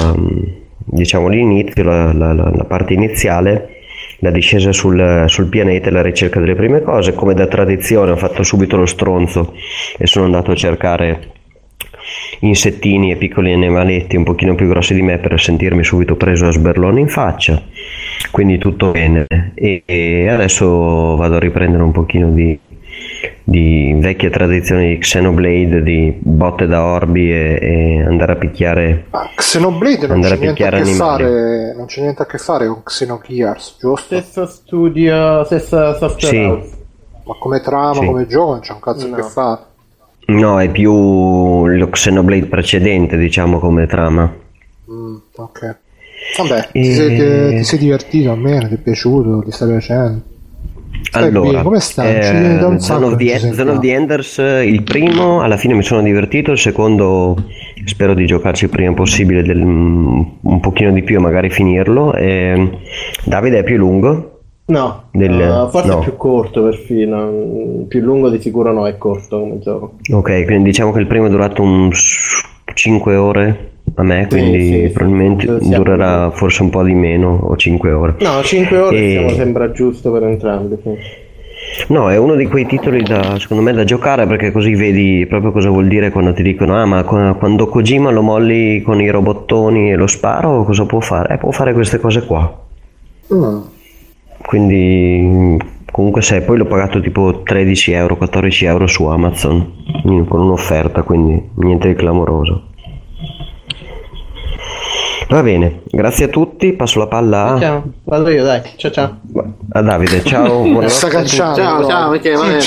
l'inizio, la parte iniziale, la discesa sul pianeta e la ricerca delle prime cose. Come da tradizione ho fatto subito lo stronzo e sono andato a cercare insettini e piccoli animaletti un pochino più grossi di me per sentirmi subito preso a sberlone in faccia, quindi tutto bene. E adesso vado a riprendere un pochino di vecchie tradizioni di Xenoblade, di botte da orbi e andare a picchiare Xenoblade non c'è niente a che fare con Xenogears, giusto? Stesso studio, stessa software house. Ma come trama, come gioco non c'è un cazzo a che fare. No, è più lo Xenoblade precedente, diciamo, come trama. Ok. Vabbè, ti sei divertito almeno, ti è piaciuto, ti stai piacendo? Allora, come stai? Zone of the Enders, il primo alla fine mi sono divertito, il secondo spero di giocarci il prima possibile, un pochino di più, magari finirlo. Davide, è più lungo? No, forse è più corto perfino, più lungo di sicuro no, è corto come gioco. Ok, quindi diciamo che il primo è durato 5 ore a me, quindi probabilmente durerà forse un po' di meno, o 5 ore. No, 5 ore sembra giusto per entrambi. Sì. No, è uno di quei titoli secondo me da giocare, perché così vedi proprio cosa vuol dire quando ti dicono ma quando Kojima lo molli con i robottoni e lo sparo, cosa può fare? Può fare queste cose qua. Quindi comunque poi l'ho pagato tipo 13 euro, 14 euro su Amazon con un'offerta, quindi niente di clamoroso. Va bene, grazie a tutti, passo la palla a... Vado io, dai, ciao. A Davide, ciao. Ciao Michele,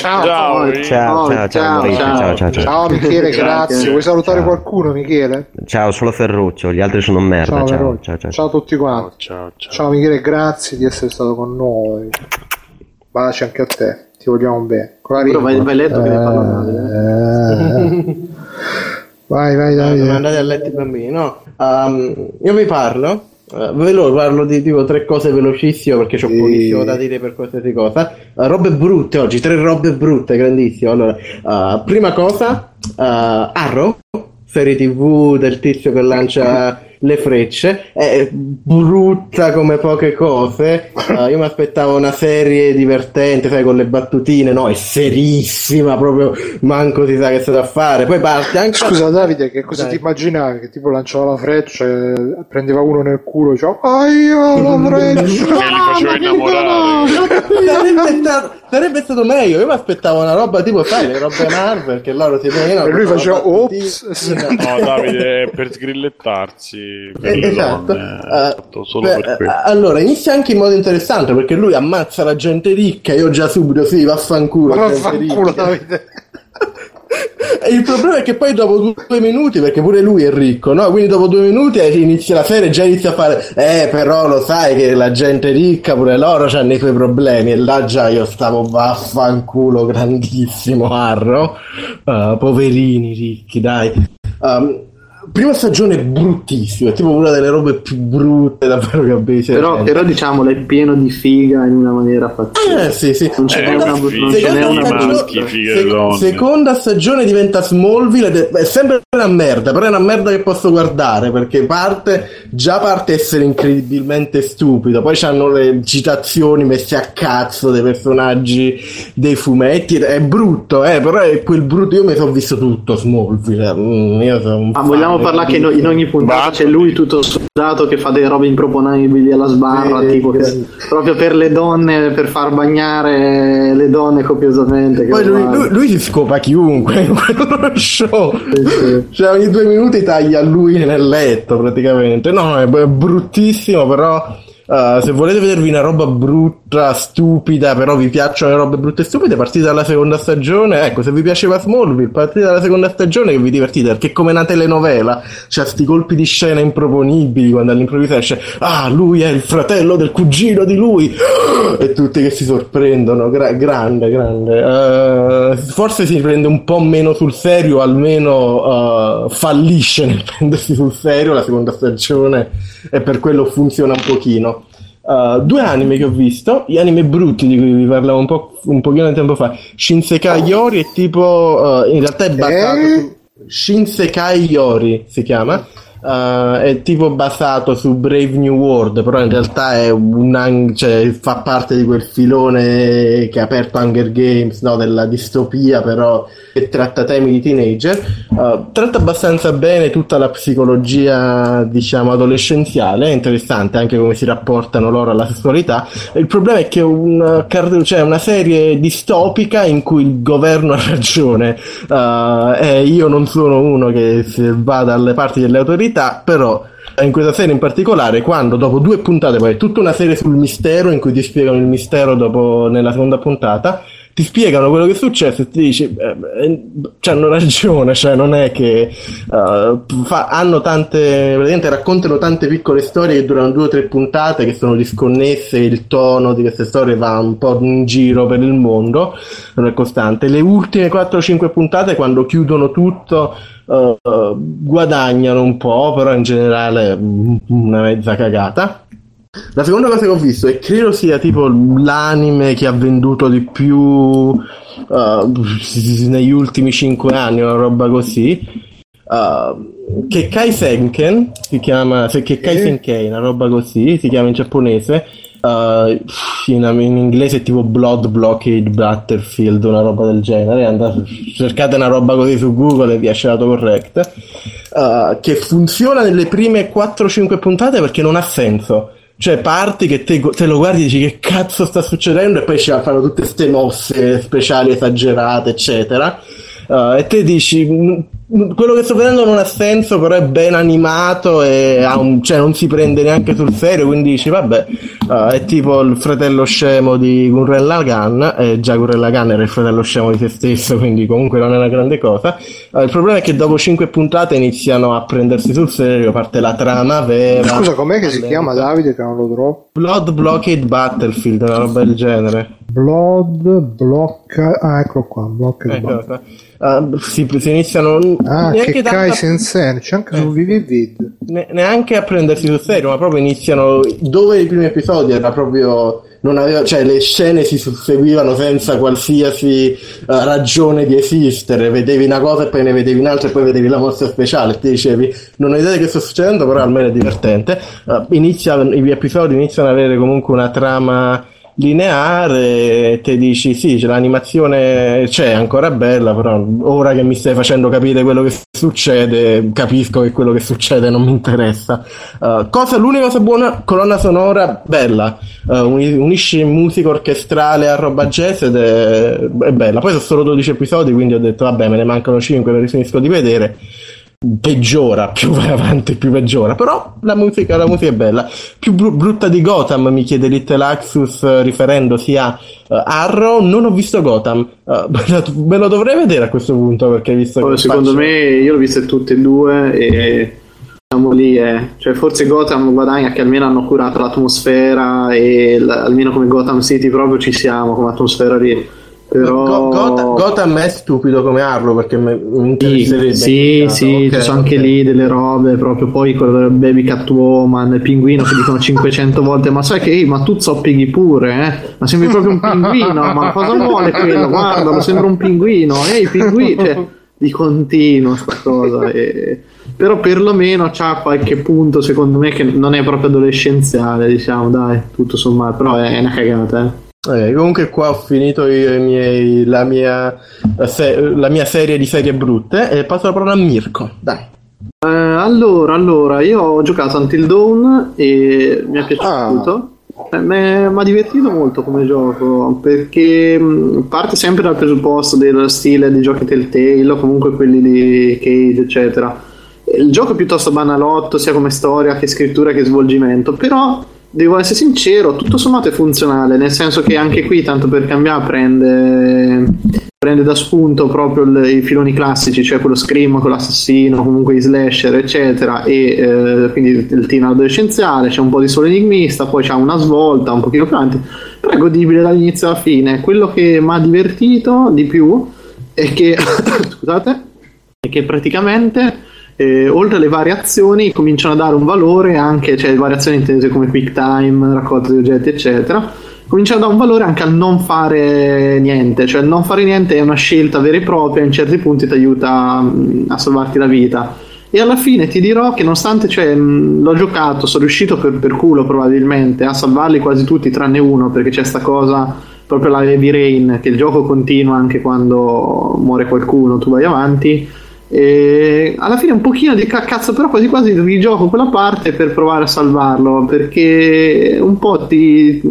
ciao Michele, grazie. Vuoi salutare qualcuno, Michele? Ciao, solo Ferruccio, gli altri sono merda. Ciao a tutti quanti. Ciao Michele, grazie di essere stato con noi. Baci anche a te, ti vogliamo bene. Però vai letto che ne parlo male. Vai Davide. Non andate a letto i bambini, no? Io vi parlo. Parlo di tipo 3 cose velocissime perché c'ho pochissimo da dire per qualsiasi cosa. Robe brutte oggi, 3 robe brutte, grandissime. Allora, prima cosa, Arrow, serie TV del tizio che lancia le frecce, è brutta come poche cose. Io mi aspettavo una serie divertente, sai, con le battutine, no, è serissima, proprio manco si sa che sta da fare. Poi parte anche... Scusa Davide, che cosa ti immaginavi? Che tipo lanciava la freccia e prendeva uno nel culo e diceva la freccia! Che li faceva innamorare. Sarebbe stato meglio. Io mi aspettavo una roba tipo, sai, le robe Marvel, che loro si vedono e lui faceva ops. No Davide, per sgrillettarsi. Esatto. Allora inizia anche in modo interessante perché lui ammazza la gente ricca. Io già subito vaffanculo Davide. E il problema è che poi dopo 2 minuti, perché pure lui è ricco, no? Quindi dopo 2 minuti inizia la serie e già inizia a fare però lo sai che la gente ricca pure loro hanno i suoi problemi. E là già io stavo vaffanculo, grandissimo Arrow. Poverini ricchi, dai. Prima stagione è bruttissima, è tipo una delle robe più brutte davvero che abbia visto. Però diciamolo, è pieno di figa in una maniera fattibile. Sì. Non ce n'è una seconda stagione diventa Smallville ed è sempre una merda, però è una merda che posso guardare perché parte a essere incredibilmente stupido, poi c'hanno le citazioni messe a cazzo dei personaggi dei fumetti, è brutto, però è quel brutto. Io mi sono visto tutto Smallville, io sono un vogliamo parlare che in ogni puntata c'è lui tutto sudato che fa delle robe improponibili alla sbarra, tipo che proprio per le donne, per far bagnare le donne copiosamente. Poi lui si scopa chiunque in quello show. Cioè ogni 2 minuti taglia lui nel letto praticamente. No, è bruttissimo, però se volete vedervi una roba brutta, stupida, però vi piacciono le robe brutte e stupide, partite dalla seconda stagione. Ecco, se vi piaceva Smallville, partite dalla seconda stagione che vi divertite, perché è come una telenovela, c'ha sti colpi di scena improponibili quando all'improvviso esce lui è il fratello del cugino di lui e tutti che si sorprendono. Grande. Forse si prende un po' meno sul serio, almeno fallisce nel prendersi sul serio la seconda stagione e per quello funziona un pochino. 2 anime che ho visto, gli anime brutti di cui vi parlavo un pochino di tempo fa. Shinsekai Yori è tipo in realtà è basato su Shinsekai Yori si chiama, è tipo basato su Brave New World, però in realtà è fa parte di quel filone che ha aperto Hunger Games, no, della distopia, però che tratta temi di teenager. Tratta abbastanza bene tutta la psicologia, diciamo, adolescenziale, è interessante anche come si rapportano loro alla sessualità. Il problema è che è una serie distopica in cui il governo ha ragione, e io non sono uno che va dalle parti delle autorità, però in questa serie in particolare, quando dopo 2 puntate, poi è tutta una serie sul mistero in cui ti spiegano il mistero nella seconda puntata, ti spiegano quello che è successo e ti dici hanno ragione, cioè non è che hanno praticamente raccontano tante piccole storie che durano 2 o 3 puntate che sono disconnesse, il tono di queste storie va un po' in giro per il mondo, non è costante. Le ultime 4 o 5 puntate, quando chiudono tutto, guadagnano un po', però in generale una mezza cagata. La seconda cosa che ho visto, e credo sia tipo l'anime che ha venduto di più negli ultimi 5 anni, una roba così, che Kai Senken si chiama, che Kai Senkei, una roba così si chiama in giapponese, in inglese è tipo Blood Blockade Battlefield, una roba del genere. Cercate una roba così su Google e vi esce l'autocorrect, che funziona nelle prime 4-5 puntate perché non ha senso. Cioè parti che te lo guardi e dici che cazzo sta succedendo, e poi ci fanno tutte ste mosse speciali esagerate eccetera, e te dici quello che sto vedendo non ha senso, però è ben animato e cioè non si prende neanche sul serio, quindi dici vabbè, è tipo il fratello scemo di Gurren Lagann, e già Gurren Lagann era il fratello scemo di se stesso, quindi comunque non è una grande cosa. Il problema è che dopo 5 puntate iniziano a prendersi sul serio, parte la trama vera. Scusa, com'è che si chiama, Davide, che non lo trovo? Blood Blockade Battlefield, una roba del genere. blocca, eccolo qua, si iniziano che Kaisen Sen c'è anche su Vivid, neanche a prendersi sul serio, ma proprio iniziano dove i primi episodi era proprio non aveva, cioè le scene si susseguivano senza qualsiasi ragione di esistere, vedevi una cosa e poi ne vedevi un'altra e poi vedevi la mossa speciale e ti dicevi non ho idea di che sta succedendo, però almeno è divertente. Gli episodi iniziano ad avere comunque una trama lineare e te dici sì, l'animazione c'è ancora bella, però ora che mi stai facendo capire quello che succede capisco che quello che succede non mi interessa. L'unica cosa buona, colonna sonora bella, unisce musica orchestrale a roba jazz ed è bella. Poi sono solo 12 episodi, quindi ho detto vabbè, me ne mancano 5 per finisco di vedere. Peggiora, più vai avanti più peggiora, però la musica è bella. Più brutta di Gotham, mi chiede Little Axus riferendosi a Arrow. Non ho visto Gotham, me lo dovrei vedere a questo punto, perché visto che secondo me io l'ho viste tutte e due e diciamo lì cioè forse Gotham guadagna che almeno hanno curato l'atmosfera e almeno come Gotham City proprio ci siamo come atmosfera lì. Però Gotham è stupido come Arrow, perché mi interesserebbe. Sì, okay, ci sono anche lì delle robe proprio, poi quello del Baby Catwoman, il pinguino che dicono 500 volte ma sai che ma tu zoppighi pure ma sembri proprio un pinguino, ma cosa vuole quello, guardalo, sembra un pinguino, pinguino, cioè di continuo sta cosa però perlomeno c'ha qualche punto secondo me che non è proprio adolescenziale, diciamo, dai, tutto sommato, però è una cagata comunque qua ho finito la mia serie di serie brutte e passo la parola a Mirko, dai. Allora io ho giocato Until Dawn e mi è piaciuto. Mi ha divertito molto come gioco, perché parte sempre dal presupposto del stile dei giochi Telltale o comunque quelli di Cage eccetera. Il gioco è piuttosto banalotto sia come storia che scrittura che svolgimento, però devo essere sincero, tutto sommato è funzionale, nel senso che anche qui, tanto per cambiare, prende da spunto proprio i filoni classici, cioè quello Scream con l'assassino, comunque i slasher eccetera, e quindi il teen adolescenziale, c'è un po' di solo enigmista, poi c'è una svolta un pochino più avanti, però è godibile dall'inizio alla fine. Quello che mi ha divertito di più è che scusate, è che praticamente oltre alle variazioni cominciano a dare un valore anche, cioè variazioni intese come quick time, raccolta di oggetti eccetera, cominciano a dare un valore anche al non fare niente, cioè il non fare niente è una scelta vera e propria, in certi punti ti aiuta a salvarti la vita. E alla fine ti dirò che nonostante l'ho giocato, sono riuscito per culo probabilmente a salvarli quasi tutti tranne uno, perché c'è sta cosa proprio la Heavy Rain, che il gioco continua anche quando muore qualcuno, tu vai avanti. E alla fine un pochino di cazzo, però quasi quasi rigioco quella parte per provare a salvarlo, perché un po' ti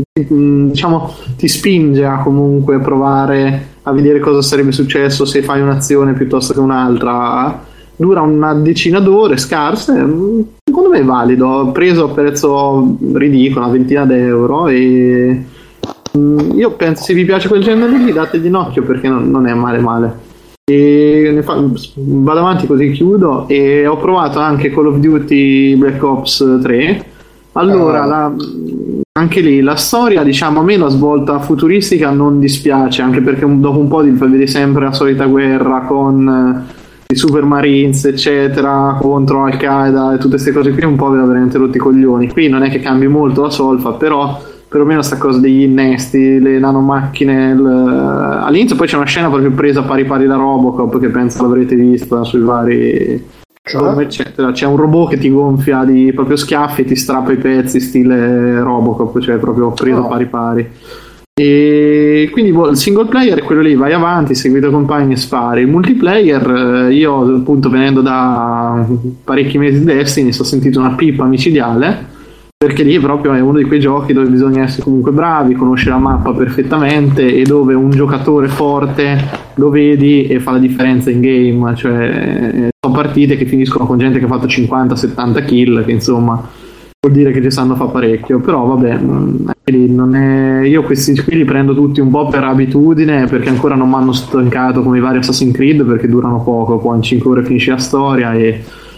spinge a comunque provare a vedere cosa sarebbe successo se fai un'azione piuttosto che un'altra. Dura una decina d'ore scarse, secondo me è valido, ho preso a prezzo ridicolo, una ventina d'euro, e io penso se vi piace quel genere lì dategli un occhio, perché non è male. E vado avanti così chiudo. E ho provato anche Call of Duty Black Ops 3. Allora anche lì la storia, diciamo, a me la svolta futuristica non dispiace, anche perché dopo un po' vedi sempre la solita guerra con i Super Marines eccetera contro Al Qaeda e tutte queste cose qui, un po' veramente rotti i coglioni. Qui non è che cambi molto la solfa, però perlomeno sta cosa degli innesti, le nanomacchine, all'inizio poi c'è una scena proprio presa pari pari da Robocop, che penso l'avrete vista sui vari eccetera. C'è un robot che ti gonfia di proprio schiaffi e ti strappa i pezzi stile Robocop, cioè proprio preso pari pari. E quindi il single player è quello lì, vai avanti, segui i tuoi compagni e spari. Il multiplayer, io appunto venendo da parecchi mesi di Destiny sto sentito una pippa micidiale, perché lì proprio è uno di quei giochi dove bisogna essere comunque bravi, conoscere la mappa perfettamente, e dove un giocatore forte lo vedi e fa la differenza in game. Cioè sono partite che finiscono con gente che ha fatto 50-70 kill, che insomma vuol dire che ci sanno fa parecchio. Però vabbè, non è... io questi qui li prendo tutti un po' per abitudine, perché ancora non mi hanno stancato come i vari Assassin's Creed, perché durano poco, poi in 5 ore finisci la storia e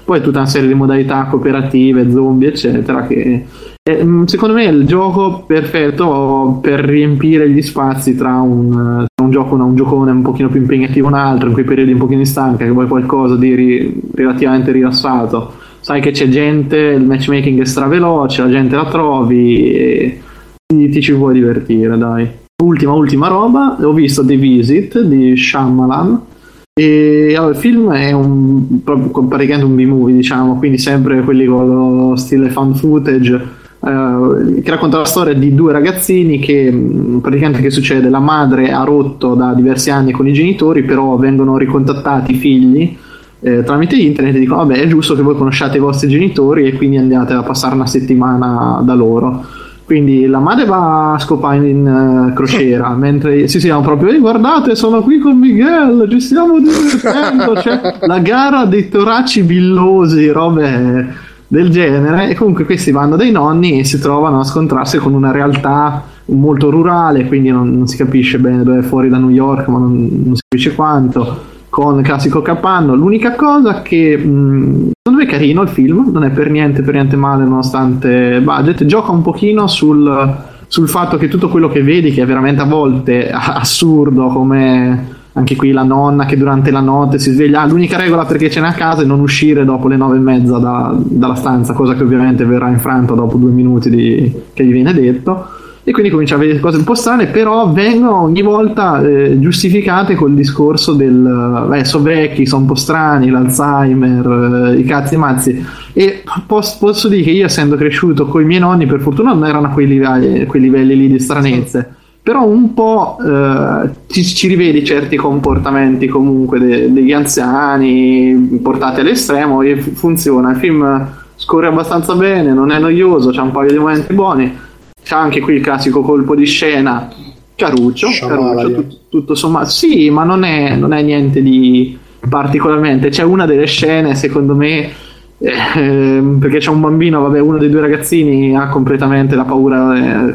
poi tutta una serie di modalità cooperative, zombie eccetera, che secondo me è il gioco perfetto per riempire gli spazi tra un giocone un pochino più impegnativo e un altro, in quei periodi un pochino di stanca, che vuoi qualcosa di relativamente rilassato, sai che c'è gente, il matchmaking è straveloce, la gente la trovi e ti ci vuoi divertire, dai. Ultima roba, ho visto The Visit di Shyamalan, e allora, il film è praticamente un B-movie, diciamo, quindi sempre quelli con lo stile found footage, che racconta la storia di due ragazzini che praticamente che succede? La madre ha rotto da diversi anni con i genitori, però vengono ricontattati i figli tramite internet e dicono vabbè, è giusto che voi conosciate i vostri genitori e quindi andiate a passare una settimana da loro. Quindi la madre va a scopare in crociera, mentre siamo proprio guardate, sono qui con Miguel, ci stiamo divertendo, c'è la gara dei toraci billosi, robe del genere, e comunque questi vanno dai nonni e si trovano a scontrarsi con una realtà molto rurale, quindi non si capisce bene dove è, fuori da New York, ma non si capisce quanto, con il classico capanno. L'unica cosa che secondo me è carino il film, non è per niente male nonostante budget, gioca un pochino sul fatto che tutto quello che vedi, che è veramente a volte assurdo, come anche qui la nonna che durante la notte si sveglia, l'unica regola perché ce n'è a casa è non uscire dopo le 9:30 dalla stanza, cosa che ovviamente verrà infranta dopo 2 minuti che gli viene detto, e quindi comincia a vedere cose un po' strane, però vengono ogni volta giustificate col discorso del sono vecchi, sono un po' strani, l'Alzheimer, i cazzi e mazzi, e posso dire che io, essendo cresciuto con i miei nonni, per fortuna non erano a quei livelli lì di stranezze, però un po' ci rivedi certi comportamenti comunque degli anziani portati all'estremo, e funziona. Il film scorre abbastanza bene, non è noioso, c'ha un paio di momenti buoni, c'ha anche qui il classico colpo di scena caruccio, tutto sommato, sì, ma non è niente di particolarmente. C'è una delle scene, secondo me, perché c'è un bambino, uno dei due ragazzini ha completamente la paura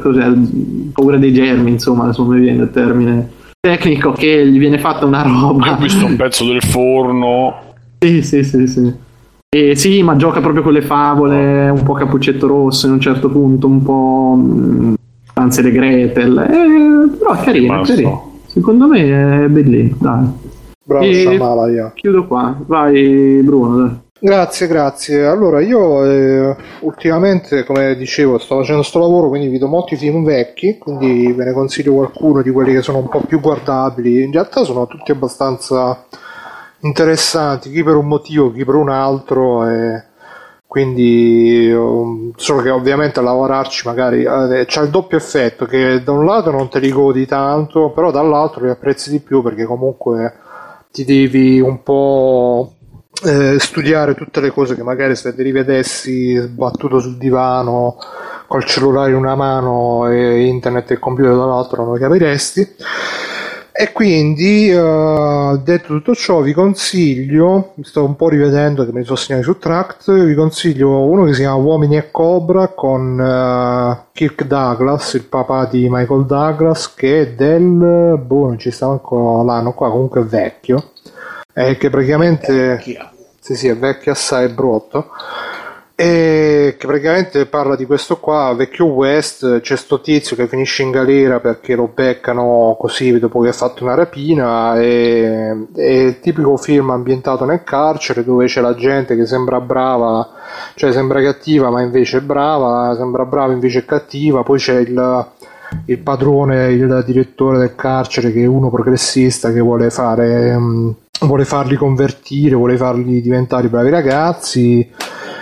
dei germi, insomma, adesso non mi viene il termine tecnico, che gli viene fatta una roba. Ho visto un pezzo del forno. Sì. E sì, ma gioca proprio con le favole, un po' Cappuccetto Rosso in un certo punto, un po' Hansel e Gretel, però è carino. Secondo me è bellino, dai. Bravo Shyamalan. Chiudo qua, vai Bruno, dai. Grazie. Allora, io ultimamente, come dicevo, sto facendo sto lavoro, quindi vedo molti film vecchi, quindi ve ne consiglio qualcuno di quelli che sono un po' più guardabili. In realtà sono tutti abbastanza interessanti, chi per un motivo, chi per un altro, e quindi solo che ovviamente a lavorarci magari c'è il doppio effetto, che da un lato non te li godi tanto, però dall'altro li apprezzi di più, perché comunque ti devi un po' studiare tutte le cose che magari se ti rivedessi sbattuto sul divano col cellulare in una mano e internet e computer dall'altro non lo capiresti. E quindi detto tutto ciò, vi consiglio, mi sto un po' rivedendo che me li sono segnati su Tract, vi consiglio uno che si chiama Uomini e Cobra con Kirk Douglas, il papà di Michael Douglas, che è non ci sta ancora l'anno qua, comunque è vecchio, che praticamente sì, è vecchio assai, è brutto, e che praticamente parla di questo qua, vecchio West. C'è sto tizio che finisce in galera perché lo beccano così dopo che ha fatto una rapina, è il tipico film ambientato nel carcere, dove c'è la gente che sembra brava, cioè sembra cattiva ma invece è brava, sembra brava invece è cattiva, poi c'è il padrone, il direttore del carcere, che è uno progressista che vuole farli convertire, vuole farli diventare bravi ragazzi.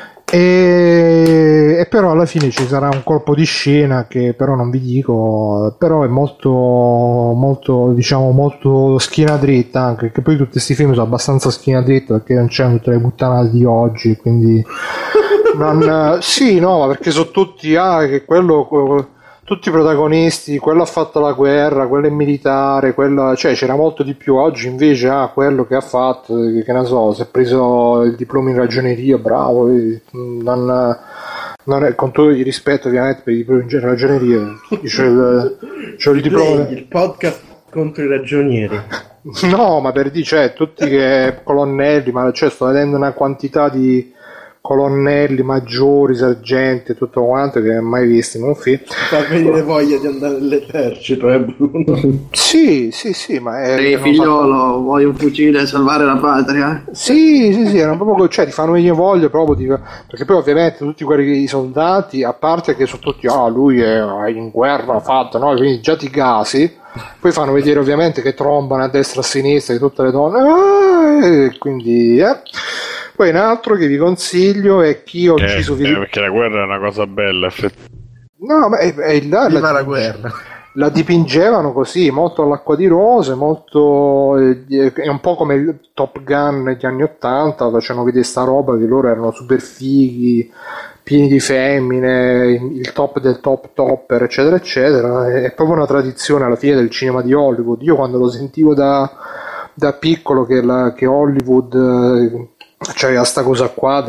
E però alla fine ci sarà un colpo di scena che però non vi dico, però è molto diciamo molto schiena dritta, anche perché poi tutti questi film sono abbastanza schiena dritta, perché non c'erano tutte le puttanate di oggi, quindi sì, no, ma perché sono tutti che quello, tutti i protagonisti, quello ha fatto la guerra, quello è militare, cioè c'era molto di più. Oggi invece quello che ha fatto, che ne so, si è preso il diploma in ragioneria, bravo, non è, con tutto il rispetto ovviamente per i diplomi in ragioneria, c'ho il diploma. Il podcast contro i ragionieri. No, ma per dire, cioè, tutti che colonnelli, ma cioè, sto vedendo una quantità di colonnelli, maggiori, sergenti e tutto quanto che mai visto in un film. Fa venire voglia di andare nell'esercito, Bruno? Sì, ma figliolo, vuoi un fucile e salvare la patria? Sì, erano proprio, cioè ti fanno venire voglia proprio perché poi ovviamente tutti quelli i soldati, a parte che sono tutti lui è in guerra, ha fatto, no? Quindi già ti gasi. Poi fanno vedere ovviamente che trombano a destra e a sinistra di tutte le donne, quindi Poi un altro che vi consiglio è Chi ha ucciso perché la guerra è una cosa bella, no, ma la guerra la dipingevano così, molto all'acqua di rose, molto è un po' come il Top Gun negli anni '80, facevano vedere sta roba che loro erano super fighi, pieni di femmine, il top del topper, eccetera eccetera. È proprio una tradizione alla fine del cinema di Hollywood. Io quando lo sentivo da piccolo che Hollywood c'aveva sta cosa qua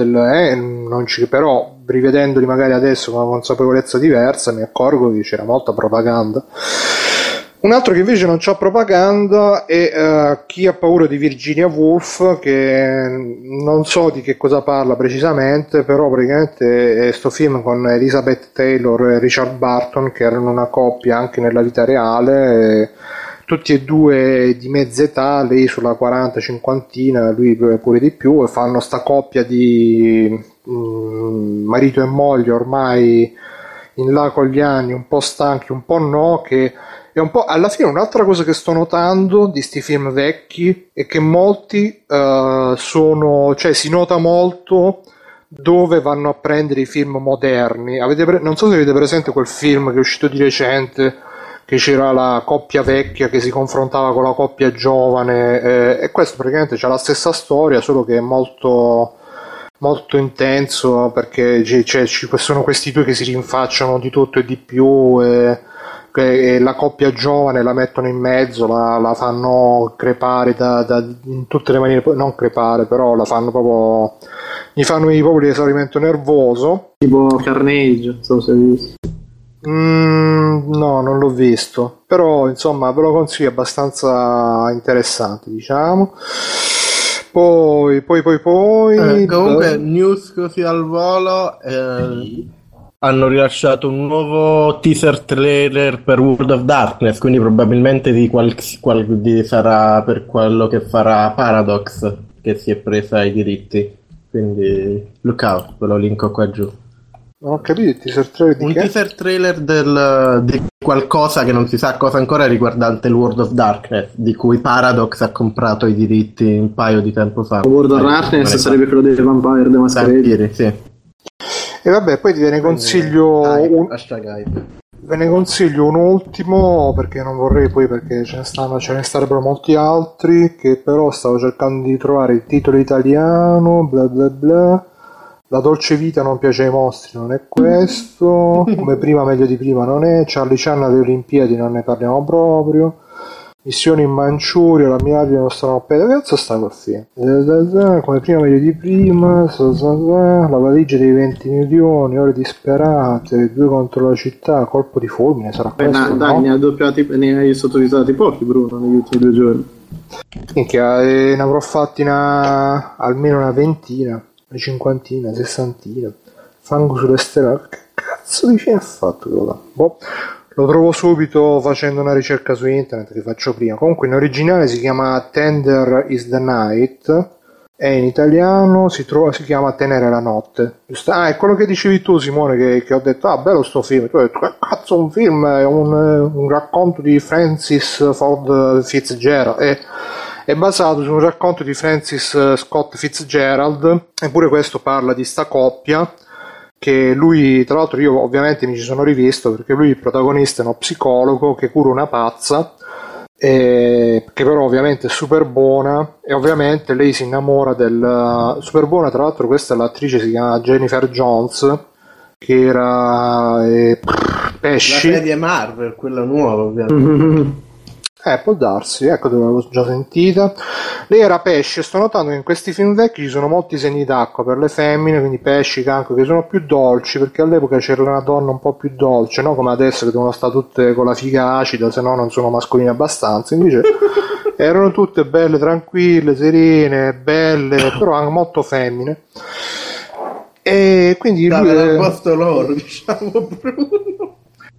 però rivedendoli magari adesso con una consapevolezza diversa mi accorgo che c'era molta propaganda. Un altro che invece non c'ha propaganda è Chi ha paura di Virginia Woolf, che non so di che cosa parla precisamente, però praticamente è sto film con Elizabeth Taylor e Richard Burton, che erano una coppia anche nella vita reale, tutti e due di mezza età, lei sulla 40-50, lui pure di più, e fanno sta coppia di marito e moglie ormai in là con gli anni, un po' stanchi, un po' no, che è un po' alla fine. Un'altra cosa che sto notando di sti film vecchi è che molti si nota molto dove vanno a prendere i film moderni. Non so se avete presente quel film che è uscito di recente, che c'era la coppia vecchia che si confrontava con la coppia giovane, e questo praticamente c'ha la stessa storia, solo che è molto molto intenso, perché ci sono questi due che si rinfacciano di tutto e di più, e la coppia giovane la mettono in mezzo, la fanno crepare in tutte le maniere, non crepare, però la fanno proprio, gli fanno proprio l'esaurimento nervoso, tipo Carnage, non so se hai visto. No, non l'ho visto, però insomma ve lo consiglio, abbastanza interessante, diciamo. Poi comunque news così al volo, hanno rilasciato un nuovo teaser trailer per World of Darkness, quindi probabilmente sarà per quello che farà Paradox, che si è presa i diritti, quindi look out, ve lo linko qua giù. Non ho capito, il teaser trailer di che? Teaser trailer di qualcosa che non si sa cosa ancora, riguardante il World of Darkness, di cui Paradox ha comprato i diritti un paio di tempo fa. World of Darkness sarebbe quello dei Vampire the Masquerade. Sì. E vabbè, poi ve ne consiglio ve ne consiglio un ultimo, perché non vorrei poi, perché ce ne starebbero molti altri, che però stavo cercando di trovare il titolo italiano, bla bla bla. La dolce vita non piace ai mostri, non è questo. Come prima meglio di prima non è. Charlie Chan alle Olimpiadi, non ne parliamo proprio. Missione in Manciuria, la mia non stanno che cazzo sta quel film? Come prima meglio di prima, la valigia dei 20 milioni, ore disperate, 2 contro la città, colpo di fulmine, sarà questo? Dai, no? ne hai sottotitolati pochi, Bruno, negli ultimi 2 giorni. Minchia, ne avrò fatti almeno una ventina, una cinquantina, sessantina. Fango sulle stelle, che cazzo di fine ha fatto quello là? Boh. Lo trovo subito facendo una ricerca su internet, che faccio prima. Comunque in originale si chiama Tender is the Night, e in italiano si chiama Tenere la notte. È quello che dicevi tu, Simone, che ho detto, bello sto film. Tu hai detto, cazzo, un film, è un racconto di Francis Ford Fitzgerald, è basato su un racconto di Francis Scott Fitzgerald, eppure questo parla di sta coppia, che lui, tra l'altro io ovviamente mi ci sono rivisto, perché lui il protagonista è uno psicologo che cura una pazza, che però ovviamente è super buona, e ovviamente lei si innamora del super buona. Tra l'altro questa l'attrice si chiama Jennifer Jones, che era Pesci, la serie Marvel, quella nuova ovviamente. Può darsi, ecco dove l'avevo già sentita. Lei era Pesci, e sto notando che in questi film vecchi ci sono molti segni d'acqua per le femmine, quindi pesci, cancro, che sono più dolci, perché all'epoca c'era una donna un po' più dolce, no? Come adesso che devono stare tutte con la figa acida, se no non sono mascoline abbastanza. Invece erano tutte belle, tranquille, serene, belle, però anche molto femmine. E quindi stavano al posto loro, diciamo, Bruno.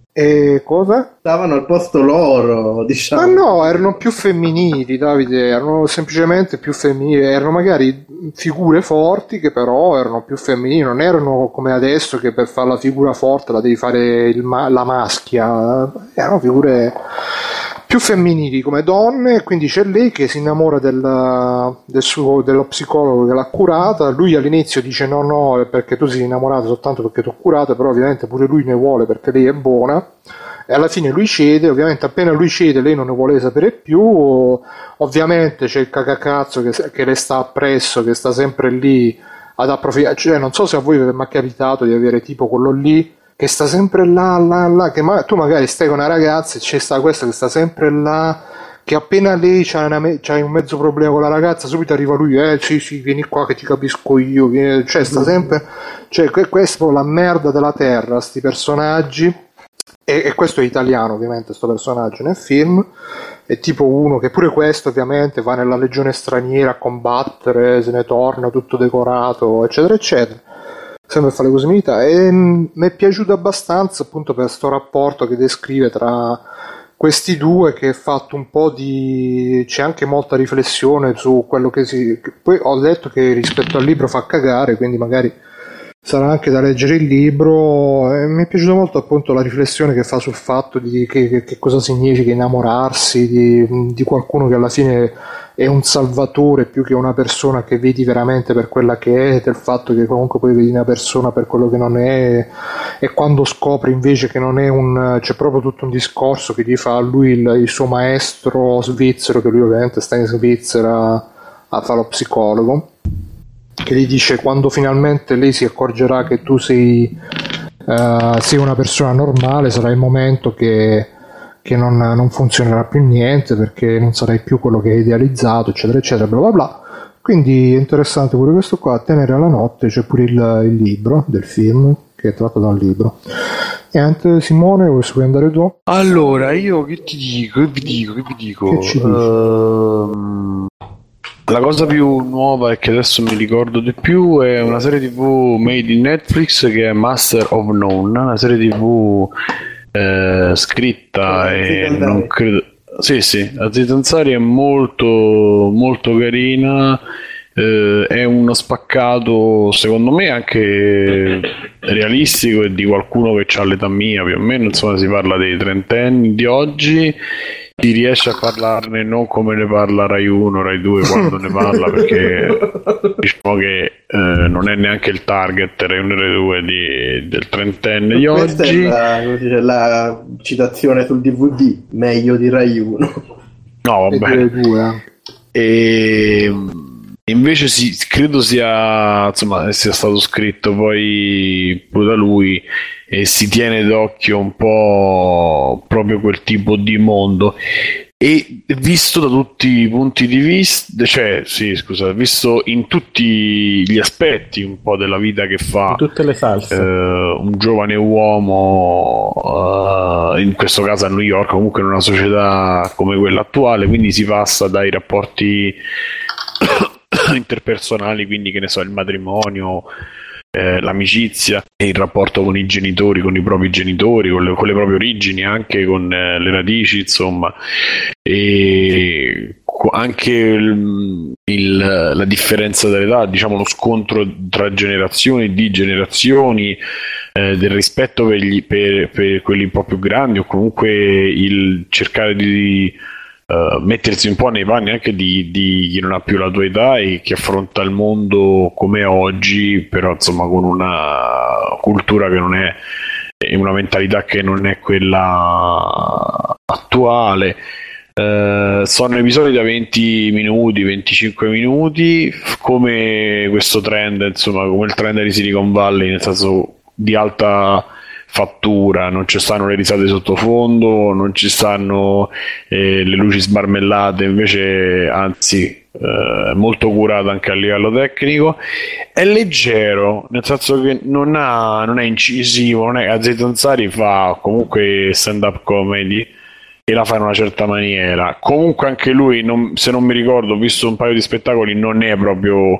E cosa? Stavano al posto loro, diciamo. Ma no, erano più femminili, Davide, erano semplicemente più femminili, erano magari figure forti che però erano più femminili, non erano come adesso che per fare la figura forte la devi fare la maschia, erano figure più femminili come donne, quindi c'è lei che si innamora dello psicologo che l'ha curata, lui all'inizio dice no, è perché tu sei innamorata soltanto perché ti ho curata, però ovviamente pure lui ne vuole perché lei è buona, e alla fine lui cede, ovviamente appena lui cede lei non ne vuole sapere più, ovviamente c'è il cacacazzo che le sta appresso, che sta sempre lì ad approfittare, cioè non so se a voi vi è mai capitato di avere tipo quello lì che sta sempre là, che tu magari stai con una ragazza e c'è sta questa che sta sempre là, che appena lei c'hai un mezzo problema con la ragazza, subito arriva lui, sì, vieni qua che ti capisco io, cioè sta sempre, cioè questa è la merda della terra, sti personaggi, e questo è italiano ovviamente, sto personaggio nel film, è tipo uno che pure questo ovviamente va nella legione straniera a combattere, se ne torna tutto decorato, eccetera, eccetera. Sempre fare le cose militari, e mi è piaciuto abbastanza appunto per sto rapporto che descrive tra questi due, che è fatto un po' di... c'è anche molta riflessione su quello che poi ho detto che rispetto al libro fa cagare, quindi magari sarà anche da leggere il libro, e mi è piaciuto molto appunto la riflessione che fa sul fatto di che cosa significa innamorarsi di qualcuno che alla fine è un salvatore più che una persona che vedi veramente per quella che è, del fatto che comunque poi vedi una persona per quello che non è, e quando scopri invece che non è c'è proprio tutto un discorso che gli fa a lui il suo maestro svizzero, che lui ovviamente sta in Svizzera a fare lo psicologo, che gli dice quando finalmente lei si accorgerà che tu sei una persona normale, sarà il momento che non funzionerà più niente, perché non sarai più quello che hai idealizzato, eccetera eccetera, bla bla bla. Quindi è interessante pure questo qua, Tenere alla notte. C'è pure il libro del film che è tratto dal libro. Niente, Simone, vuoi andare tu? Allora, io che vi dico? Che ci dici? La cosa più nuova è che adesso mi ricordo di più, è una serie TV made in Netflix che è Master of None, una serie TV scritta e non credo... Sì, Aziz Ansari è molto molto carina, è uno spaccato secondo me anche realistico e di qualcuno che ha l'età mia più o meno, insomma si parla dei trentenni di oggi. Si riesce a parlarne non come ne parla Rai 1, Rai 2 quando ne parla, perché diciamo che non è neanche il target Rai 1 e Rai 2 del trentenne di questa oggi. È la citazione sul DVD, meglio di Rai 1. No, vabbè. E invece credo sia stato scritto poi da lui, e si tiene d'occhio un po' proprio quel tipo di mondo, e visto da tutti i punti di vista, visto in tutti gli aspetti un po' della vita che fa, in tutte le salse, un giovane uomo, in questo caso a New York, comunque in una società come quella attuale, quindi si passa dai rapporti interpersonali, quindi che ne so, il matrimonio, l'amicizia e il rapporto con i genitori, con i propri genitori, con le proprie origini, anche con le radici, insomma, e anche la differenza dell'età, diciamo lo scontro tra generazioni, di generazioni, del rispetto per quelli un po' più grandi, o comunque il cercare di mettersi un po' nei panni anche di chi non ha più la tua età e che affronta il mondo come oggi, però insomma con una cultura che non è, e una mentalità che non è quella attuale. Sono episodi da 20 minuti, 25 minuti, come questo trend, insomma, come il trend di Silicon Valley, nel senso di alta fattura, non ci stanno le risate sottofondo, non ci stanno le luci smarmellate, invece anzi è molto curato anche a livello tecnico, è leggero, nel senso che non è incisivo, non è, Aziz Ansari fa comunque stand up comedy e la fa in una certa maniera, comunque anche lui, se non mi ricordo, ho visto un paio di spettacoli, non è proprio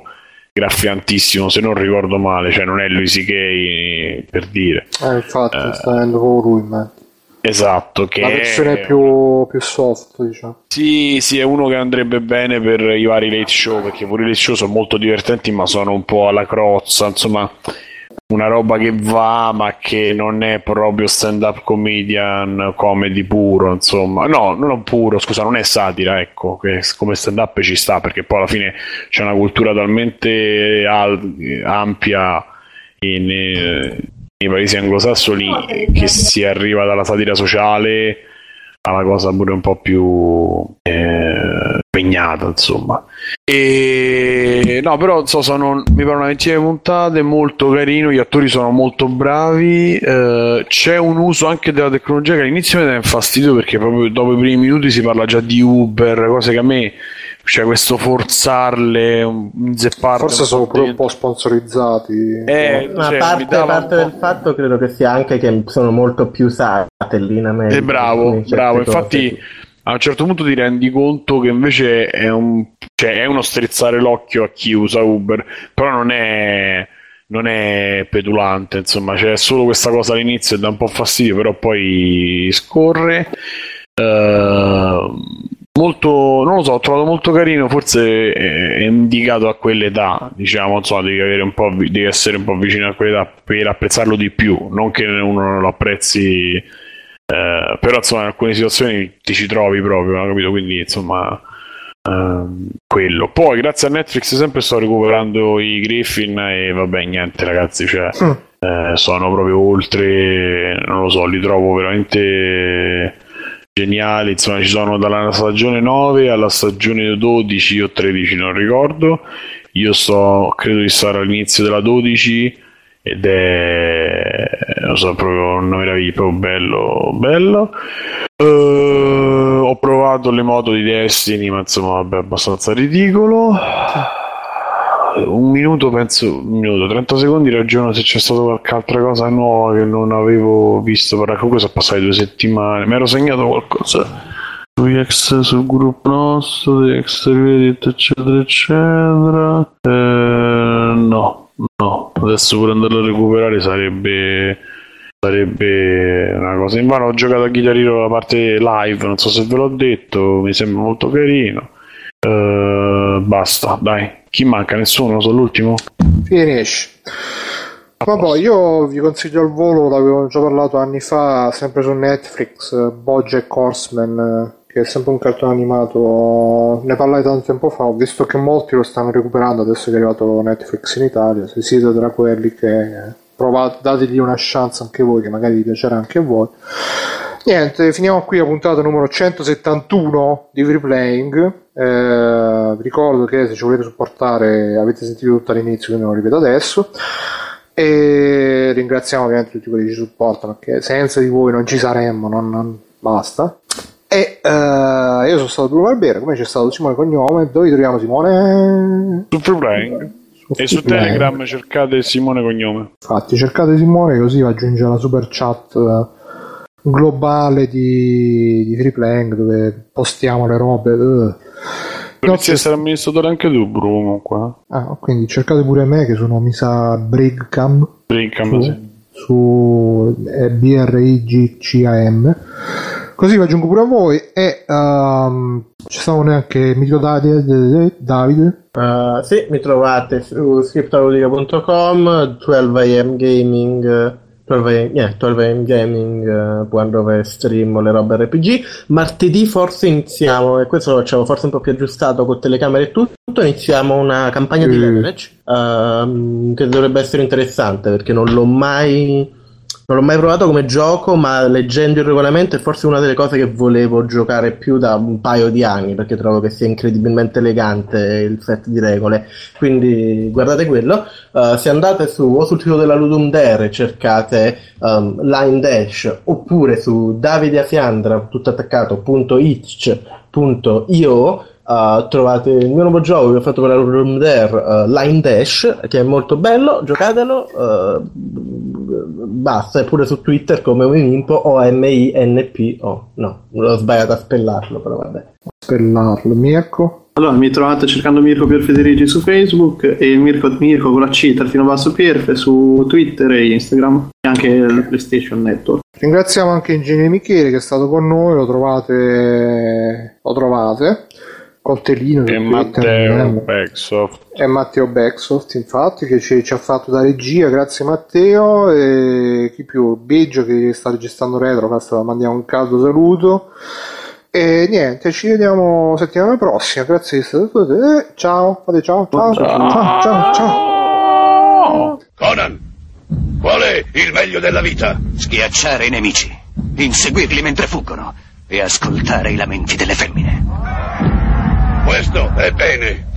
graffiantissimo, se non ricordo male, cioè non è Louis C.K. per dire. Infatti sta venendo con lui in mente. Esatto, che la versione più soft, diciamo. Sì, è uno che andrebbe bene per i vari late show, perché pure i late show sono molto divertenti, ma sono un po' alla crozza, insomma, una roba che va, ma che non è proprio stand-up comedy puro, insomma. No, non puro, scusa, non è satira, ecco, che come stand-up ci sta, perché poi alla fine c'è una cultura talmente ampia nei paesi anglosassoni che si arriva dalla satira sociale alla cosa pure un po' più impegnata, insomma. E no, però mi pare una ventina di puntate, molto carino, gli attori sono molto bravi, c'è un uso anche della tecnologia che all'inizio mi dà fastidio, perché proprio dopo i primi minuti si parla già di Uber, cose che a me, cioè questo forzarle, zepparle, forse sono pure un po' sponsorizzati, ma cioè, parte del fatto credo che sia anche che sono molto più usate lì in America. Bravo, infatti a un certo punto ti rendi conto che invece è uno strizzare l'occhio a chi usa Uber, però non è petulante, insomma, c'è solo questa cosa all'inizio e dà un po' fastidio, però poi scorre. Molto, non lo so, ho trovato molto carino, forse è indicato a quell'età, diciamo, insomma, devi essere un po' vicino a quell'età per apprezzarlo di più, non che uno non lo apprezzi, però insomma in alcune situazioni ti ci trovi proprio, no? Capito? Quindi insomma quello. Poi grazie a Netflix sempre sto recuperando i Griffin e vabbè, niente ragazzi, cioè sono proprio oltre, non lo so, li trovo veramente geniali, insomma ci sono dalla stagione 9 alla stagione 12 o 13, non ricordo, io credo di stare all'inizio della 12 ed è, non so, proprio una meraviglia, proprio bello. Ho provato le moto di Destiny, ma insomma vabbè, abbastanza ridicolo. Un minuto, 30 secondi ragiono se c'è stata qualche altra cosa nuova che non avevo visto, però comunque sono passate 2 settimane, mi ero segnato qualcosa sul gruppo nostro di Extra Credit eccetera. No, adesso pure andarlo a recuperare sarebbe una cosa in vano. Ho giocato a Guitar Hero la parte live, non so se ve l'ho detto, mi sembra molto carino. Basta, dai. Chi manca? Nessuno? Sono l'ultimo? Finisci. Vabbè, io vi consiglio al volo, l'avevo già parlato anni fa, sempre su Netflix, BoJack Horseman, che è sempre un cartone animato, ne parlai tanto tempo fa, ho visto che molti lo stanno recuperando adesso che è arrivato Netflix in Italia, se siete tra quelli che provate, dategli una chance anche voi, che magari vi piacerà anche a voi. Niente, finiamo qui la puntata numero 171 di Freeplaying. Vi ricordo che se ci volete supportare avete sentito tutto all'inizio, quindi non lo ripeto adesso, e ringraziamo ovviamente tutti quelli che ci supportano, perché senza di voi non ci saremmo, non basta. E io sono stato Bruno Barbera, come c'è stato Simone Cognome. Dove troviamo Simone? Su Freeplaying e su Telegram cercate Simone Cognome, infatti cercate Simone, così aggiunge la super chat globale di Freeplaying dove postiamo le robe. Dovresti essere amministratore anche tu, Bruno, qua. Quindi cercate pure me, che sono misa Brigcam su BRIGCAM, così vi aggiungo pure a voi. E ci sono neanche mito Davide. Sì, mi trovate su scriptaudica.com, 12am Gaming, 12am Gaming, dove stream le robe RPG. Martedì forse iniziamo, e questo lo facciamo forse un po' più aggiustato con telecamere e tutto, iniziamo una campagna di Leverage che dovrebbe essere interessante, perché non l'ho mai provato come gioco, ma leggendo il regolamento è forse una delle cose che volevo giocare più da un paio di anni, perché trovo che sia incredibilmente elegante il set di regole, quindi guardate quello. Se andate o sul sito della Ludum Dare cercate Line Dash, oppure su davideasiandra tutto attaccato.itch.io trovate il mio nuovo gioco che ho fatto per la Ludum Dare, Line Dash, che è molto bello, giocatelo. Basta, è pure su Twitter come Ominpo, OMINPO. No, non ho sbagliato a spellarlo, però vabbè. Spellarlo, Mirko? Allora, mi trovate cercando Mirko Pierfederici su Facebook e Mirko con la C _Pierfe su Twitter e Instagram e anche il PlayStation Network. Ringraziamo anche Ingegnere Michele che è stato con noi, lo trovate Coltellino e Matteo Backsoft, infatti, che ci ha fatto da regia. Grazie Matteo. E chi più? Biggio che sta registrando Retrocast, mandiamo un caldo saluto. E niente, ci vediamo settimana prossima. Grazie di essere stati. Ciao, fate ciao. Conan, qual è il meglio della vita? Schiacciare i nemici, inseguirli mentre fuggono e ascoltare i lamenti delle femmine. Questo è bene.